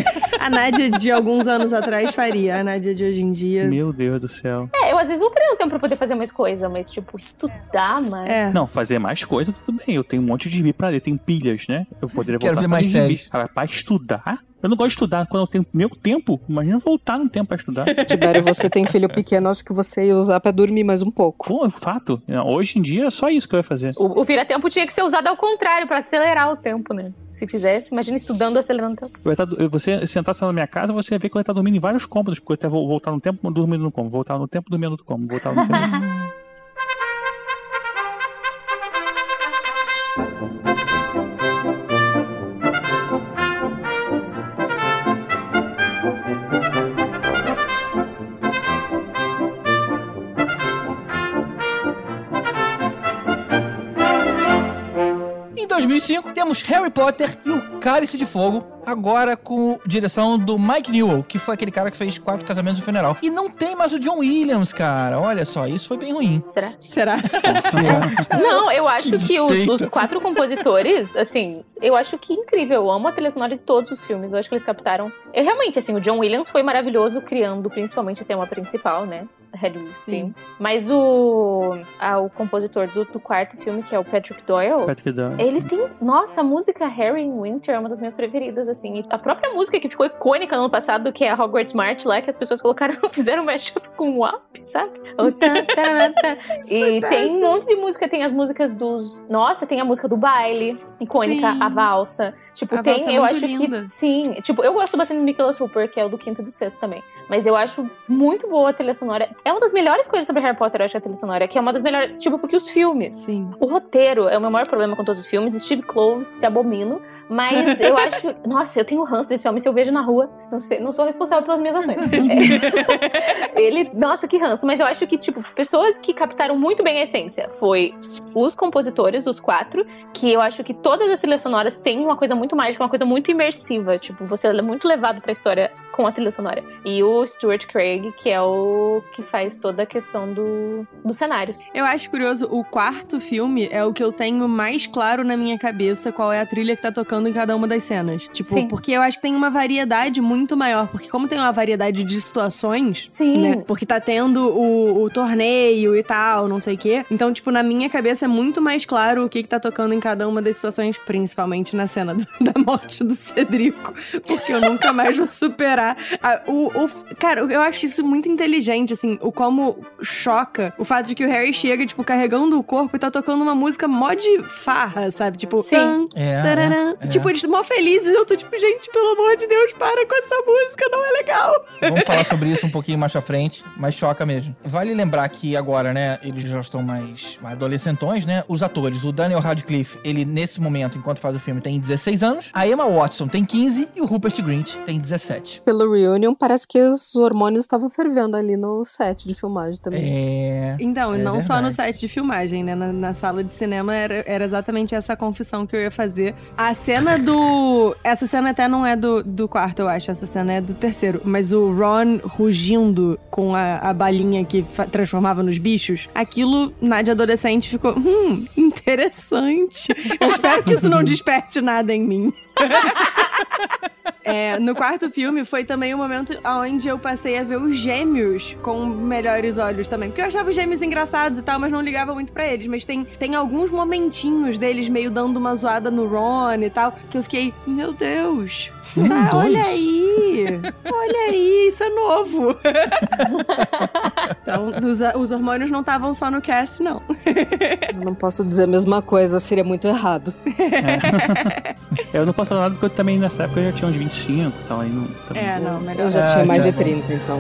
Speaker 6: A Nádia de alguns anos atrás faria. A Nádia de hoje em dia.
Speaker 7: Meu Deus do céu.
Speaker 9: É, eu às vezes voltaria no tempo pra poder fazer mais coisa, mas, tipo, estudar, mas...
Speaker 6: É.
Speaker 7: Não, fazer mais coisa, tudo bem. Eu tenho um monte de gibi pra ler, tenho pilhas, né? Eu poderia
Speaker 5: Quero
Speaker 7: voltar
Speaker 5: ver
Speaker 7: pra
Speaker 5: mais
Speaker 7: ler gibi.
Speaker 5: séries.
Speaker 7: Agora, pra estudar? Eu não gosto de estudar quando eu tenho meu tempo. Imagina voltar no tempo pra estudar.
Speaker 8: Tibério, você tem filho pequeno, acho que você ia usar pra dormir mais um pouco.
Speaker 7: Pô, fato. Hoje em dia é só isso que eu ia fazer.
Speaker 9: O, o vira-tempo tinha que ser usado ao contrário, pra acelerar o tempo, né? Se fizesse, imagina estudando, acelerando o tempo.
Speaker 7: Eu ia tá, eu- você sentasse na minha casa, você ia ver que eu ia estar dormindo em vários cômodos, porque eu ia vo- voltar no tempo, dormindo no cômodo, voltar no tempo, dormindo no cômodo, voltar no tempo.
Speaker 5: Em dois mil e cinco, temos Harry Potter e o Cálice de Fogo, agora com direção do Mike Newell, que foi aquele cara que fez Quatro Casamentos e um Funeral. E não tem mais o John Williams, cara. Olha só, isso foi bem ruim.
Speaker 9: Será?
Speaker 6: Será?
Speaker 9: Não, eu acho
Speaker 5: Que
Speaker 9: que, os,
Speaker 5: despeito.
Speaker 9: os quatro compositores, assim, eu acho que incrível. Eu amo a trilha sonora de todos os filmes. Eu acho que eles captaram. Eu realmente, assim, o John Williams foi maravilhoso criando principalmente o tema principal, né? Hedwig's
Speaker 6: Sim.
Speaker 9: Theme. Mas o, ah, o compositor do, do quarto filme, que é o Patrick Doyle,
Speaker 7: Patrick Doyle.
Speaker 9: ele tem... Nossa, a música Harry in Winter é uma das minhas preferidas, assim. E a própria música que ficou icônica no ano passado, que é a Hogwarts March lá, que as pessoas colocaram, fizeram mashup com o W A P, sabe? O tá, tá, tá. E tem um monte de música, tem as músicas dos... Nossa, tem a música do baile, icônica,
Speaker 6: Sim.
Speaker 9: a valsa. Tipo,
Speaker 6: A
Speaker 9: tem,
Speaker 6: valsa é
Speaker 9: eu
Speaker 6: muito
Speaker 9: acho
Speaker 6: linda.
Speaker 9: que... Sim, tipo, eu gosto bastante do Nicholas Hooper, que é o do quinto e do sexto também. Mas eu acho muito boa a trilha sonora. É uma das melhores coisas sobre Harry Potter, eu acho, a trilha sonora. Que é uma das melhores... Tipo, porque os filmes...
Speaker 6: Sim.
Speaker 9: O roteiro é o meu maior problema com todos os filmes. Steve Kloves, te abomino. Mas eu acho... Nossa, eu tenho ranço desse homem. Se eu vejo na rua, não, sei, não sou responsável pelas minhas ações. É. Ele... Nossa, que ranço. Mas eu acho que, tipo, pessoas que captaram muito bem a essência foi os compositores, os quatro, que eu acho que todas as trilhas sonoras têm uma coisa muito mágica, uma coisa muito imersiva. Tipo, você é muito levado pra história com a trilha sonora. E o Stuart Craig, que é o que faz toda a questão do, dos cenários.
Speaker 6: Eu acho curioso, o quarto filme é o que eu tenho mais claro na minha cabeça qual é a trilha que tá tocando tocando em cada uma das cenas. Tipo,
Speaker 9: Sim.
Speaker 6: porque eu acho que tem uma variedade muito maior. Porque como tem uma variedade de situações,
Speaker 9: Sim.
Speaker 6: né? Porque tá tendo o, o torneio e tal, não sei o quê. Então, tipo, na minha cabeça é muito mais claro o que que tá tocando em cada uma das situações, principalmente na cena do, da morte do Cedrico. Porque eu nunca mais vou superar. A, o, o, cara, eu acho isso muito inteligente, assim, o como choca o fato de que o Harry chega, tipo, carregando o corpo e tá tocando uma música mó de farra, sabe? Tipo,
Speaker 9: Sim.
Speaker 6: tan,
Speaker 5: É,
Speaker 6: tararã.
Speaker 5: é, é.
Speaker 6: Tipo, eles estão mó felizes. Eu tô tipo, gente, pelo amor de Deus, para com essa música, não é legal.
Speaker 5: Vamos falar sobre isso um pouquinho mais pra frente, mas choca mesmo. Vale lembrar que agora, né, eles já estão mais, mais adolescentões, né? Os atores, o Daniel Radcliffe, ele nesse momento, enquanto faz o filme, tem dezesseis anos. A Emma Watson tem quinze e o Rupert Grint tem dezessete.
Speaker 8: Pelo Reunion, parece que os hormônios estavam fervendo ali no set de filmagem também.
Speaker 5: É...
Speaker 6: Então,
Speaker 5: É
Speaker 6: não só no
Speaker 5: verdade.
Speaker 6: set de filmagem, né? Na, na sala de cinema era, era exatamente essa confissão que eu ia fazer. A cena do... Essa cena até não é do, do quarto, eu acho. Essa cena é do terceiro. Mas o Ron rugindo com a, a balinha que fa- transformava nos bichos, aquilo, na de adolescente, ficou... Hum, interessante. Eu espero que isso não desperte nada em mim. É, no quarto filme foi também o momento onde eu passei a ver os gêmeos com melhores olhos também. Porque eu achava os gêmeos engraçados e tal, mas não ligava muito pra eles. Mas tem, tem alguns momentinhos deles meio dando uma zoada no Ron e tal, que eu fiquei, meu Deus,
Speaker 5: Um,
Speaker 6: tá,
Speaker 5: dois.
Speaker 6: olha aí, olha aí, isso é novo. Então, os, os hormônios não estavam só no cast, não.
Speaker 8: Eu não posso dizer a mesma coisa, seria muito errado.
Speaker 7: É. Eu não posso falar nada porque eu também nessa época eu já tinha uns vinte e cinco e tal. Aí não, também.
Speaker 6: É, não, melhor.
Speaker 8: Eu já
Speaker 5: Ah,
Speaker 8: tinha mais
Speaker 5: tá
Speaker 8: de
Speaker 5: bom.
Speaker 8: trinta, então.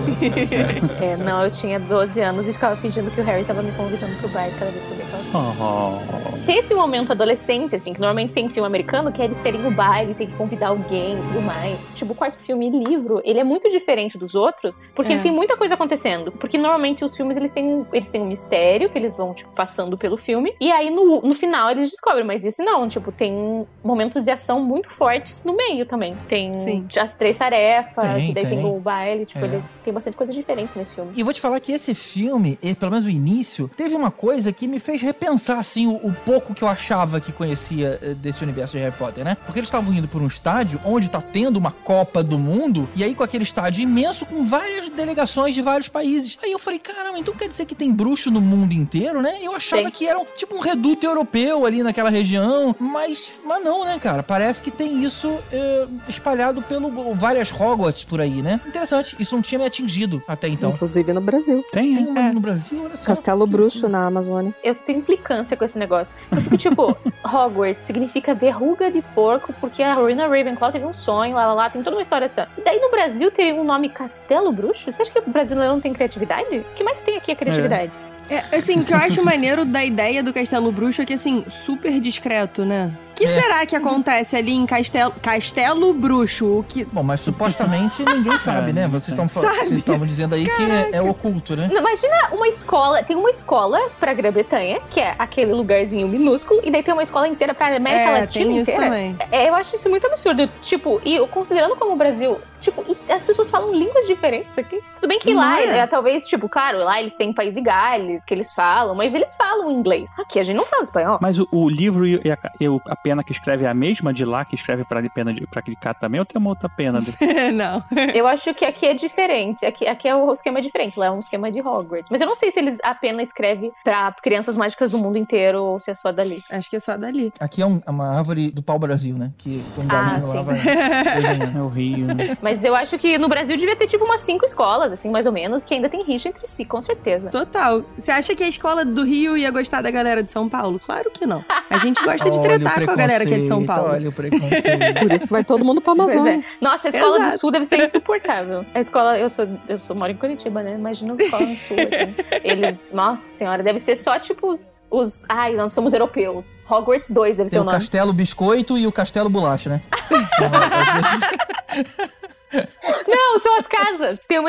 Speaker 9: É, não, eu tinha doze anos e ficava fingindo que o Harry tava me convidando pro baile cada vez que eu via aquela cena.
Speaker 7: Oh.
Speaker 9: Tem esse momento adolescente, assim, que normalmente tem em filme americano, que é eles terem o baile, tem que convidar alguém e tudo mais. Tipo, o quarto filme e livro, ele é muito diferente dos outros, porque
Speaker 6: É.
Speaker 9: ele tem muita coisa acontecendo. Porque normalmente os filmes, eles têm, eles têm um mistério, que eles vão, tipo, passando pelo filme, e aí no, no final eles descobrem, mas esse não, tipo, tem momentos de ação muito fortes no meio também. Tem
Speaker 6: Sim.
Speaker 9: as três tarefas,
Speaker 5: Tem,
Speaker 9: e daí tem.
Speaker 5: tem.
Speaker 9: o baile, tipo,
Speaker 5: É.
Speaker 9: ele tem bastante coisa diferente nesse filme.
Speaker 5: E vou te falar que esse filme, e pelo menos o início, teve uma coisa que me fez repensar, assim, o, o pouco que eu achava que conhecia eh, desse universo de Harry Potter, né? Porque eles estavam indo por um estádio onde tá tendo uma Copa do Mundo, e aí com aquele estádio imenso com várias delegações de vários países. Aí eu falei, caramba, então quer dizer que tem bruxo no mundo inteiro, né? Eu achava
Speaker 9: Tem.
Speaker 5: que era um, tipo um reduto europeu ali naquela região, mas, mas não, né, cara? Parece que tem isso eh, espalhado pelo várias Hogwarts por aí, né? Interessante, isso não tinha me atingido até então.
Speaker 8: Inclusive no Brasil.
Speaker 7: Tem,
Speaker 5: Tem
Speaker 7: é.
Speaker 5: uma no Brasil, olha só.
Speaker 8: Castelo Bruxo na Amazônia.
Speaker 9: Eu tenho implicância com esse negócio. Eu fico tipo, Hogwarts significa verruga de porco, porque a Rowena Ravenclaw teve um sonho, lá, lá, lá, tem toda uma história assim. E daí no Brasil teve um nome Castelo Bruxo? Você acha que o brasileiro não tem criatividade? O que mais tem aqui é criatividade?
Speaker 6: É, assim, o que eu acho maneiro da ideia do Castelo Bruxo é que, assim, super discreto, né? O que
Speaker 5: É.
Speaker 6: será que acontece ali em Castelo, Castelo Bruxo? O que...
Speaker 5: Bom, mas supostamente ninguém sabe, né? Vocês estão
Speaker 6: Sabe?
Speaker 5: vocês estavam dizendo aí que é, é oculto, né?
Speaker 9: Não, imagina uma escola, tem uma escola pra Grã-Bretanha, que é aquele lugarzinho minúsculo, e daí tem uma escola inteira pra América
Speaker 6: É,
Speaker 9: Latina
Speaker 6: tem isso
Speaker 9: inteira.
Speaker 6: também.
Speaker 9: É, eu acho isso muito absurdo. Tipo, e eu- considerando como o Brasil, tipo, e as pessoas falam línguas diferentes aqui. Tudo bem que
Speaker 6: Não
Speaker 9: lá,
Speaker 6: é?
Speaker 9: é, talvez, tipo, claro, lá eles têm País de Gales, que eles falam, mas eles falam inglês. Aqui a gente não fala espanhol.
Speaker 7: Mas o, o livro e a, e o- a pena que escreve é a mesma de lá que escreve pra, pena de, pra clicar também, ou tem uma outra pena? De...
Speaker 6: Não.
Speaker 9: Eu acho que aqui é diferente. Aqui, aqui é o esquema diferente. Lá é um esquema de Hogwarts. Mas eu não sei se eles apenas escrevem pra crianças mágicas do mundo inteiro ou se é só dali.
Speaker 6: Acho que é só dali.
Speaker 5: Aqui é um- uma árvore do pau-brasil, né? Que tem um
Speaker 9: Ah,
Speaker 5: galinho
Speaker 9: sim.
Speaker 5: lá vai desenhando.
Speaker 7: É o Rio, né?
Speaker 9: Mas eu acho que no Brasil devia ter tipo umas cinco escolas, assim, mais ou menos, que ainda tem rixa entre si, com certeza.
Speaker 6: Total. Você acha que a escola do Rio ia gostar da galera de São Paulo? Claro que não. A gente gosta de
Speaker 5: Olha o
Speaker 6: tretar com a galera que é de São
Speaker 5: preconceito,
Speaker 6: Paulo.
Speaker 5: Olha o preconceito.
Speaker 8: Por isso que vai todo mundo pra
Speaker 9: Pois
Speaker 8: Amazônia.
Speaker 9: é. Nossa, a escola
Speaker 6: Exato.
Speaker 9: do Sul deve ser insuportável. A escola, eu sou, eu sou moro em Curitiba, né? Imagina a escola no Sul, assim. Eles, nossa senhora, deve ser só tipo os, os ai, nós somos europeus. Hogwarts dois deve ser
Speaker 5: Tem
Speaker 9: o
Speaker 5: o
Speaker 9: nome.
Speaker 5: Castelo Biscoito e o Castelo Bolacha, né?
Speaker 9: Não, são as casas. Tem uma,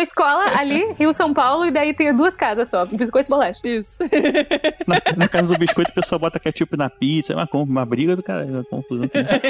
Speaker 9: escola ali, Rio São Paulo, e daí tem duas casas só, biscoito e bolacha.
Speaker 6: Isso.
Speaker 7: Na, na casa do biscoito, o pessoal bota ketchup na pizza. É uma, uma briga do cara, uma confusão.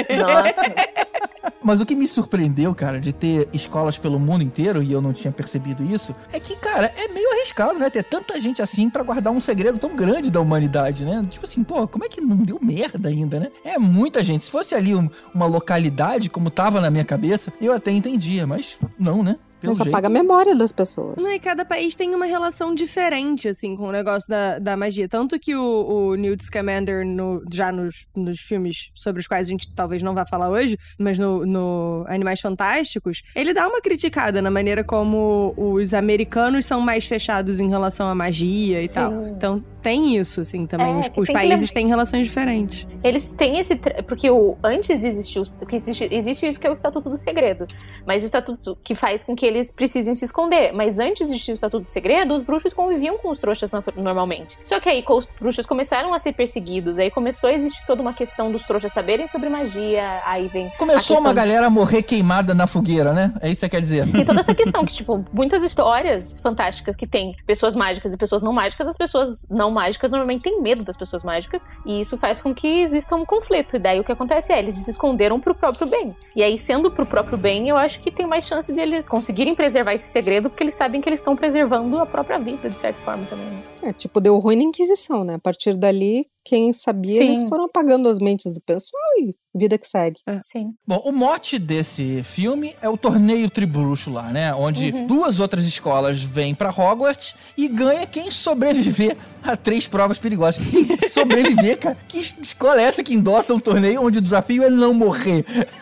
Speaker 9: Nossa.
Speaker 5: Mas o que me surpreendeu, cara, de ter escolas pelo mundo inteiro, e eu não tinha percebido isso, é que, cara, é meio arriscado, né? Ter tanta gente assim pra guardar um segredo tão grande da humanidade, né? Tipo assim, pô, como é que não deu merda ainda, né? É muita gente. Se fosse ali um, uma localidade, como tava na minha cabeça, eu até entendia, mas não, né? Pelo
Speaker 8: Mas
Speaker 5: jeito.
Speaker 8: apaga a memória das pessoas.
Speaker 6: Não, e cada país tem uma relação diferente, assim, com o negócio da, da magia. Tanto que o, o Newt Scamander, no, já nos, nos filmes sobre os quais a gente talvez não vá falar hoje, mas no, no Animais Fantásticos, ele dá uma criticada na maneira como os americanos são mais fechados em relação à magia e Sim. tal. Então tem isso, assim, também.
Speaker 9: É,
Speaker 6: os os países têm relações diferentes.
Speaker 9: Eles têm esse... Porque o, antes de existir... Porque existe, existe isso que é o Estatuto do Segredo. Mas o Estatuto que faz com que eles precisem se esconder. Mas antes de existir o Estatuto do Segredo, os bruxos conviviam com os trouxas normalmente. Só que aí os bruxos começaram a ser perseguidos. Aí começou a existir toda uma questão dos trouxas saberem sobre magia. Aí vem...
Speaker 5: Começou uma galera a morrer queimada na fogueira, né? É isso que você quer dizer.
Speaker 9: Tem toda essa questão que, tipo, muitas histórias fantásticas que tem pessoas mágicas e pessoas não mágicas, as pessoas não mágicas normalmente têm medo das pessoas mágicas, e isso faz com que exista um conflito. E daí o que acontece é, eles se esconderam pro próprio bem. E aí, sendo pro próprio bem, eu acho que tem mais chance deles conseguirem preservar esse segredo, porque eles sabem que eles estão preservando a própria vida, de certa forma, também.
Speaker 8: É, tipo, deu ruim na Inquisição, né? A partir dali, quem sabia, Sim. eles foram apagando as mentes do pessoal e vida que segue.
Speaker 9: É. Sim.
Speaker 5: Bom, o mote desse filme é o torneio tribruxo lá, né? Onde uhum. duas outras escolas vêm pra Hogwarts e ganha quem sobreviver a três provas perigosas. Sobreviver, cara? Que escola é essa que endossa um torneio onde o desafio é não morrer?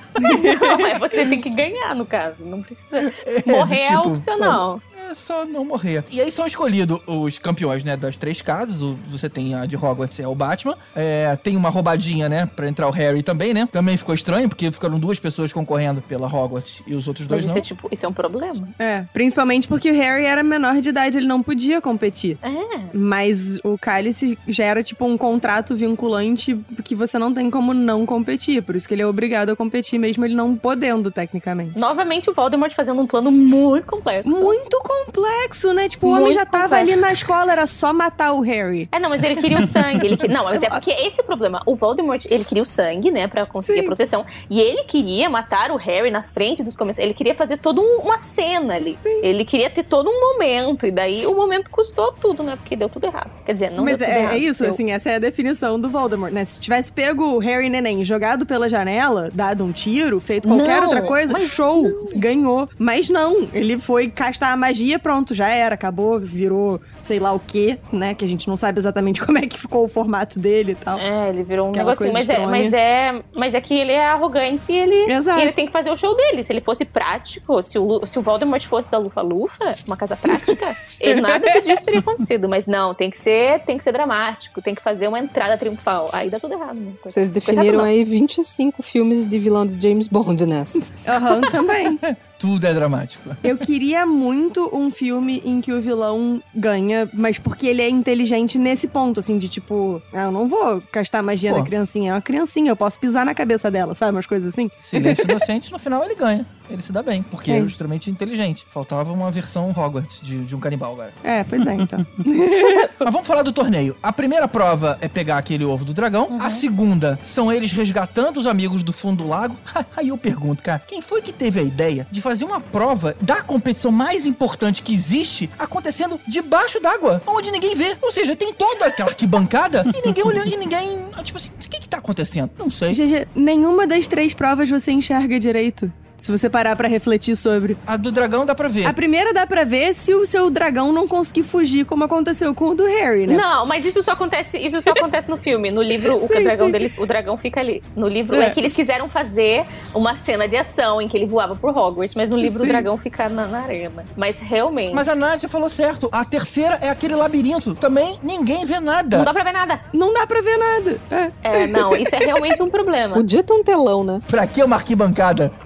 Speaker 9: Não, é você tem que ganhar, no caso. Não precisa. Morrer é, tipo, é opcional.
Speaker 5: É só não morrer. E aí são escolhidos os campeões, né, das três casas. O, você tem a de Hogwarts, é o Batman. É, tem uma roubadinha, né, pra entrar o Harry também, né? Também ficou estranho, porque ficaram duas pessoas concorrendo pela Hogwarts e os outros dois
Speaker 9: Mas isso
Speaker 5: não.
Speaker 9: É, tipo, isso é um problema.
Speaker 6: É, principalmente porque o Harry era menor de idade, ele não podia competir.
Speaker 9: É.
Speaker 6: Mas o Cálice já era, tipo, um contrato vinculante que você não tem como não competir. Por isso que ele é obrigado a competir, mesmo ele não podendo, tecnicamente.
Speaker 9: Novamente, o Voldemort fazendo um plano muito complexo.
Speaker 6: Muito complexo, né? Tipo, o muito homem já tava complexo. Ali na escola, era só matar o Harry.
Speaker 9: É, não, mas ele queria o sangue. Ele que... Não, mas é porque esse é o problema. O Voldemort, ele queria o sangue, né, pra conseguir Sim. a proteção. E ele queria matar o Harry na frente dos comerciantes. Ele queria fazer toda um, uma cena ali. Sim. Ele queria ter todo um momento. E daí o momento custou tudo, né? Porque deu tudo errado. Quer dizer, não
Speaker 6: mas
Speaker 9: deu tudo
Speaker 6: é,
Speaker 9: errado.
Speaker 6: é isso,
Speaker 9: deu...
Speaker 6: assim, essa é a definição do Voldemort, né? Se tivesse pego o Harry Neném jogado pela janela, dado um tiro, feito qualquer
Speaker 9: não,
Speaker 6: outra coisa, show,
Speaker 9: não.
Speaker 6: ganhou. Mas não, ele foi castar a magia, pronto, já era, acabou, virou sei lá o quê, né? Que a gente não sabe exatamente como é que ficou o formato dele e tal.
Speaker 9: É, ele virou um negocinho, mas é, mas, é, mas é que ele é arrogante e ele, e ele tem que fazer o show dele. Se ele fosse prático, se o, se o Voldemort fosse da Lufa-Lufa, uma casa prática, ele, nada disso teria acontecido. Mas não, tem que ser, tem que ser dramático, tem que fazer uma entrada triunfal. Aí dá tudo errado. Né?
Speaker 8: Vocês definiram aí vinte e cinco filmes de vilão de James Bond nessa.
Speaker 6: Aham, uhum, também.
Speaker 5: Tudo é dramático.
Speaker 6: Eu queria muito um filme em que o vilão ganha, mas porque ele é inteligente nesse ponto, assim, de tipo, ah, eu não vou castar magia Pô. na criancinha, é uma criancinha, eu posso pisar na cabeça dela, sabe? Umas coisas assim.
Speaker 5: Silêncio Inocente, no final ele ganha. Ele se dá bem, porque é, é extremamente inteligente. Faltava uma versão Hogwarts de, de um canibal agora.
Speaker 6: É, pois é, então.
Speaker 5: Mas vamos falar do torneio. A primeira prova é pegar aquele ovo do dragão. Uhum. A segunda são eles resgatando os amigos do fundo do lago. Aí eu pergunto, cara, quem foi que teve a ideia de fazer uma prova da competição mais importante que existe acontecendo debaixo d'água, onde ninguém vê? Ou seja, tem toda aquela arquibancada e ninguém olhando, e ninguém, tipo assim, o que que tá acontecendo? Não sei.
Speaker 6: G G, nenhuma das três provas você enxerga direito. Se você parar pra refletir sobre...
Speaker 5: A do dragão dá pra ver.
Speaker 6: A primeira dá pra ver se o seu dragão não conseguir fugir, como aconteceu com o do Harry, né?
Speaker 9: Não, mas isso só acontece, isso só acontece no filme. No livro, o, sim, dragão dele, o dragão fica ali. No livro é. é que eles quiseram fazer uma cena de ação em que ele voava por Hogwarts, mas no livro sim. o dragão fica na, na arena. Mas realmente...
Speaker 5: Mas a Nádia falou certo. A terceira é aquele labirinto. Também ninguém vê nada.
Speaker 9: Não dá pra ver nada.
Speaker 6: Não dá pra ver nada.
Speaker 9: É, é não, isso é realmente um problema.
Speaker 8: Podia ter um telão, né?
Speaker 5: Pra que uma arquibancada?
Speaker 9: Imagina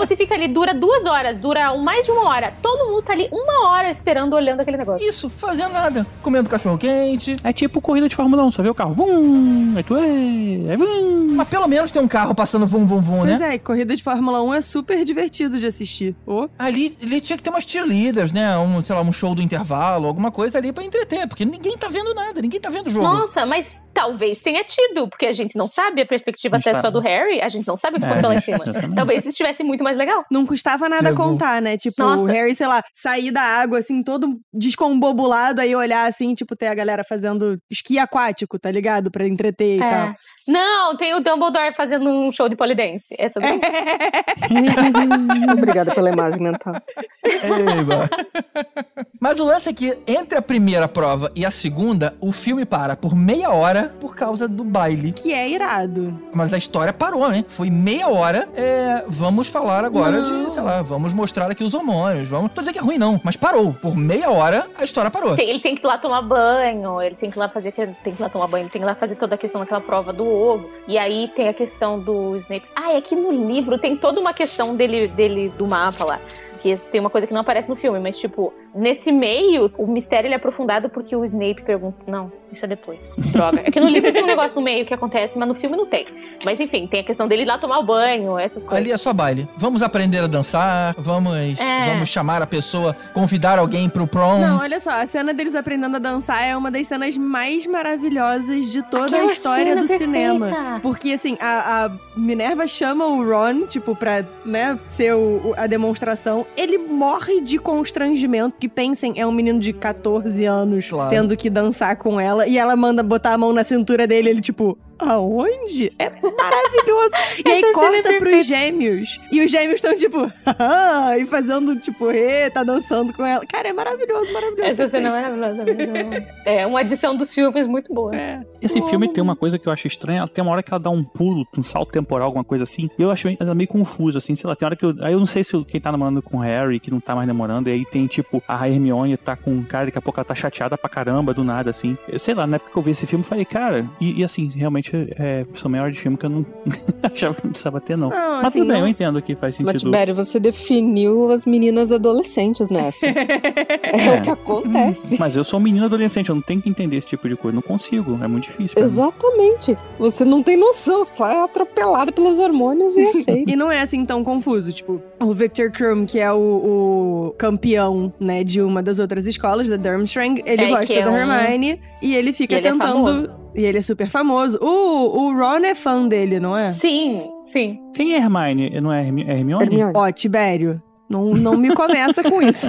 Speaker 9: você fica ali, dura duas horas, dura mais de uma hora. Todo mundo tá ali uma hora esperando, olhando aquele negócio.
Speaker 5: Isso, fazendo nada. Comendo cachorro quente.
Speaker 7: É tipo corrida de Fórmula um, só vê o carro. Vum, aí tu é, aí vum.
Speaker 5: Mas pelo menos tem um carro passando vum, vum, vum, né?
Speaker 6: Pois é, corrida de Fórmula um é super divertido de assistir. Oh.
Speaker 5: Ali, ali tinha que ter umas cheerleaders, né? Um, sei lá, um show do intervalo, alguma coisa ali pra entreter, porque ninguém tá vendo nada, ninguém tá vendo o jogo.
Speaker 9: Nossa, mas talvez tenha tido, porque a gente não sabe a perspectiva
Speaker 7: A gente
Speaker 9: até
Speaker 7: tá-
Speaker 9: só do Harry, a gente não sabe o que
Speaker 7: É,
Speaker 9: aconteceu lá em
Speaker 7: a gente-
Speaker 9: cima.
Speaker 7: exatamente.
Speaker 9: Talvez estivesse muito mais legal.
Speaker 6: Não custava nada
Speaker 5: Pegou.
Speaker 6: contar, né? Tipo,
Speaker 9: Nossa.
Speaker 6: o Harry, sei lá, sair da água, assim, todo descombobulado, aí olhar, assim, tipo, ter a galera fazendo esqui aquático, tá ligado? Pra entreter e
Speaker 9: É.
Speaker 6: tal.
Speaker 9: Não, tem o Dumbledore fazendo um show de polidense. É sobre isso.
Speaker 8: Obrigada pela imagem mental.
Speaker 5: Eba. Mas o lance é que entre a primeira prova e a segunda, o filme para por meia hora por causa do baile.
Speaker 6: Que é irado.
Speaker 5: Mas a história parou, né? Foi meia hora. É, vamos falar agora
Speaker 9: Não.
Speaker 5: de, sei lá, vamos mostrar aqui os hormônios. Vamos... Tô dizendo que é ruim, não. Mas parou. Por meia hora, a história parou.
Speaker 9: Tem- Ele tem que ir lá tomar banho, ele tem que ir lá fazer, tem que ir lá tomar banho, ele tem que ir lá fazer toda a questão daquela prova do ovo. E aí tem a questão do Snape. Ah, é que no livro tem toda uma questão dele, dele do mapa lá. Que isso tem uma coisa que não aparece no filme, mas tipo, nesse meio, o mistério ele é aprofundado porque o Snape pergunta. Não, isso é depois. Droga. É que no livro tem um negócio no meio que acontece, mas no filme não tem. Mas enfim, tem a questão dele ir lá tomar o banho, essas coisas.
Speaker 5: Ali é só baile. Vamos aprender a dançar, vamos,
Speaker 9: É.
Speaker 5: vamos chamar a pessoa, convidar alguém pro prom.
Speaker 6: Não, olha só, a cena deles aprendendo a dançar é uma das cenas mais maravilhosas de toda
Speaker 9: Aquela
Speaker 6: a história
Speaker 9: cena
Speaker 6: do
Speaker 9: perfeita.
Speaker 6: cinema. Porque, assim, a, a Minerva chama o Ron, tipo, pra, né, ser o- o- a demonstração. Ele morre de constrangimento, que pensem, é um menino de catorze anos
Speaker 5: Claro.
Speaker 6: tendo que dançar com ela, e ela manda botar a mão na cintura dele, ele, tipo... Aonde? É maravilhoso. E aí
Speaker 9: Essa cena é
Speaker 6: corta
Speaker 9: perfeita.
Speaker 6: pros gêmeos. E os gêmeos estão tipo, haha, e fazendo tipo, e tá dançando com ela. Cara, é maravilhoso, maravilhoso.
Speaker 9: Essa cena é maravilhosa mesmo. É uma adição dos filmes muito boa.
Speaker 6: É.
Speaker 7: Esse
Speaker 6: Eu
Speaker 7: filme
Speaker 6: amo
Speaker 7: tem uma coisa que eu acho estranha. Ela tem uma hora que ela dá um pulo, um salto temporal, alguma coisa assim. E eu acho ela meio confuso, assim. Sei lá, tem hora que eu. Aí eu não sei se quem tá namorando com o Harry, que não tá mais namorando. E aí tem, tipo, a Hermione tá com um cara, daqui a pouco ela tá chateada pra caramba, do nada, assim. Eu, sei lá, na época que eu vi esse filme, eu falei, cara. E, e assim, realmente, é, são maior de filme que eu não achava que não precisava ter, não.
Speaker 6: Não,
Speaker 7: Mas
Speaker 6: assim,
Speaker 7: tudo bem,
Speaker 6: não-
Speaker 7: eu entendo que faz
Speaker 8: Mas,
Speaker 7: sentido.
Speaker 8: Tibério, você definiu as meninas adolescentes nessa. É, o que acontece.
Speaker 7: Mas eu sou um menino adolescente, eu não tenho que entender esse tipo de coisa. Não consigo, é muito difícil. pra mim.
Speaker 8: Exatamente. Você não tem noção, sai atropelado pelos hormônios e aceita.
Speaker 6: E não é assim tão confuso. Tipo, o Victor Krum, que é o, o campeão, né, de uma das outras escolas, da Durmstrang, ele
Speaker 9: É, que
Speaker 6: gosta
Speaker 9: é
Speaker 6: da
Speaker 9: um-
Speaker 6: Hermione e ele fica
Speaker 9: E ele é
Speaker 6: tentando.
Speaker 9: famoso.
Speaker 6: E ele é super famoso. O, o Ron é fã dele, não é?
Speaker 9: Sim, sim.
Speaker 7: Quem é Hermione? Não é Hermi- é Hermione?
Speaker 8: Hermione.
Speaker 6: Ó, Tibério, não, não me começa com isso.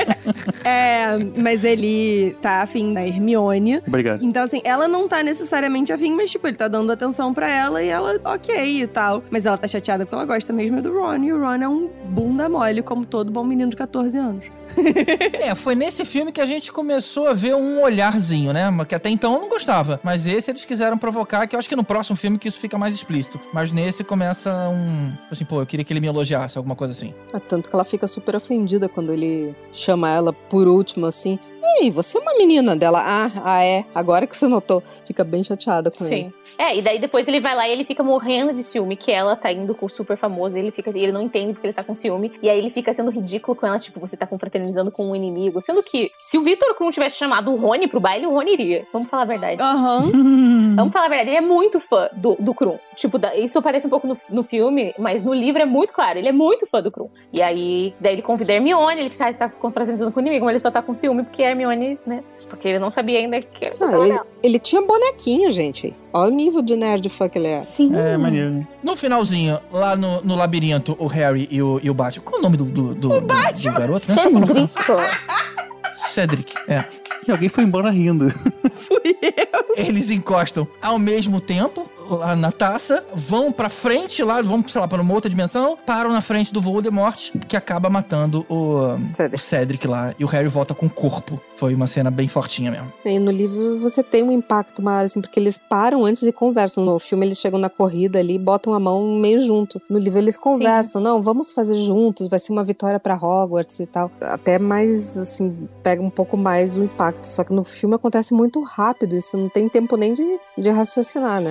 Speaker 6: É, mas ele tá afim da Hermione.
Speaker 7: Obrigado.
Speaker 6: Então, assim, ela não tá necessariamente afim, mas, tipo, ele tá dando atenção pra ela e ela, ok e tal. Mas ela tá chateada porque ela gosta mesmo do Ron. E o Ron é um bunda mole, como todo bom menino de catorze anos.
Speaker 5: É, foi nesse filme que a gente começou a ver um olharzinho, né? Que até então eu não gostava. Mas esse eles quiseram provocar, que eu acho que no próximo filme que isso fica mais explícito. Mas nesse começa um... Assim, pô, eu queria que ele me elogiasse, alguma coisa assim.
Speaker 8: Ah, tanto que ela fica super ofendida quando ele chama ela por último, assim. Ei, você é uma menina dela. Ah, ah, é. Agora que você notou. Fica bem chateada com ele.
Speaker 9: Sim. É, e daí depois ele vai lá e ele fica morrendo de ciúme que ela tá indo com o super famoso. E ele fica, ele não entende porque ele está com ciúme. E aí ele fica sendo ridículo com ela, tipo, você tá confraternizando com um inimigo. Sendo que, se o Victor Krum tivesse chamado o Rony pro baile, o Rony iria. Vamos falar a verdade.
Speaker 6: Aham.
Speaker 9: Vamos falar a verdade, ele é muito fã do, do Krum. Tipo, da- isso aparece um pouco no, no filme, mas no livro é muito claro. Ele é muito fã do Krum. E aí, daí ele convida a Hermione, ele fica, ah, você tá confraternizando com o inimigo, mas ele só tá com ciúme porque a Hermione, né? Porque ele não sabia ainda que era
Speaker 8: Ah, ele, ele tinha bonequinho, gente. Olha o nível de nerd fã que ele é.
Speaker 9: Sim.
Speaker 7: É, maneiro, né?
Speaker 5: No finalzinho, lá no, no labirinto, o Harry e o, e o Batman. Qual é o nome do, do, do, do, do garoto? Né? Só pra não ficar-
Speaker 9: Cedrico.
Speaker 5: Cedric, é.
Speaker 7: E alguém foi embora rindo.
Speaker 6: Fui eu.
Speaker 5: Eles encostam ao mesmo tempo lá na taça, vão pra frente lá, vão, sei lá, pra uma outra dimensão, param na frente do Voldemort, que acaba matando o
Speaker 8: Cedric.
Speaker 5: o Cedric lá. E o Harry volta com o corpo. Foi uma cena bem fortinha mesmo.
Speaker 8: E no livro você tem um impacto maior, assim, porque eles param antes e conversam. No filme eles chegam na corrida ali e botam a mão meio junto. No livro eles conversam. Não, vamos fazer juntos, vai ser uma vitória pra Hogwarts e tal. Até mais, assim, pega um pouco mais o impacto. Só que no filme acontece muito rápido e você não tem tempo nem de, de raciocinar, né?
Speaker 9: Sim.
Speaker 6: Não, e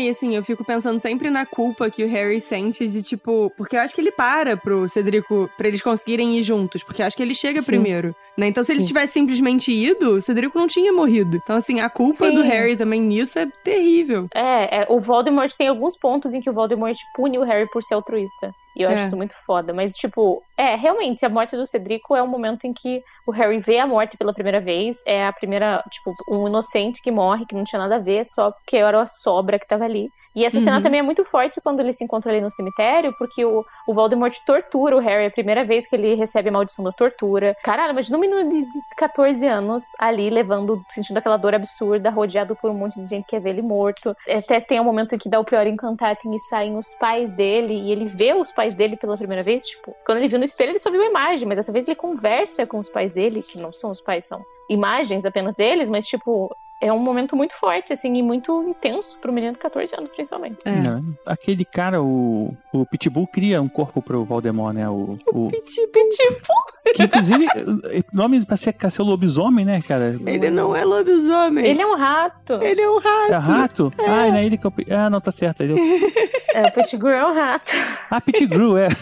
Speaker 6: e assim, eu fico pensando sempre na culpa que o Harry sente de, tipo... Porque eu acho que ele para pro Cedrico, pra eles conseguirem ir juntos, porque eu acho que ele chega Sim. primeiro, né? Então, se Sim. ele tivesse simplesmente ido, o Cedrico não tinha morrido. Então, assim, a culpa Sim. do Harry também nisso é terrível.
Speaker 9: É, é, o Voldemort tem alguns pontos em que o Voldemort pune o Harry por ser altruísta. E eu é. acho isso muito foda. Mas, tipo, é, realmente, a morte do Cedrico é um momento em que o Harry vê a morte pela primeira vez. É a primeira, tipo, um inocente que morre, que não tinha nada a ver, só porque era a sobra que tava ali. E essa uhum. cena também é muito forte quando eles se encontram ali no cemitério, porque o, o Voldemort tortura o Harry, a primeira vez que ele recebe a maldição da tortura. Caralho, mas no menino de, de catorze anos, ali, levando, sentindo aquela dor absurda, rodeado por um monte de gente que quer ver ele morto. Até tem um momento em que dá o pior Incantatem e saem os pais dele, e ele vê os pais dele pela primeira vez, tipo, quando ele viu no espelho, ele só viu a imagem, mas dessa vez ele conversa com os pais dele, que não são os pais, são imagens apenas deles, mas, tipo... É um momento muito forte, assim, e muito intenso pro menino de catorze anos, principalmente.
Speaker 7: É. É. Aquele cara, o, o Pitbull, cria um corpo pro Voldemort, né? O, o...
Speaker 9: o Pitbull.
Speaker 7: Que, inclusive, o nome pra ser, ser lobisomem, né, cara?
Speaker 6: Ele não é lobisomem.
Speaker 9: Ele é um rato.
Speaker 6: Ele é um rato.
Speaker 7: É rato? É. Ah, não é ele que é o... Ah, não, tá certo. Ele
Speaker 9: é... é, o Pettigrew é um rato.
Speaker 7: Ah, Pettigrew, é.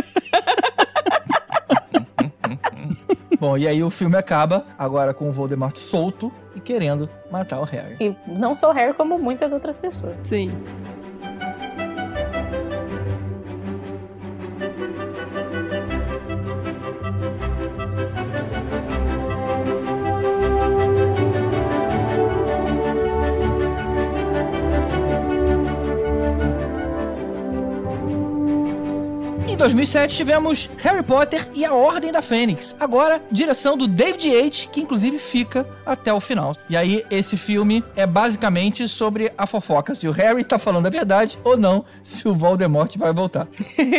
Speaker 5: Bom, e aí o filme acaba agora com o Voldemort solto e querendo matar o Harry.
Speaker 9: E não só o Harry, como muitas outras pessoas.
Speaker 6: Sim.
Speaker 5: Em dois mil e sete tivemos Harry Potter e a Ordem da Fênix. Agora, direção do David Yates, que inclusive fica até o final. E aí, esse filme é basicamente sobre a fofoca. Se o Harry tá falando a verdade ou não, se o Voldemort vai voltar.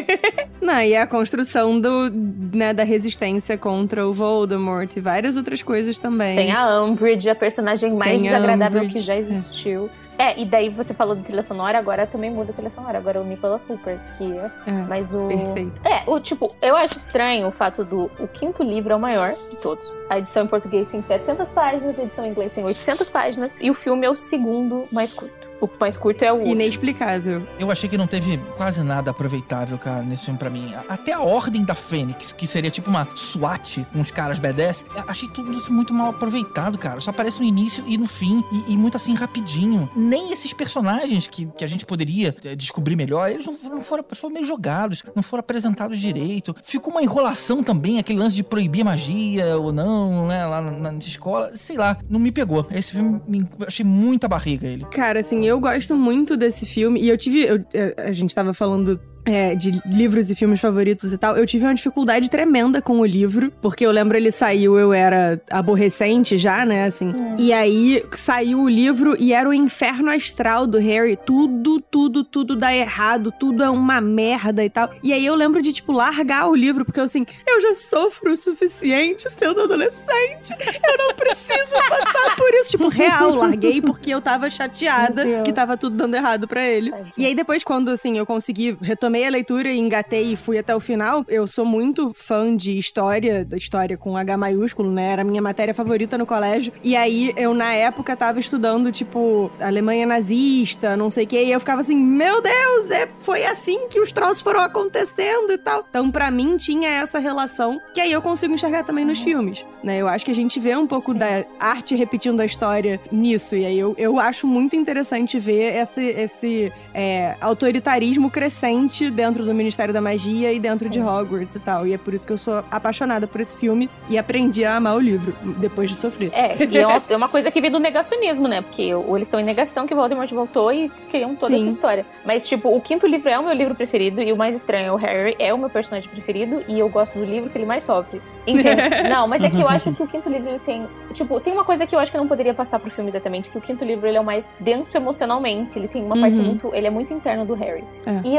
Speaker 6: Não, e a construção do, né, da resistência contra o Voldemort e várias outras coisas também.
Speaker 9: Tem a Umbridge, a personagem mais Tem desagradável que já existiu. É. É, e daí você falou de trilha sonora, agora também muda a trilha sonora. Agora é o Nicholas Hooper, que é...
Speaker 6: é
Speaker 9: mas o...
Speaker 6: Perfeito.
Speaker 9: É, o tipo, eu acho estranho o fato do... O quinto livro é o maior de todos. A edição em português tem setecentas páginas, a edição em inglês tem oitocentas páginas, e o filme é o segundo mais curto. O mais curto é o último.
Speaker 6: Inexplicável.
Speaker 5: Eu achei que não teve quase nada aproveitável, cara, nesse filme pra mim. Até a Ordem da Fênix, que seria tipo uma SWAT, uns caras badass, achei tudo isso muito mal aproveitado, cara. Só aparece no início e no fim, e, e muito assim, rapidinho. Nem esses personagens que, que a gente poderia descobrir melhor, eles não, não foram, foram meio jogados, não foram apresentados direito. Ficou uma enrolação também, aquele lance de proibir magia ou não, né, lá na, na escola. Sei lá, não me pegou. Esse filme, eu achei muita barriga ele.
Speaker 6: Cara, assim, eu gosto muito desse filme, e eu tive... Eu, a gente tava falando... É, de livros e filmes favoritos e tal, eu tive uma dificuldade tremenda com o livro, porque eu lembro ele saiu, eu era aborrecente já, né, assim, hum. e aí saiu o livro e era o inferno astral do Harry, tudo, tudo, tudo dá errado, tudo é uma merda e tal, e aí eu lembro de, tipo, largar o livro, porque eu, assim, eu já sofro o suficiente sendo adolescente, eu não preciso passar por isso, tipo, real, larguei porque eu tava chateada que tava tudo dando errado pra ele. Tadinho. E aí depois, quando, assim, eu consegui, retomei a leitura e engatei e fui até o final, eu sou muito fã de história, da história com H maiúsculo, né? Era a minha matéria favorita no colégio. E aí, eu, na época, tava estudando, tipo, Alemanha nazista, não sei o quê, e eu ficava assim, meu Deus, é, foi assim que os troços foram acontecendo e tal. Então, pra mim, tinha essa relação, que aí eu consigo enxergar também nos filmes, né? Eu acho que a gente vê um pouco Sim. da arte repetindo a história nisso, e aí eu, eu acho muito interessante ver esse, esse é, autoritarismo crescente dentro do Ministério da Magia e dentro Sim. de Hogwarts e tal. E é por isso que eu sou apaixonada por esse filme e aprendi a amar o livro, depois de sofrer.
Speaker 9: É, e é uma, é uma coisa que vem do negacionismo, né? Porque ou eles estão em negação que Voldemort voltou e criam toda Sim. essa história. Mas, tipo, o quinto livro é o meu livro preferido e o mais estranho é o Harry, é o meu personagem preferido e eu gosto do livro que ele mais sofre. Entende? Não, mas é que eu acho que o quinto livro, ele tem... Tipo, tem uma coisa que eu acho que eu não poderia passar pro filme exatamente, que o quinto livro, ele é o mais denso emocionalmente. Ele tem uma uhum. parte muito... Ele é muito interno do Harry. É. E eu acho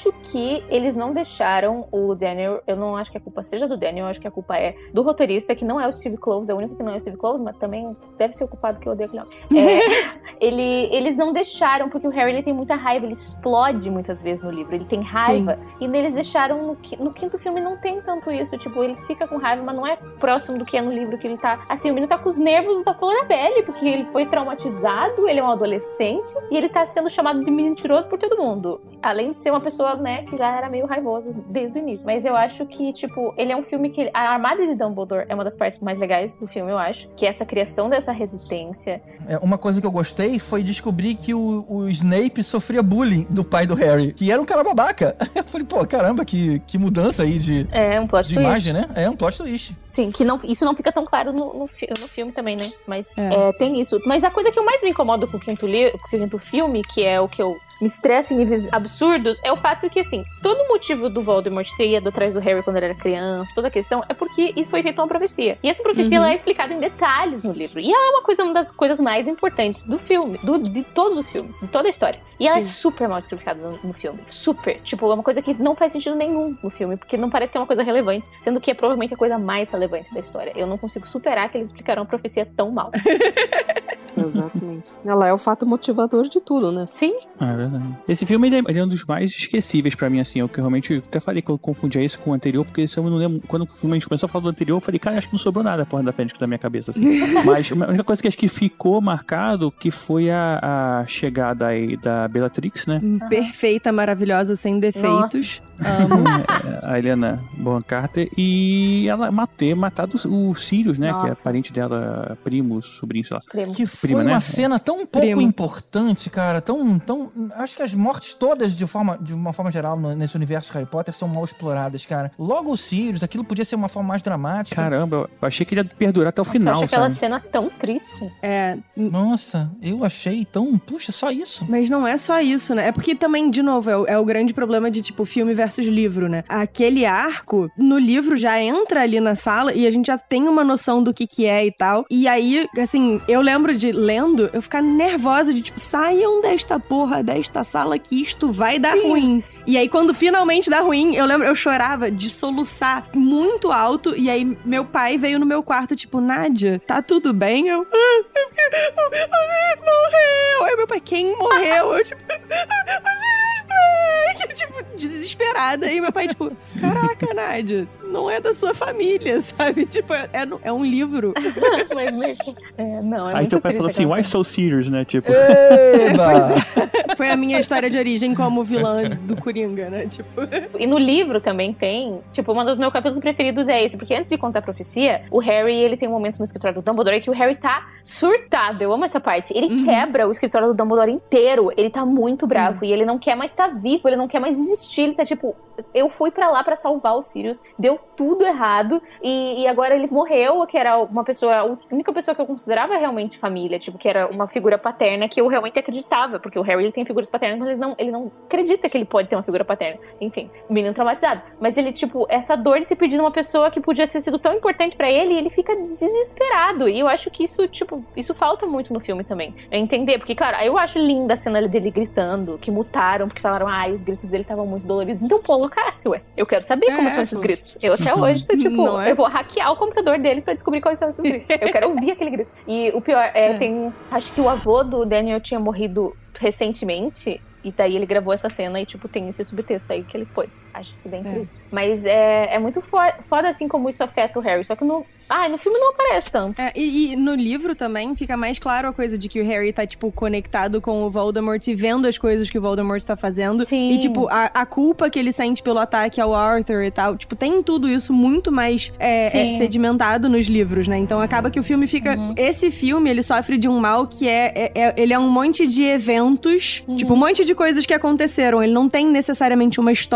Speaker 9: acho que eles não deixaram o Daniel, eu não acho que a culpa seja do Daniel, eu acho que a culpa é do roteirista, que não é o Steve Kloves, é o único que não é o Steve Kloves, mas também deve ser o culpado que eu odeio aquele homem. É, ele, eles não deixaram, porque o Harry ele tem muita raiva, ele explode muitas vezes no livro, ele tem raiva, Sim. e eles deixaram, no, no quinto filme não tem tanto isso, tipo, ele fica com raiva, mas não é próximo do que é no livro, que ele tá, assim, o menino tá com os nervos da flor da pele, porque ele foi traumatizado, ele é um adolescente, e ele tá sendo chamado de mentiroso por todo mundo, além de ser uma pessoa, né, que já era meio raivoso desde o início, mas eu acho que, tipo, ele é um filme que, a Armada de Dumbledore é uma das partes mais legais do filme, eu acho, que é essa criação dessa resistência.
Speaker 5: É, uma coisa que eu gostei foi descobrir que o, o Snape sofria bullying do pai do Harry, que era um cara babaca. Eu falei, pô, caramba, que, que mudança aí de,
Speaker 9: é, um plot
Speaker 5: de
Speaker 9: twist.
Speaker 5: imagem, né? É um plot twist.
Speaker 9: Sim, que não, isso não fica tão claro no, no, no filme também, né? Mas é. É, tem isso. Mas a coisa que eu mais me incomodo com o quinto, li, com o quinto filme, que é o que eu me estressa em níveis absurdos, é o fato que, assim, todo o motivo do Voldemort ter ido atrás do Harry quando ele era criança, toda a questão, é porque isso foi feito uma profecia. E essa profecia, uhum. ela é explicada em detalhes no livro. E ela é uma coisa, uma das coisas mais importantes do filme, do, de todos os filmes, de toda a história. E ela Sim. é super mal explicada no, no filme. Super. Tipo, é uma coisa que não faz sentido nenhum no filme, porque não parece que é uma coisa relevante, sendo que é provavelmente a coisa mais relevante da história. Eu não consigo superar que eles explicaram a profecia tão mal.
Speaker 8: Exatamente. Ela é o fato motivador de tudo, né?
Speaker 9: Sim.
Speaker 7: Ah, é verdade. Esse filme ele é, ele é um dos mais esquecíveis pra mim, assim. Eu que realmente até falei que eu confundia isso com o anterior, porque se eu não lembro, quando o filme a gente começou a falar do anterior, eu falei, cara, acho que não sobrou nada a porra da Fênix da minha cabeça, assim. Mas a única coisa que acho que ficou marcado que foi a, a chegada aí da Bellatrix, né?
Speaker 6: Perfeita, maravilhosa, sem defeitos.
Speaker 7: Amo. A Helena Bonham Carter. E ela ter matado o Sirius, né?
Speaker 9: Nossa.
Speaker 7: Que é parente dela, primo, sobrinho, sei lá.
Speaker 9: Primo.
Speaker 5: Que
Speaker 7: Prima,
Speaker 5: foi
Speaker 7: né?
Speaker 5: uma cena tão pouco
Speaker 6: Primo.
Speaker 5: importante, cara, tão, tão... Acho que as mortes todas, de, forma, de uma forma geral, no, nesse universo Harry Potter, são mal exploradas, cara. Logo o Sirius, aquilo podia ser uma forma mais dramática.
Speaker 7: Caramba, eu achei que ele ia perdurar até o
Speaker 9: Nossa,
Speaker 7: final,
Speaker 9: eu achei aquela
Speaker 7: sabe?
Speaker 9: cena tão triste.
Speaker 6: É,
Speaker 5: Nossa, eu achei tão... Puxa, só isso.
Speaker 6: mas não é só isso, né? É porque também, de novo, é o, é o grande problema de, tipo, filme versus livro, né? Aquele arco, no livro, já entra ali na sala e a gente já tem uma noção do que que é e tal. E aí, assim, eu lembro de, lendo, eu ficar nervosa de, tipo, saiam desta porra, desta sala que isto vai dar
Speaker 9: Sim.
Speaker 6: ruim. E aí, quando finalmente dá ruim, eu lembro, eu chorava de soluçar muito alto. E aí, meu pai veio no meu quarto, tipo, Nádia, tá tudo bem? Eu... Ah, o Sirius morreu! Aí meu pai, quem morreu? Eu, tipo... O Sirius Black! Tipo, desesperada. E meu pai, tipo, caraca, Nádia, não é da sua família, sabe? Tipo, é, é um livro.
Speaker 9: Mas meio que... É, não, é
Speaker 7: Aí
Speaker 9: muito
Speaker 7: teu pai
Speaker 9: triste
Speaker 7: falou assim,
Speaker 9: aquela
Speaker 7: why
Speaker 9: cena.
Speaker 7: so serious, né? Tipo...
Speaker 5: Eba!
Speaker 6: Foi a minha história de origem como vilã do Coringa, né? Tipo...
Speaker 9: E no livro também tem, tipo, um dos meus capítulos preferidos é esse, porque antes de contar a profecia, o Harry, ele tem um momento no escritório do Dumbledore que o Harry tá surtado, eu amo essa parte. Ele
Speaker 6: Uhum.
Speaker 9: quebra o escritório do Dumbledore inteiro, ele tá muito bravo,
Speaker 6: Sim.
Speaker 9: e ele não quer mais estar vivo, ele não quer mais existir, ele tá tipo, eu fui pra lá pra salvar o Sirius, deu tudo errado, e, e agora ele morreu, que era uma pessoa, a única pessoa que eu considerava realmente família, tipo, que era uma figura paterna que eu realmente acreditava, porque o Harry, ele tem figuras paternas, mas ele não, ele não acredita que ele pode ter uma figura paterna. Enfim, menino traumatizado. Mas ele, tipo, essa dor de ter perdido uma pessoa que podia ter sido tão importante pra ele, ele fica desesperado. E eu acho que isso, tipo, isso falta muito no filme também. É entender, porque, claro, eu acho linda a cena dele gritando, que mutaram, porque falaram, ah, os gritos dele estavam muito doloridos. Então, pô, colocasse, ué. Eu quero saber
Speaker 6: É,
Speaker 9: como são esses
Speaker 6: pô.
Speaker 9: gritos. Eu até hoje tô, tipo,
Speaker 6: Não é?
Speaker 9: eu vou hackear o computador deles pra descobrir quais são esses gritos. Eu quero ouvir aquele grito. E o pior, é,
Speaker 6: É.
Speaker 9: tem... Acho que o avô do Daniel tinha morrido recentemente, e daí ele gravou essa cena e, tipo, tem esse subtexto aí que ele pôs. Acho isso bem
Speaker 6: É.
Speaker 9: triste. Mas é, é muito foda, foda, assim, como isso afeta o Harry. Só que no... Ah, no filme não aparece tanto.
Speaker 6: É, e, e no livro também fica mais claro a coisa de que o Harry tá, tipo, conectado com o Voldemort e vendo as coisas que o Voldemort tá fazendo.
Speaker 9: Sim.
Speaker 6: E, tipo, a, a culpa que ele sente pelo ataque ao Arthur e tal. Tipo, tem tudo isso muito mais é,
Speaker 9: Sim.
Speaker 6: é, sedimentado nos livros, né? Então acaba que o filme fica...
Speaker 9: Uhum.
Speaker 6: Esse filme, ele sofre de um mal que é... é, é ele é um monte de eventos,
Speaker 9: Uhum.
Speaker 6: tipo, um monte de coisas que aconteceram. Ele não tem necessariamente uma história pra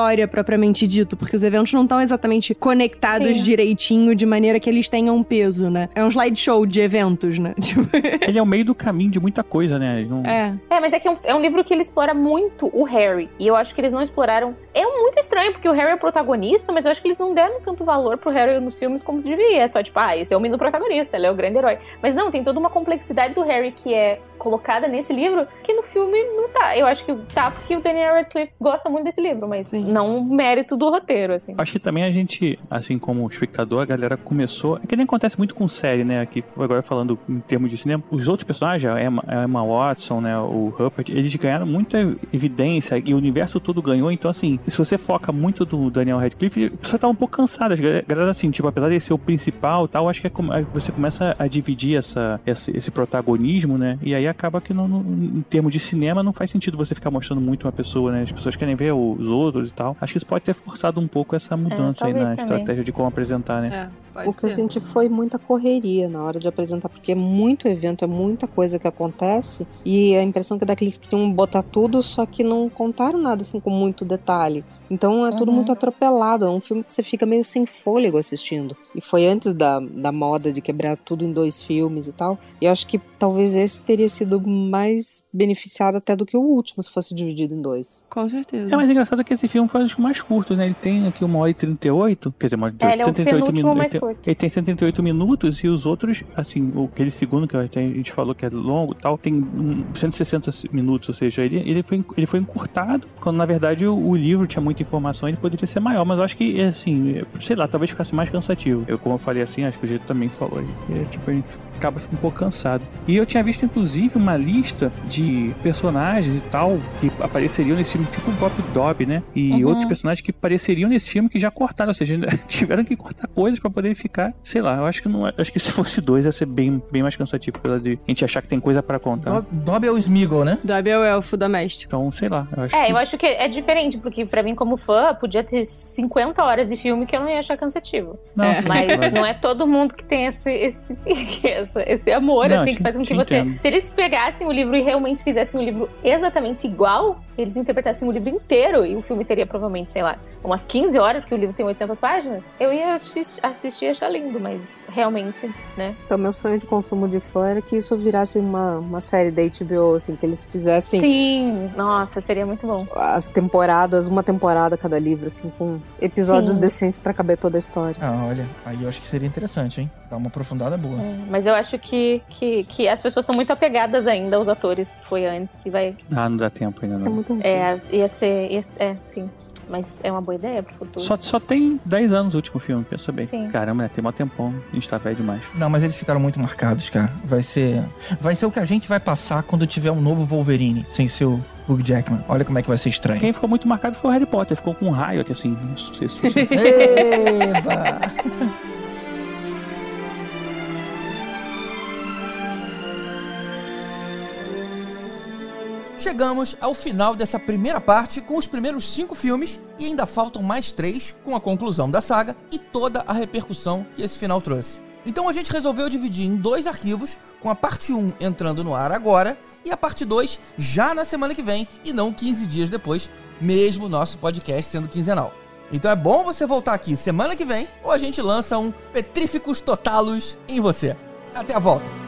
Speaker 6: propriamente dito, porque os eventos não estão exatamente conectados Sim. direitinho de maneira que eles tenham peso, né? É um slideshow de eventos, né?
Speaker 7: Ele é o meio do caminho de muita coisa, né? Não...
Speaker 6: É.
Speaker 9: É, mas é que é um, é um livro que ele explora muito o Harry, e eu acho que eles não exploraram... É muito estranho, porque o Harry é o protagonista, mas eu acho que eles não deram tanto valor pro Harry nos filmes como devia. É só tipo, ah, esse é o menino protagonista, ele é o grande herói. Mas não, tem toda uma complexidade do Harry que é colocada nesse livro, que no filme não tá. Eu acho que tá porque o Daniel Radcliffe gosta muito desse livro, mas Sim. não mérito do roteiro, assim.
Speaker 7: Acho que também a gente, assim como espectador, a galera começou... É que nem acontece muito com série, né? Aqui, agora falando em termos de cinema, os outros personagens, a Emma, a Emma Watson, né? O Rupert, eles ganharam muita evidência e o universo todo ganhou. Então, assim, se você foca muito do Daniel Radcliffe, você tá um pouco cansado. A galera, assim, tipo, apesar de ser o principal e tal, acho que é como, você começa a dividir essa, esse, esse protagonismo, né? E aí acaba que, no, no, em termos de cinema, não faz sentido você ficar mostrando muito uma pessoa, né? As pessoas querem ver os outros e tal. Acho que isso pode ter forçado um pouco essa mudança é, aí na também. estratégia de como apresentar, né?
Speaker 8: É, o que ser. eu senti foi muita correria na hora de apresentar, porque é muito evento, é muita coisa que acontece, e a impressão que dá que eles queriam botar tudo, só que não contaram nada assim com muito detalhe. Então é tudo uhum. muito atropelado, é um filme que você fica meio sem fôlego assistindo. E foi antes da, da moda de quebrar tudo em dois filmes e tal, e eu acho que talvez esse teria sido mais beneficiado até do que o último, se fosse dividido em dois.
Speaker 6: Com certeza.
Speaker 7: É, mas é engraçado que esse filme foi um mais curto, né? Ele tem aqui uma hora e trinta e oito, quer dizer, uma hora e
Speaker 9: trinta e oito, é, ele é o penúltimo mais
Speaker 7: curto. Ele tem cento e trinta e oito minutos e os outros, assim, aquele segundo que a gente falou que é longo e tal, tem cento e sessenta minutos, ou seja, ele, ele, foi, ele foi encurtado, quando na verdade o, o livro tinha muita informação, ele poderia ser maior, mas eu acho que, assim, sei lá, talvez ficasse mais cansativo. Eu, como eu falei assim, acho que o Jeito também falou, é, tipo, a gente acaba ficando um pouco cansado. E eu tinha visto, inclusive, uma lista de personagens e tal, que apareceriam nesse filme, tipo o Bob Dobby, né? E uhum. outros personagens que apareceriam nesse filme que já cortaram, ou seja, tiveram que cortar coisas pra poder ficar, sei lá, eu acho que não, acho que se fosse dois ia ser bem, bem mais cansativo, pela de a gente achar que tem coisa pra contar.
Speaker 5: Dobby é o Smeagol, né?
Speaker 6: Dobby é o elfo doméstico.
Speaker 7: Então, sei lá, eu acho
Speaker 9: É,
Speaker 7: que...
Speaker 9: eu acho que é diferente, porque pra mim, como fã, podia ter cinquenta horas de filme que eu não ia achar cansativo.
Speaker 7: Não,
Speaker 9: é,
Speaker 7: sim,
Speaker 9: mas
Speaker 7: claro.
Speaker 9: não é todo mundo que tem esse, esse, esse, esse amor,
Speaker 7: não,
Speaker 9: assim,
Speaker 7: te,
Speaker 9: que faz com que
Speaker 7: te
Speaker 9: você...
Speaker 7: Entendo.
Speaker 9: Se eles pegassem o livro e realmente fizessem um livro exatamente igual, eles interpretassem o livro inteiro e o filme teria provavelmente, sei lá, umas quinze horas, porque o livro tem oitocentas páginas, eu ia assistir, assistir e achar lindo, mas realmente, né?
Speaker 8: Então, meu sonho de consumo de fã era que isso virasse uma, uma série da H B O, assim, que eles fizessem...
Speaker 9: Sim, nossa, seria muito bom.
Speaker 8: As temporadas, uma temporada cada livro, assim, com episódios Sim. decentes pra caber toda a história.
Speaker 5: Ah, olha, aí eu acho que seria interessante, hein? Dá uma aprofundada boa.
Speaker 9: É, mas eu acho que, que, que as pessoas estão muito apegadas ainda aos atores que foi antes e vai...
Speaker 7: Ah, não dá tempo ainda não.
Speaker 8: É muito
Speaker 9: É, ia ser... Ia, é, sim. Mas é uma boa ideia pro futuro.
Speaker 7: Só, só tem dez anos o último filme, pensa bem.
Speaker 9: Sim.
Speaker 7: Caramba, né? Tem mó tempão. A gente tá velho demais.
Speaker 5: Não, mas eles ficaram muito marcados, cara. Vai ser... Vai ser o que a gente vai passar quando tiver um novo Wolverine, sem ser o Hugh Jackman. Olha como é que vai ser estranho.
Speaker 7: Quem ficou muito marcado foi o Harry Potter. Ficou com um raio aqui, assim. Isso, isso, isso.
Speaker 5: Eba! Chegamos ao final dessa primeira parte com os primeiros cinco filmes e ainda faltam mais três com a conclusão da saga e toda a repercussão que esse final trouxe. Então a gente resolveu dividir em dois arquivos, com a parte um entrando no ar agora e a parte dois já na semana que vem e não quinze dias depois, mesmo o nosso podcast sendo quinzenal. Então é bom você voltar aqui semana que vem ou a gente lança um Petríficos Totalos em você. Até a volta!